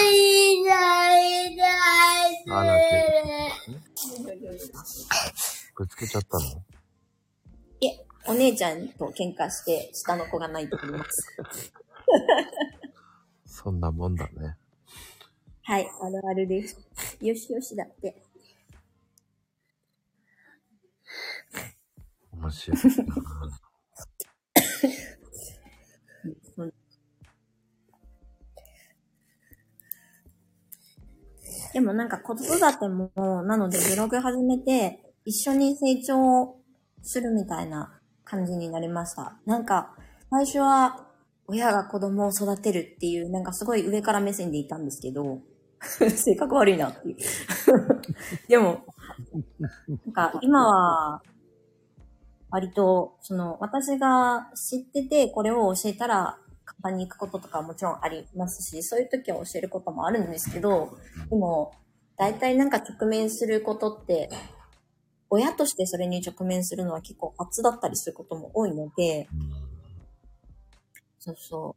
ぶつけちゃったの？ いえ、お姉ちゃんと喧嘩して下の子が泣いてくれます。 そんなもんだね。 はい、あるあるです。よしよしだって。 面白いでもなんか子育ても、なのでブログ始めて、一緒に成長するみたいな感じになりました。なんか、最初は親が子供を育てるっていう、なんかすごい上から目線でいたんですけど、性格悪いなっていう。でも、なんか今は、 割と、私が知ってて、これを教えたら、簡単に行くこととかはもちろんありますし、そういう時は教えることもあるんですけど、でも、大体なんか直面することって、親としてそれに直面するのは結構初だったりすることも多いので、そうそう。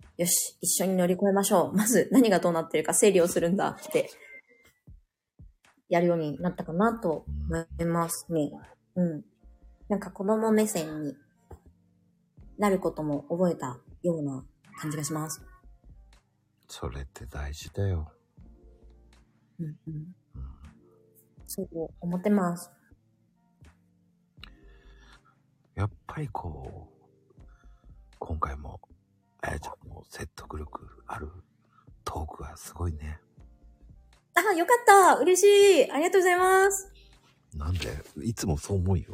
よし、一緒に乗り越えましょう。まず何がどうなってるか整理をするんだって、やるようになったかなと思いますね。うん。なんか子供目線になることも覚えたような感じがします。 それって大事だよ。 うんうん。そう思ってます。 やっぱりこう、今回も、あやちゃんの説得力あるトークがすごいね。 あ、よかった。嬉しい。ありがとうございます。 なんでいつもそう思うよ。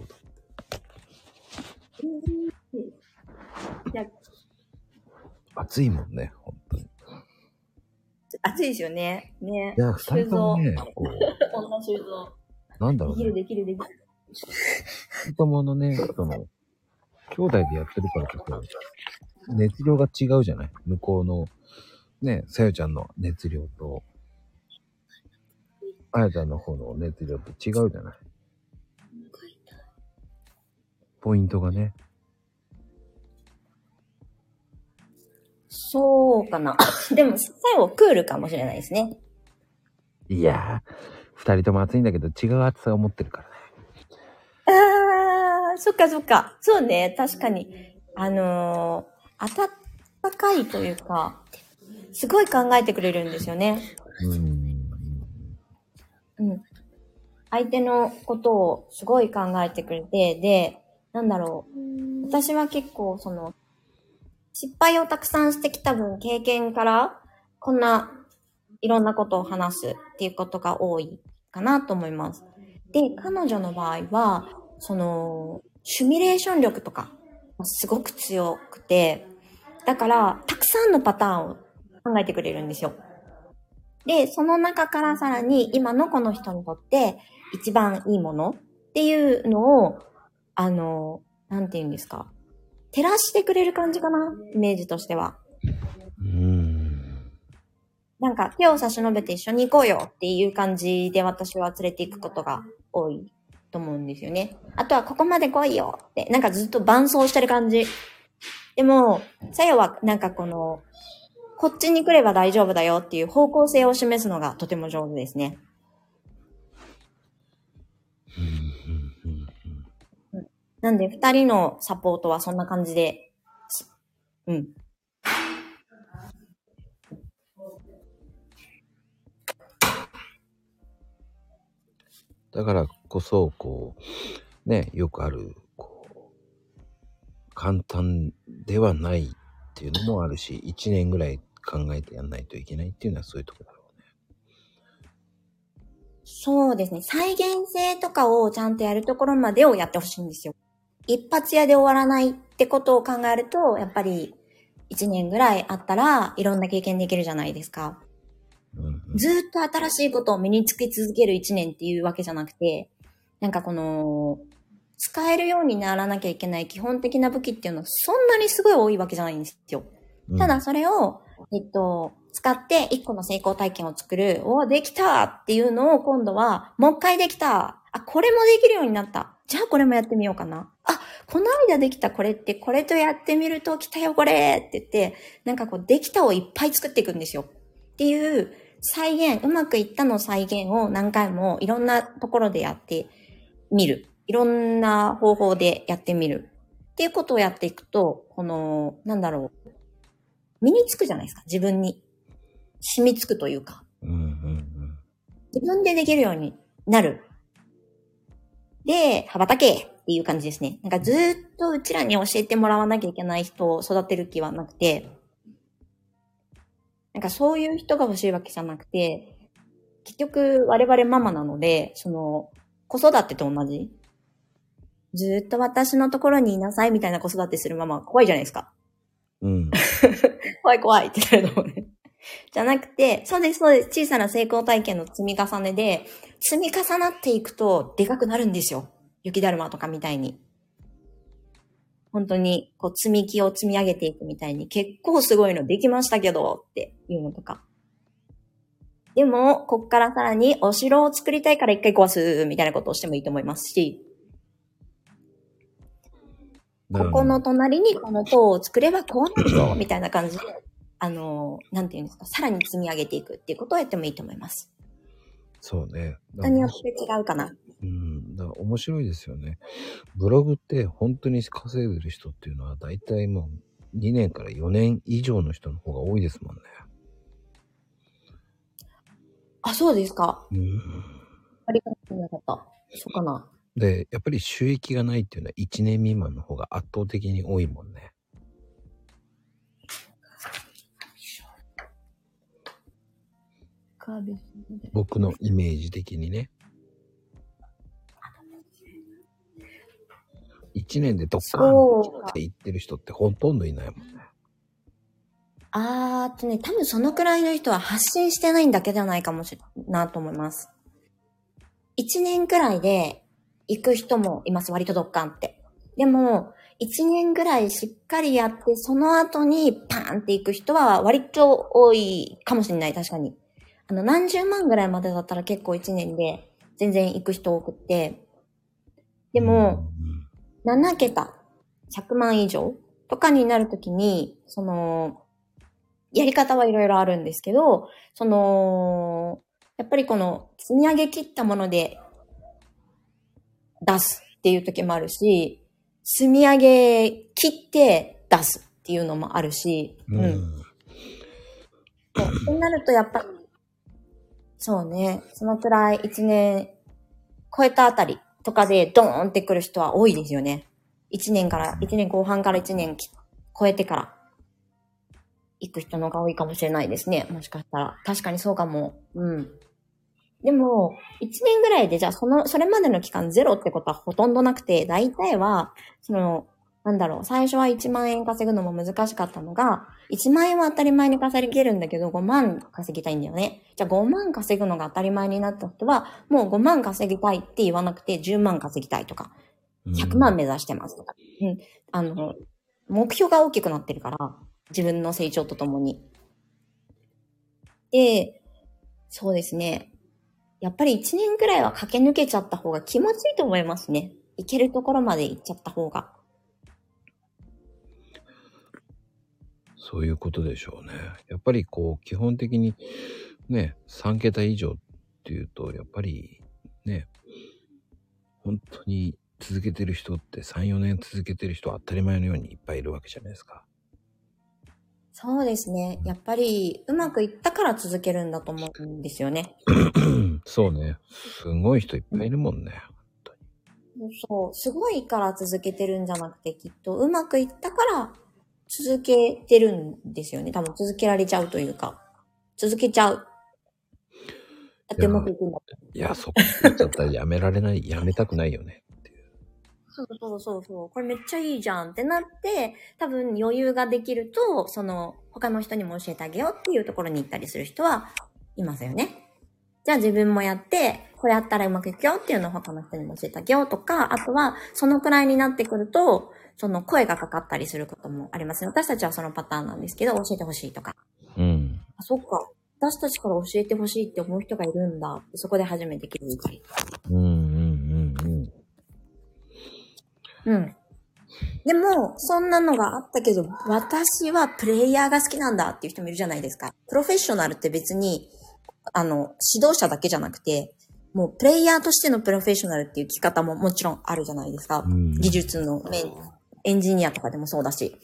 暑いもんね、本当に。 暑いですよね。ね。 いや、二人ともね、こう。 こんな修造。 なんだろうね。 できる。 二人とものね、兄弟でやってるからこそ、熱量が違うじゃない？向こうの、ね、さよちゃんの熱量と、あやちゃんの方の熱量と違うじゃない？ポイントがね。 そうかな。でも、最後クールかもしれないですね。 いやー、二人とも暑いんだけど違う暑さを持ってるからね。 そっか。そうね。確かに。暖かいというか、すごい考えてくれるんですよね。相手のことをすごい考えてくれて、で、私は結構失敗をたくさんしてきた分、経験から、こんないろんなことを話すっていうことが多いかなと思います。で、彼女の場合は、シミュレーション力とか、すごく強くて、だから、たくさんのパターンを考えてくれるんですよ。で、その中からさらに、今のこの人にとって、一番いいものっていうのを、なんて言うんですか。照らしてくれる感じかな、イメージとしては。なんか手を差し伸べて一緒に行こうよっていう感じで私は連れて行くことが多いと思うんですよね。あとはここまで来いよって、なんかずっと伴走してる感じ。でも、さよはなんかこっちに来れば大丈夫だよっていう方向性を示すのがとても上手ですね。なんで二人のサポートはそんな感じで、 だからこそ、ね、よくある、簡単ではないっていうのもあるし、1年ぐらい考えてやんないといけないっていうのはそういうところだろうね。 そうですね。再現性とかをちゃんとやるところまでをやってほしいんですよ。一発屋で終わらないってことを考えると、やっぱり1年ぐらいあったらいろんな経験できるじゃないですか。ずっと新しいことを身につけ続ける1年っていうわけじゃなくて、なんか使えるようにならなきゃいけない基本的な武器っていうのはそんなにすごい多いわけじゃないんですよ。ただそれを、使って一個の成功体験を作る、できたっていうのを今度は、もう一回できた。これもできるようになった。じゃあこれもやってみようかな。この間できたこれって、これとやってみると来たよこれって言って、なんかできたをいっぱい作っていくんですよ。っていう、うまくいったの再現を何回もいろんなところでやってみる。いろんな方法でやってみる。っていうことをやっていくと、身につくじゃないですか。自分に。染みつくというか。自分でできるようになる。で、羽ばたけっていう感じですね。なんかずっとうちらに教えてもらわなきゃいけない人を育てる気はなくて、なんかそういう人が欲しいわけじゃなくて、結局我々ママなので、子育てと同じ。ずっと私のところにいなさいみたいな子育てするママは怖いじゃないですか。怖いってなるのもね。じゃなくて、そうです。小さな成功体験の積み重ねで、積み重なっていくとでかくなるんですよ。雪だるまとかみたいに。 本当にこう積み木を積み上げていくみたいに結構すごいのできましたけどっていうのとか。でも、こっからさらにお城を作りたいから一回壊すみたいなことをしてもいいと思いますし、ここの隣にこの塔を作ればこうなるぞみたいな感じで、なんていうんですか、さらに積み上げていくっていうことをやってもいいと思います。 そうね。 人によって違うかな。 だから面白いですよね。ブログって本当に稼いでる人っていうのは大体もう2年から4年以上の人の方が多いですもんね。 あ、そうですか。 うん。 ありがとうなかった。そうかな。 で、やっぱり収益がないっていうのは1年未満の方が圧倒的に多いもんね。僕のイメージ的にね。1年でドッカーンって言ってる人ってほとんどいないもんね。 多分そのくらいの人は発信してないんだけじゃないかもしれないなと思います。1年くらいで行く人もいます、割とドッカンって。でも、1年くらいしっかりやって、その後にパーンって行く人は割と多いかもしれない、確かに。何十万ぐらいまでだったら結構1年で全然行く人多くって。でも、7桁、100万以上とかになるときに、やり方はいろいろあるんですけど、やっぱりこの積み上げ切ったもので出すっていう時もあるし、積み上げ切って出すっていうのもあるし、そうなるとやっぱり、そうね、そのくらい1年超えたあたりとかでドーンってくる人は多いですよね。1年後半から1年超えてから行く人の方が多いかもしれないですね。もしかしたら。確かにそうかも。でも、1年ぐらいで、じゃあそれまでの期間ゼロってことはほとんどなくて、大体は、最初は1万円稼ぐのも難しかったのが、1万円は当たり前に稼げるんだけど、5万稼ぎたいんだよね。じゃあ5万稼ぐのが当たり前になった人は、もう5万稼ぎたいって言わなくて、10万稼ぎたいとか、100万目指してますとか。目標が大きくなってるから、自分の成長とともに。で、そうですね。やっぱり1年くらいは駆け抜けちゃった方が気持ちいいと思いますね。行けるところまで行っちゃった方が。 そういうことでしょうね。やっぱり基本的にね、3桁以上っていうと、やっぱりね、本当に続けてる人って3、4年続けてる人は当たり前のようにいっぱいいるわけじゃないですか。 そうですね。やっぱりうまくいったから続けるんだと思うんですよね。 そうね。すごい人いっぱいいるもんね。本当に。そう。すごいから続けてるんじゃなくて、きっとうまくいったから続けてるんですよね。多分続けられちゃうというか。続けちゃう。だってうまくいくんだ。 いや、そこやっちゃったらやめたくないよね。 そう。これめっちゃいいじゃんってなって、多分余裕ができると、他の人にも教えてあげようっていうところに行ったりする人はいますよね。じゃあ自分もやって、これやったらうまくいくよっていうのを他の人にも教えてあげようとか、あとは、そのくらいになってくると、声がかかったりすることもありますね。私たちはそのパターンなんですけど、教えてほしいとか。あ、そっか。私たちから教えてほしいって思う人がいるんだ。そこで初めて気づいたり。でも、そんなのがあったけど、私はプレイヤーが好きなんだっていう人もいるじゃないですか。プロフェッショナルって別に、指導者だけじゃなくて、もうプレイヤーとしてのプロフェッショナルっていう生き方ももちろんあるじゃないですか。技術の面、エンジニアとかでもそうだし。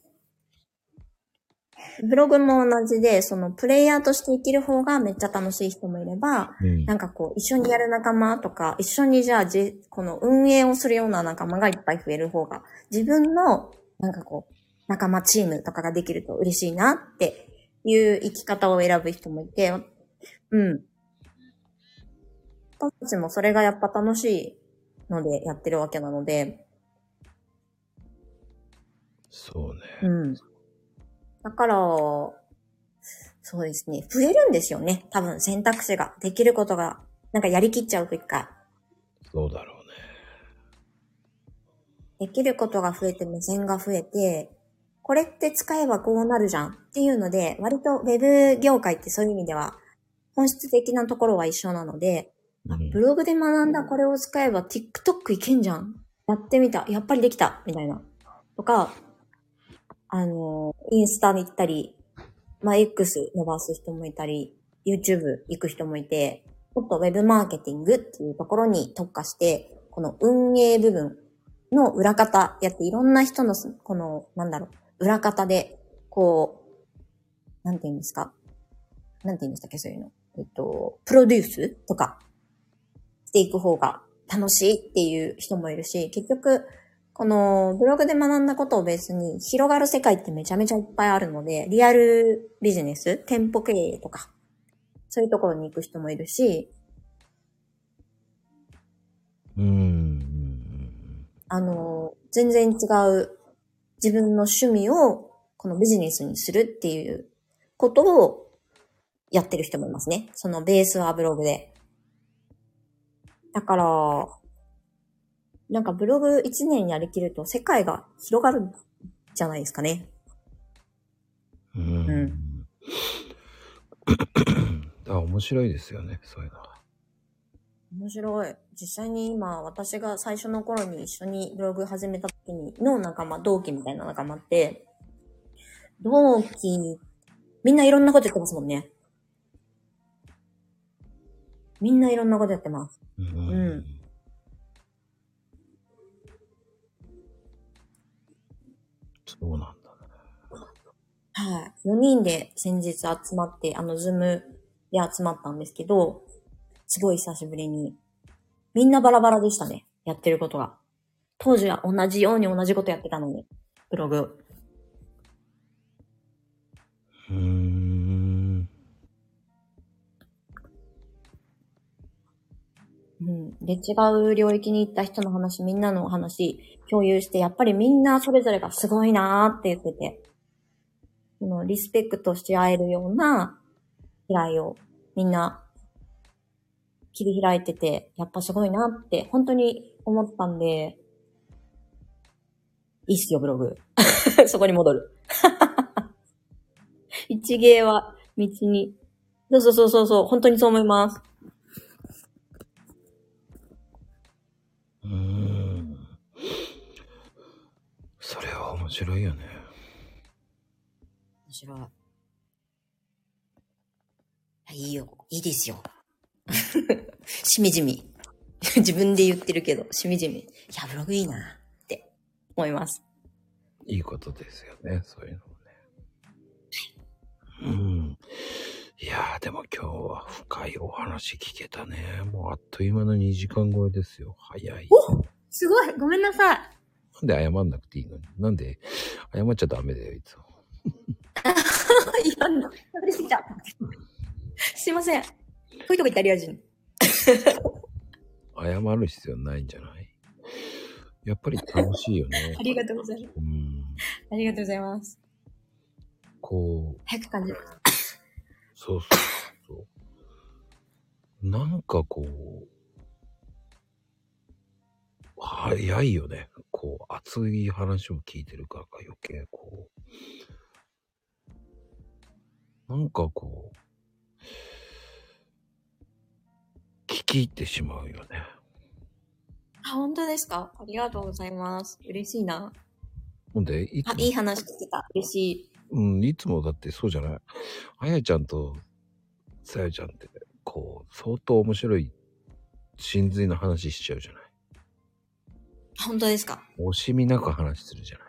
ブログも同じで、プレイヤーとして生きる方がめっちゃ楽しい人もいれば、一緒にやる仲間とか、一緒にじゃあ、この運営をするような仲間がいっぱい増える方が、自分の、仲間チームとかができると嬉しいなっていう生き方を選ぶ人もいて、私たちもそれがやっぱ楽しいのでやってるわけなので。 そうね。 だから、そうですね。増えるんですよね。多分選択肢が。できることが、やりきっちゃうと一回。 そうだろうね。 できることが増えて目線が増えて、これって使えばこうなるじゃんっていうので、割とウェブ業界ってそういう意味では本質的なところは一緒なので、ブログで学んだこれを使えば TikTok いけんじゃん。やってみた。やっぱりできた。みたいな。とか、インスタに行ったり、X 伸ばす人もいたり、YouTube 行く人もいて、もっとウェブマーケティングっていうところに特化して、この運営部分の裏方やっていろんな人の、この、裏方で、なんて言うんですか？なんて言うんでしたっけ、そういうの。プロデュースとかしていく方が楽しいっていう人もいるし、結局、このブログで学んだことをベースに広がる世界ってめちゃめちゃいっぱいあるので、リアルビジネス、店舗経営とか、そういうところに行く人もいるし、全然違う自分の趣味をこのビジネスにするっていうことをやってる人もいますね。そのベースはブログで。だから、なんかブログ1年やりきると世界が広がるんじゃないですかね。 面白いですよね、そういうのは。 面白い。実際に今、私が最初の頃に一緒にブログ始めた時の仲間、同期みたいな仲間って、同期、みんないろんなことやってますもんね。みんないろんなことやってます。 そうなんだね。 はい。4人で先日集まって、ズームで集まったんですけど、すごい久しぶりに。みんなバラバラでしたね。やってることが。当時は同じように同じことやってたのに、ブログ。で、違う領域に行った人の話、みんなのお話、共有して、やっぱりみんなそれぞれがすごいなーって言ってて、リスペクトし合えるような未来をみんな切り開いてて、やっぱすごいなって本当に思ったんで、いいっすよ、ブログ。そこに戻る。一芸は道に。そう、本当にそう思います。 それは面白いよね。 面白い。いいよ。いいですよ。しみじみ。自分で言ってるけど、しみじみ。いや、ブログいいなって思います。 いいことですよね、そういうのもね。いやー、でも今日は深いお話聞けたね。もうあっという間の2時間超えですよ。早い。 お、すごい。ごめんなさい。 なんで謝んなくていいのに。なんで謝っちゃダメだよ、いつも。 いや、喋りすぎた。すいません。こういうとこイタリア人。 謝る必要ないんじゃない？やっぱり楽しいよね。 ありがとうございます。ありがとうございます。早く感じる。 そう。なんか早いよね。熱い話を聞いてるからか余計なんか聞き入ってしまうよね。 あ、本当ですか？ありがとうございます。嬉しいな。 ほんで、 いい話聞けた。嬉しい。いつもだってそうじゃない。あやちゃんとさやちゃんって相当面白い真髄の話しちゃうじゃない。 本当ですか？ 惜しみなく話するじゃない。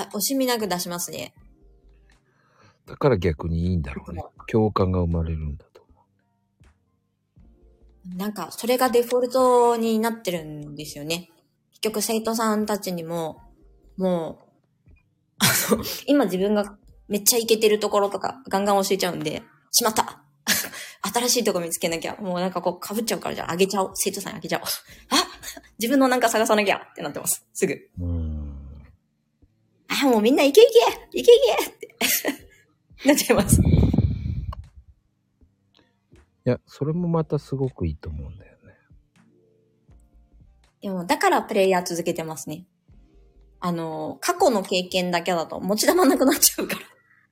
惜しみなく出しますね。 だから逆にいいんだろうね。共感が生まれるんだと思う。なんか、それがデフォルトになってるんですよね。結局、生徒さんたちにも、もう、今自分がめっちゃイケてるところとか、ガンガン教えちゃうんで、しまった新しいとこ見つけなきゃ。もうなんか被っちゃうから、じゃああげちゃおう。生徒さんにあげちゃおう。自分のなんか探さなきゃってなってます。すぐ。もうみんなイケってなっちゃいます。いや、それもまたすごくいいと思うんだよね。 でも、だからプレイヤー続けてますね。過去の経験だけだと持ち玉なくなっちゃうから。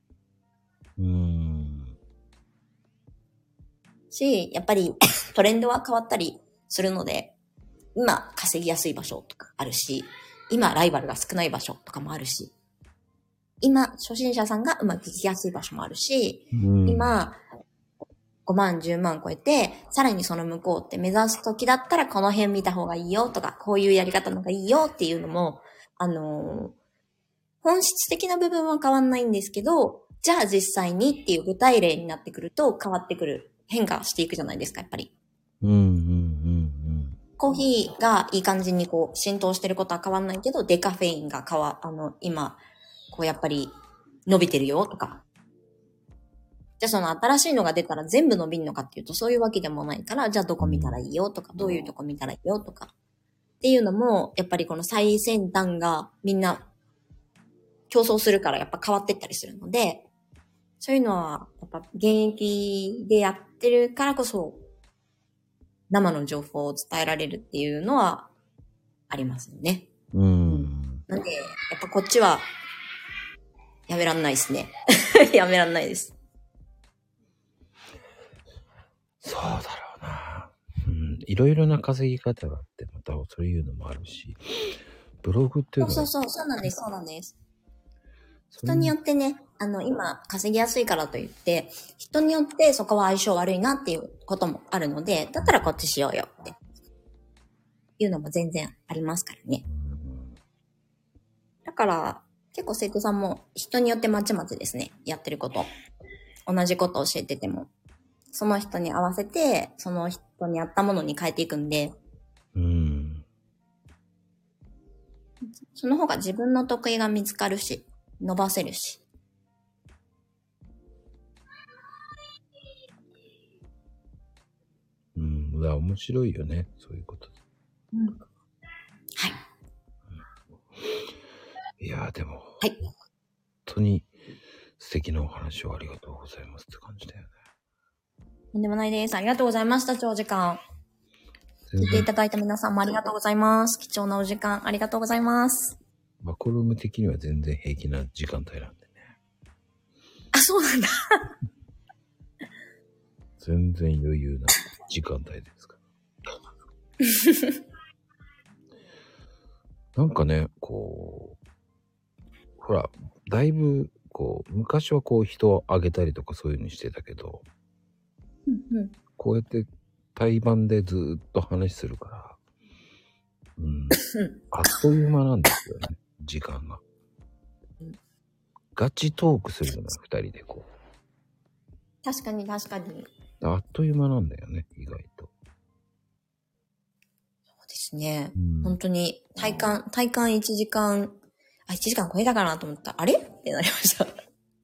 し、やっぱりトレンドは変わったりするので、今稼ぎやすい場所とかあるし、今ライバルが少ない場所とかもあるし、今初心者さんがうまくいきやすい場所もあるし、今5万、10万超えて、さらにその向こうって目指す時だったらこの辺見た方がいいよとか、こういうやり方の方がいいよっていうのも、本質的な部分は変わんないんですけど、じゃあ実際にっていう具体例になってくると変わってくる。変化していくじゃないですか、やっぱり。コーヒーがいい感じにこう浸透してることは変わんないけど、デカフェインが今、こうやっぱり伸びてるよとか。じゃあその新しいのが出たら全部伸びんのかっていうとそういうわけでもないから、じゃあどこ見たらいいよとか、どういうとこ見たらいいよとか。っていうのも、やっぱりこの最先端がみんな競争するからやっぱ変わっていったりするので、そういうのはやっぱ現役でやってるからこそ生の情報を伝えられるっていうのはありますよね。なんで、やっぱこっちはやめらんないですね。やめらんないです。 そうだろうな。いろいろな稼ぎ方があって、またそういうのもあるし、ブログっていうのはそうなんです、そうなんです。人によってね、今稼ぎやすいからといって、人によってそこは相性悪いなっていうこともあるので、だったらこっちしようよっていうのも全然ありますからね。だから結構生徒さんも人によってまちまちですね、やってること。同じことを教えてても、その人に合わせて、その人に合ったものに変えていくんで、その方が自分の得意が見つかるし、伸ばせるし。 面白いよね、そういうこと。 はい。 いやでも、 はい。 本当に素敵なお話をありがとうございますって感じだよね。 とんでもないです。ありがとうございました、長時間。聞いていただいた皆さんもありがとうございます。貴重なお時間ありがとうございます。 マコルーム的には全然平気な時間帯なんでね。 あ、そうなんだ。 全然余裕な時間帯ですから。なんかね、こう、ほら、だいぶ、こう、昔はこう人をあげたりとかそういうのしてたけど、こうやって対バンでずーっと話するから、あっという間なんですよね、時間が。ガチトークするのが二人でこう。 確かに確かに。 あっという間なんだよね、意外と。 そうですね。本当に体感1時間、1時間超えたかなと思った。あれってなりました。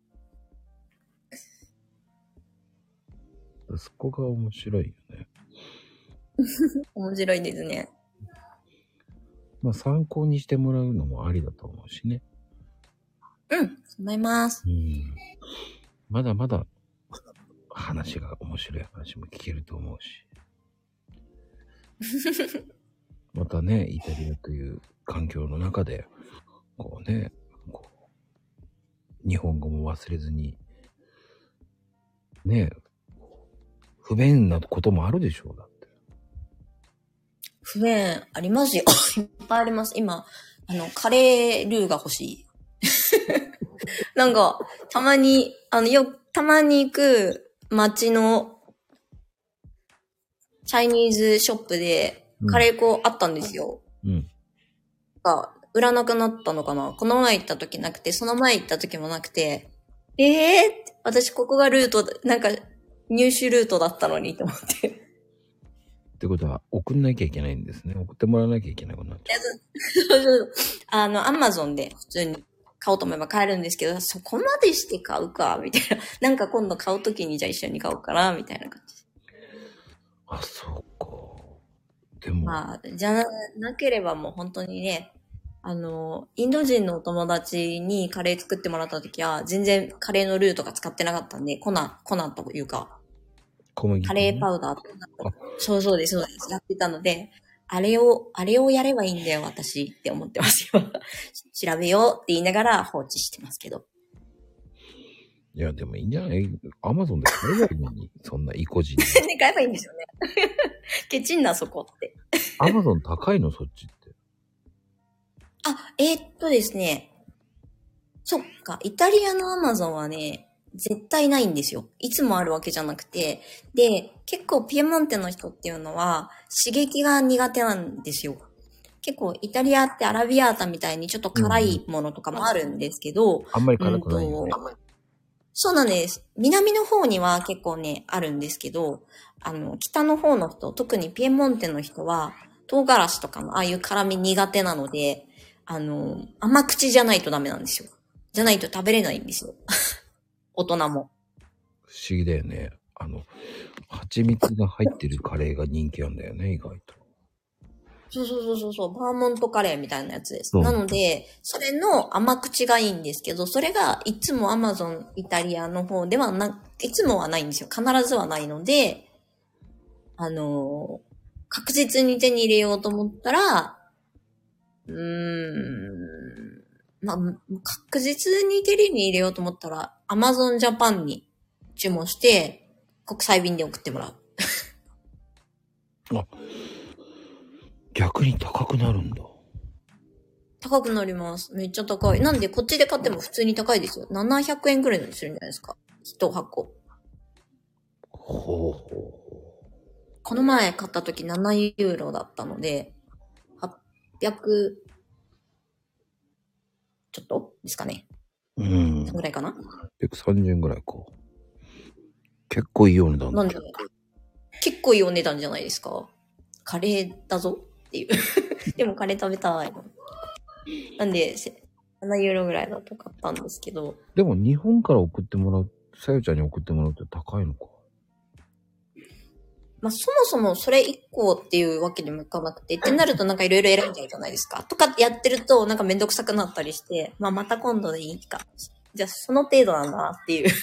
そこが面白いよね。 面白いですね。 まあ参考にしてもらうのもありだと思うしね。 思います。 まだまだ話が面白い話も聞けると思うし。またね、イタリアという環境の中で、こうね、日本語も忘れずに、ね、不便なこともあるでしょう、だって。 不便ありますよ。いっぱいあります。今、カレールーが欲しい。なんか、たまに行く街のチャイニーズショップでカレー粉あったんですよ。が売らなくなったのかな。この前行った時なくて、その前行った時もなくて、私ここがルート、なんか入手ルートだったのにと思って。 ってことは、送んなきゃいけないんですね。送ってもらわなきゃいけなくなっちゃう。 アマゾンで普通に買おうと思えば買えるんですけど、そこまでして買うか、みたいな。なんか今度買うときにじゃあ一緒に買おうかな、みたいな感じ。 あ、そうか。でも。 まあ、じゃなければもう本当にね、インド人のお友達にカレー作ってもらったときは、全然カレーのルーとか使ってなかったんで、粉というか、カレーパウダーとか、そうです。やってたので、 あれをやればいいんだよ、私って思ってますよ。調べようって言いながら放置してますけど。 いや、でもいいんじゃない？アマゾンで買えばいいのに、そんな意固地に。 ね、買えばいいんですよね。ケチんな、そこって。 アマゾン高いの、そっちって。 ですね。そっか、イタリアのアマゾンはね、絶対ないんですよ。いつもあるわけじゃなくて。で、結構ピエモンテの人っていうのは刺激が苦手なんですよ。結構イタリアってアラビアータみたいにちょっと辛いものとかもあるんですけど、 あんまり辛くないよね。 そうなんです。南の方には結構ね、あるんですけど、北の方の人、特にピエモンテの人は、唐辛子とかのああいう辛み苦手なので、甘口じゃないとダメなんですよ。じゃないと食べれないんですよ。大人も。 不思議だよね。蜂蜜が入ってるカレーが人気なんだよね、意外と。 そう、バーモントカレーみたいなやつです。なので、それの甘口がいいんですけど、それがいつもアマゾンイタリアの方ではいつもはないんですよ。必ずはないので、確実に手に入れようと思ったら、まあ、確実に手に入れようと思ったら、アマゾンジャパンに注文して、国際便で送ってもらう。 あ、逆に高くなるんだ。 高くなります。めっちゃ高い。なんで、こっちで買っても普通に高いですよ。700円くらいするんじゃないですか。一箱。 ほう。 この前買った時7ユーロだったので、800、ちょっとですかね。そんぐらいかな。 130円ぐらいか。結構いいお値段だ。 なんで、結構いいお値段じゃないですか。カレーだぞっていう。でもカレー食べたいの。なんで、7ユーロぐらいだと買ったんですけど。 でも日本から送ってもらう、さよちゃんに送ってもらうって高いのか。 まあ、そもそもそれ1個っていうわけにもいかなくて、ってなるとなんかいろいろ選んじゃうじゃないですか。とかやってるとなんかめんどくさくなったりして、まあまた今度でいいか。じゃあその程度なんだなっていう。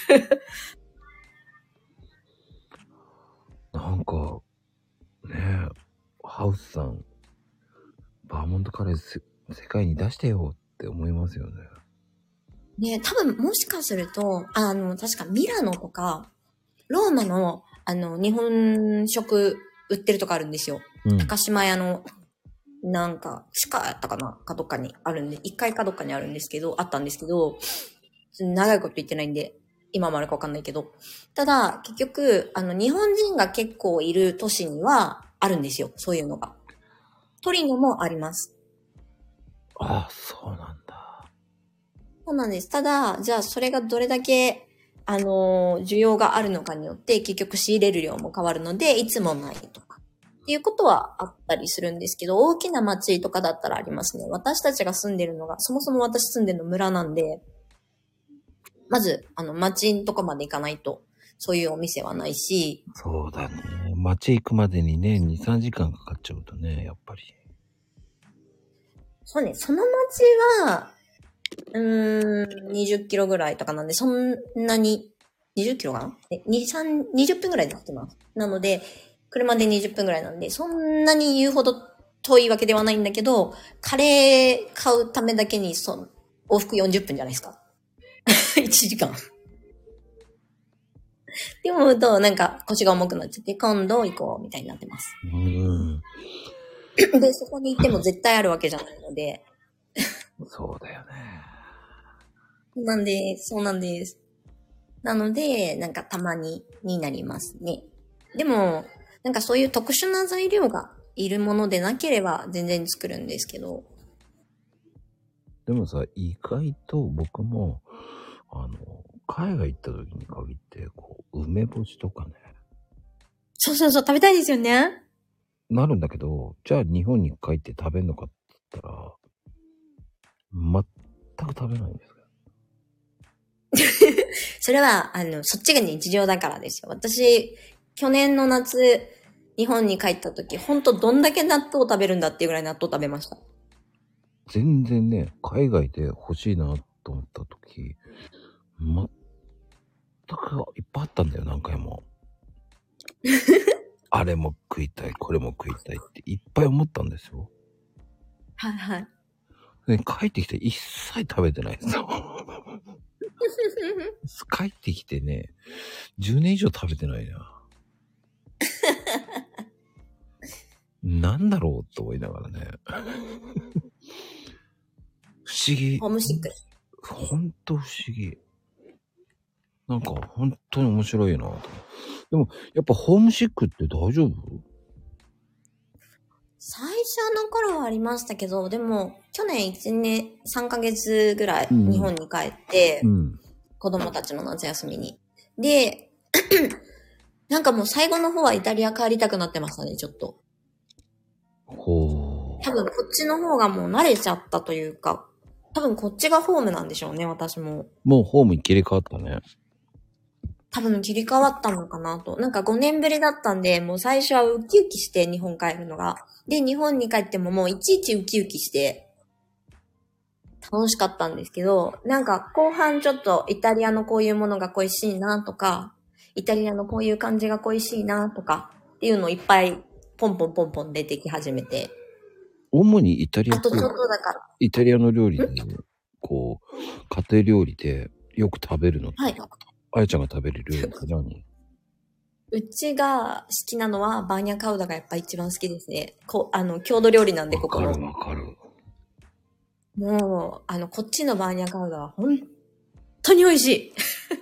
なんか、ねえ、ハウスさん、バーモントカレー世界に出してよって思いますよね。 ね、多分もしかすると、確かミラノとか、ローマの、日本食売ってるとこあるんですよ。高島屋の、なんか、地下やったかなかどっかにあるんで、1階かどっかにあるんですけど、あったんですけど、長いこと言ってないんで、今もあるかわかんないけど。ただ、結局、日本人が結構いる都市にはあるんですよ。そういうのが。トリノもあります。 ああ、そうなんだ。 そうなんです。ただ、じゃあそれがどれだけ、需要があるのかによって、結局仕入れる量も変わるので、いつもないとか。っていうことはあったりするんですけど、大きな町とかだったらありますね。私たちが住んでるのが、そもそも私住んでるの村なんで、まず、町んとこまで行かないと、そういうお店はないし。 そうだね。町行くまでにね、2、3時間かかっちゃうとね、やっぱり。 そうね、その町は、20キロぐらいとかなんで、そんなに、20キロかな20分ぐらいで行ってます。なので、車で20分ぐらいなんで、そんなに言うほど遠いわけではないんだけど、カレー買うためだけに、往復40分じゃないですか。1時間。でも、なんか腰が重くなっちゃって、今度行こうみたいになってます。で、そこに行っても絶対あるわけじゃないので。 そうだよね。 そうなんです。なので、なんかたまになりますね。でも、なんかそういう特殊な材料がいるものでなければ全然作るんですけど。 でもさ、意外と僕も、海外行った時に限って、梅干しとかね。 そう、食べたいですよね。 なるんだけど、じゃあ日本に帰って食べんのかって言ったら、全く食べないんですよ。それは、そっちが日常だからですよ。私、去年の夏、日本に帰った時、ほんとどんだけ納豆を食べるんだっていうぐらい納豆食べました。 全然ね、海外で欲しいなと思った時、全くいっぱいあったんだよ、何回も。 あれも食いたい、これも食いたいっていっぱい思ったんですよ。 はいはい。 で、帰ってきて一切食べてないんですよ。帰ってきてね、10年以上食べてないな。なんだろうと思いながらね。不思議。 ホームシック。 ほんと不思議。なんか本当に面白いなと。でも、やっぱホームシックって大丈夫？ 最初の頃はありましたけど、でも、去年1年3ヶ月ぐらい日本に帰って、子供たちの夏休みに。で、なんかもう最後の方はイタリア帰りたくなってましたね、ちょっと。 ほう。 多分こっちの方がもう慣れちゃったというか、多分こっちがホームなんでしょうね、私も。 もうホームに切り替わったね。 多分切り替わったのかなと。なんか5年ぶりだったんで、もう最初はウキウキして日本帰るのが。で、日本に帰ってももういちいちウキウキして、楽しかったんですけど、なんか後半ちょっとイタリアのこういうものが恋しいなとか、イタリアのこういう感じが恋しいなとかっていうのいっぱいポンポンポンポン出てき始めて。 主にイタリアあとちょっとだから。 イタリアの料理で、こう、家庭料理でよく食べるのって、 はい。 あやちゃんが食べる料理って何？ うちが好きなのはバーニャカウダがやっぱ一番好きですね。郷土料理なんで、ここの。 わかる。 もう、こっちのバーニャカウダは本当に美味し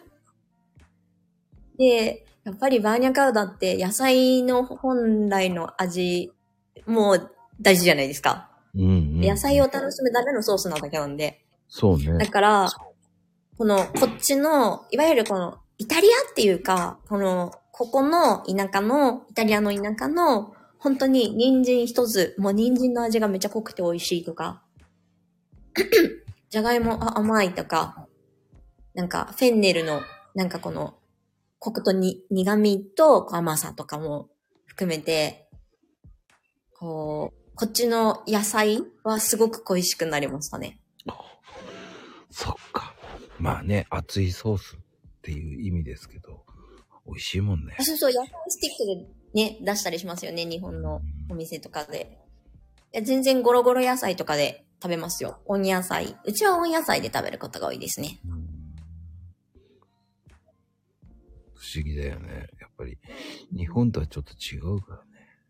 い。で、やっぱりバーニャカウダって野菜の本来の味も大事じゃないですか。野菜を楽しむためのソースなだけなんで。 そうね。 だから、こっちの、いわゆるこの、イタリアっていうか、ここの田舎の、イタリアの田舎の、本当に人参一つ、もう人参の味がめっちゃ濃くて美味しいとか、じゃがいも甘いとか、なんかフェンネルの、なんかこの、コクと苦味と甘さとかも含めて、こっちの野菜はすごく恋しくなりましたね。 そっか。まあね、熱いソースっていう意味ですけど、美味しいもんね。 そうそう、野菜スティックでね、出したりしますよね、日本のお店とかで。全然ゴロゴロ野菜とかで食べますよ。温野菜。うちは温野菜で食べることが多いですね。 不思議だよね。やっぱり、日本とはちょっと違うからね。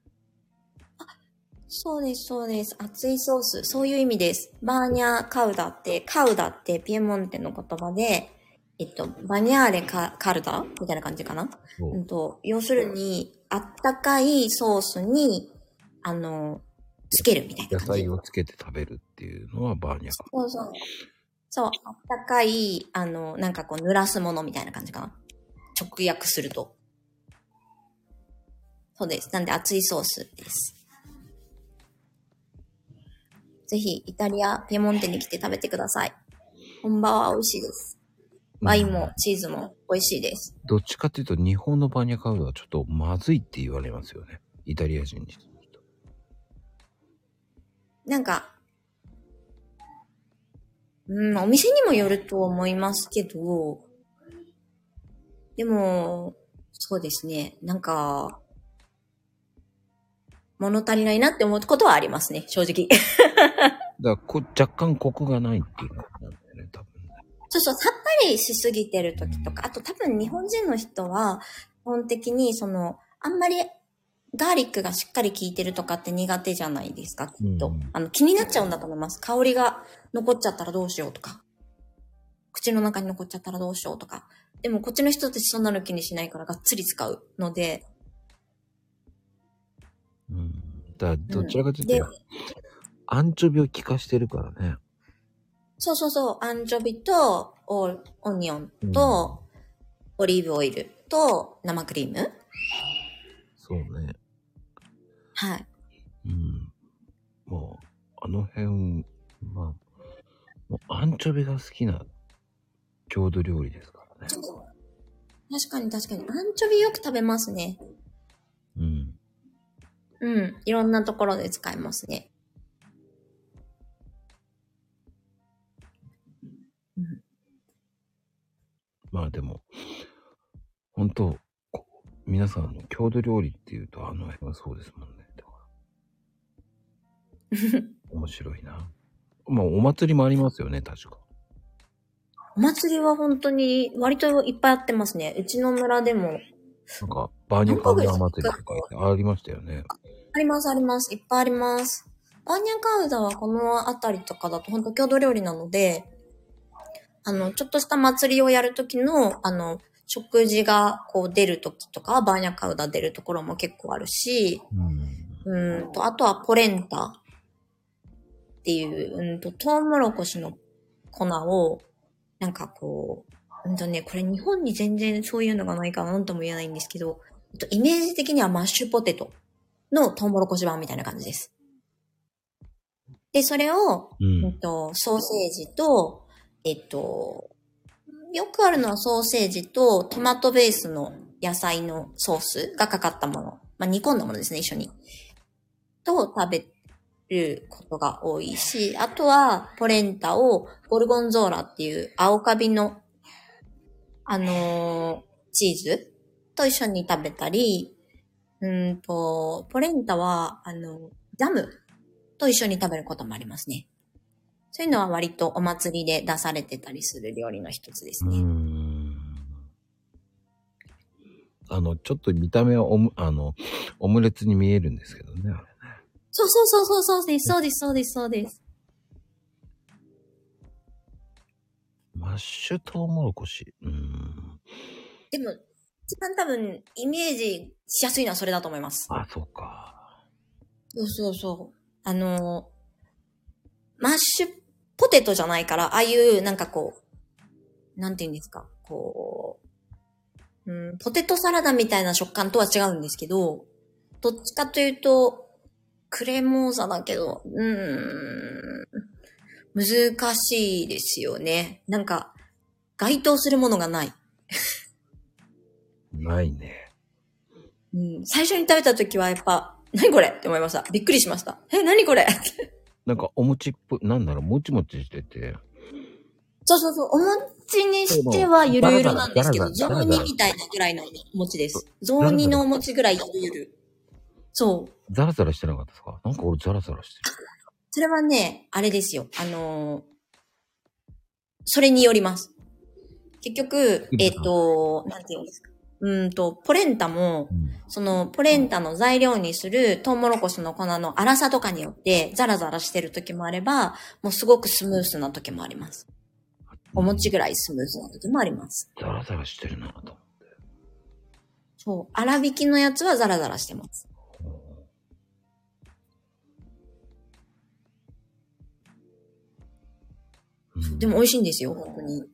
そうです、そうです。熱いソース。そういう意味です。バーニャカウダって、ピエモンテの言葉で、バニャーレカルダみたいな感じかな。要するに、あったかいソースに、つけるみたいな感じ。 野菜をつけて食べるっていうのはバーニャカウダ。 そうそう。そう、あったかい、なんかこう、濡らすものみたいな感じかな。直訳すると。そうです。なんで熱いソースです。ぜひ、イタリア、ピエモンテに来て食べてください。本場は美味しいです。ワインもチーズも美味しいです。 どっちかっていうと、日本のバーニャカウダはちょっとまずいって言われますよね。イタリア人にしてみると。 なんか、お店にもよると思いますけど、でも、そうですね。なんか、物足りないなって思うことはありますね、正直。 だから若干コクがないっていうことなんだよね、多分ね。 そうそう、さっぱりしすぎてる時とか、あと多分日本人の人は、基本的にあんまりガーリックがしっかり効いてるとかって苦手じゃないですか、きっと。気になっちゃうんだと思います。香りが残っちゃったらどうしようとか。口の中に残っちゃったらどうしようとか。でもこっちの人たちそんなの気にしないからがっつり使うので。 だからどちらかというと、アンチョビを効かしてるからね。 そうそうそう。アンチョビとオニオンと、オリーブオイルと生クリーム。 そうね。 はい。 もう、あの辺、まあ、もうアンチョビが好きな郷土料理ですからね。 確かに確かに。アンチョビよく食べますね。いろんなところで使えますね。 まあでも、本当皆さんの郷土料理っていうとあの辺はそうですもんね。だから面白いな。まあお祭りもありますよね、確か。 お祭りは本当に割といっぱいあってますね。うちの村でも。 なんかバーニャカウダ祭りとかありましたよね。 ありますあります。いっぱいあります。バーニャカウダはこの辺りとかだと本当郷土料理なので、ちょっとした祭りをやるときの、食事がこう出るときとか、バーニャカウダ出るところも結構あるし、あとはポレンタっていう、トウモロコシの粉を、なんかこう、これ日本に全然そういうのがないからなんとも言えないんですけど、イメージ的にはマッシュポテトのトウモロコシ版みたいな感じです。で、それを、ソーセージと、よくあるのはソーセージとトマトベースの野菜のソースがかかったもの。まあ、煮込んだものですね、一緒に。と食べることが多いし、あとはポレンタをゴルゴンゾーラっていう青カビの、チーズと一緒に食べたり、ポレンタは、ジャムと一緒に食べることもありますね。そういうのは割とお祭りで出されてたりする料理の一つですね。 ちょっと見た目はオムレツに見えるんですけどね。 そうです。 マッシュトウモロコシ。 でも、一番多分、イメージしやすいのはそれだと思います。 あ、そうか。 そう。マッシュポテトじゃないから、ああいうなんかこう、なんて言うんですか、こう、ポテトサラダみたいな食感とは違うんですけど、どっちかというと、クレモーザだけど、難しいですよね。なんか、該当するものがない。 ないね。 最初に食べた時はやっぱ、何これって思いました。びっくりしました。何これなんかお餅っぽい、なんだろう、もちもちしてて。 そう。お餅にしてはゆるゆるなんですけど、雑煮みたいなぐらいのお餅です。雑煮のお餅ぐらいゆるゆる。そう。 ザラザラしてなかったですか？なんか俺ザラザラしてる。 それはね、あれですよ。それによります。結局、なんていうんですか。ポレンタも、そのポレンタの材料にするトウモロコシの粉の粗さとかによってザラザラしてる時もあれば、もうすごくスムースな時もあります。お餅ぐらいスムースな時もあります。 ザラザラしてるなと思って。 そう。粗挽きのやつはザラザラしてます。でも美味しいんですよ、本当に。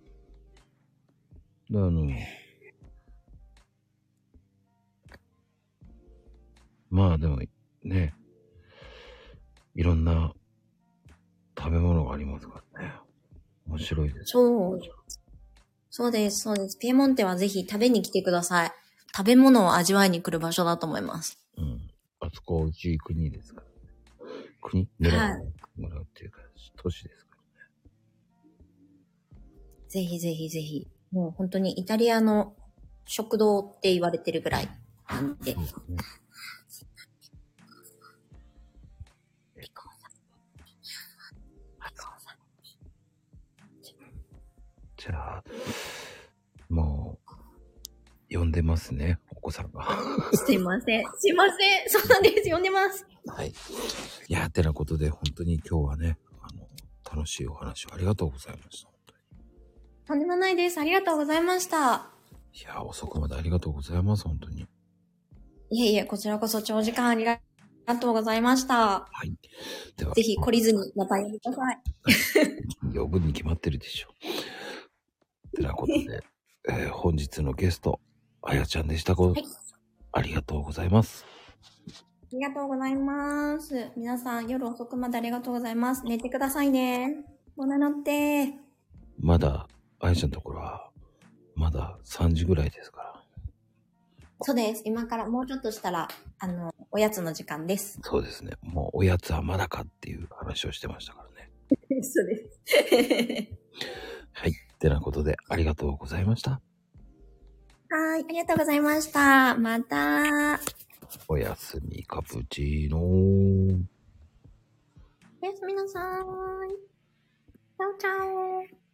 まあでもね、いろんな食べ物がありますからね。面白いです。 そうです。ピエモンテはぜひ食べに来てください。食べ物を味わいに来る場所だと思います。 あそこ美味しい国ですからね。村っていうか、都市ですからね。 ぜひ。もう本当にイタリアの食堂って言われてるぐらいなんで。 じゃあ、もう、呼んでますね、お子さんが。 すいません。そうなんです。呼んでます。 はい。いや、てなことで、本当に今日はね、楽しいお話をありがとうございました。 とんでもないです。ありがとうございました。 いや、遅くまでありがとうございます、本当に。 いえ、こちらこそ長時間ありがとうございました。 はい。では。 ぜひ懲りずにまた呼んでください。 呼ぶに決まってるでしょ。てなことで、本日のゲスト、あやちゃんでした。はい、ありがとうございます。 ありがとうございます。皆さん、夜遅くまでありがとうございます。寝てくださいね。ボナノッテ。 まだ、あやちゃんのところは、まだ3時ぐらいですから。 そうです。今からもうちょっとしたら、おやつの時間です。 そうですね。もうおやつはまだかっていう話をしてましたからね。 そうです。 はい。てなことで、ありがとうございました。 ありがとうございました。また。 おやすみカプチーノ。 おやすみなさーい。チャオチャオ。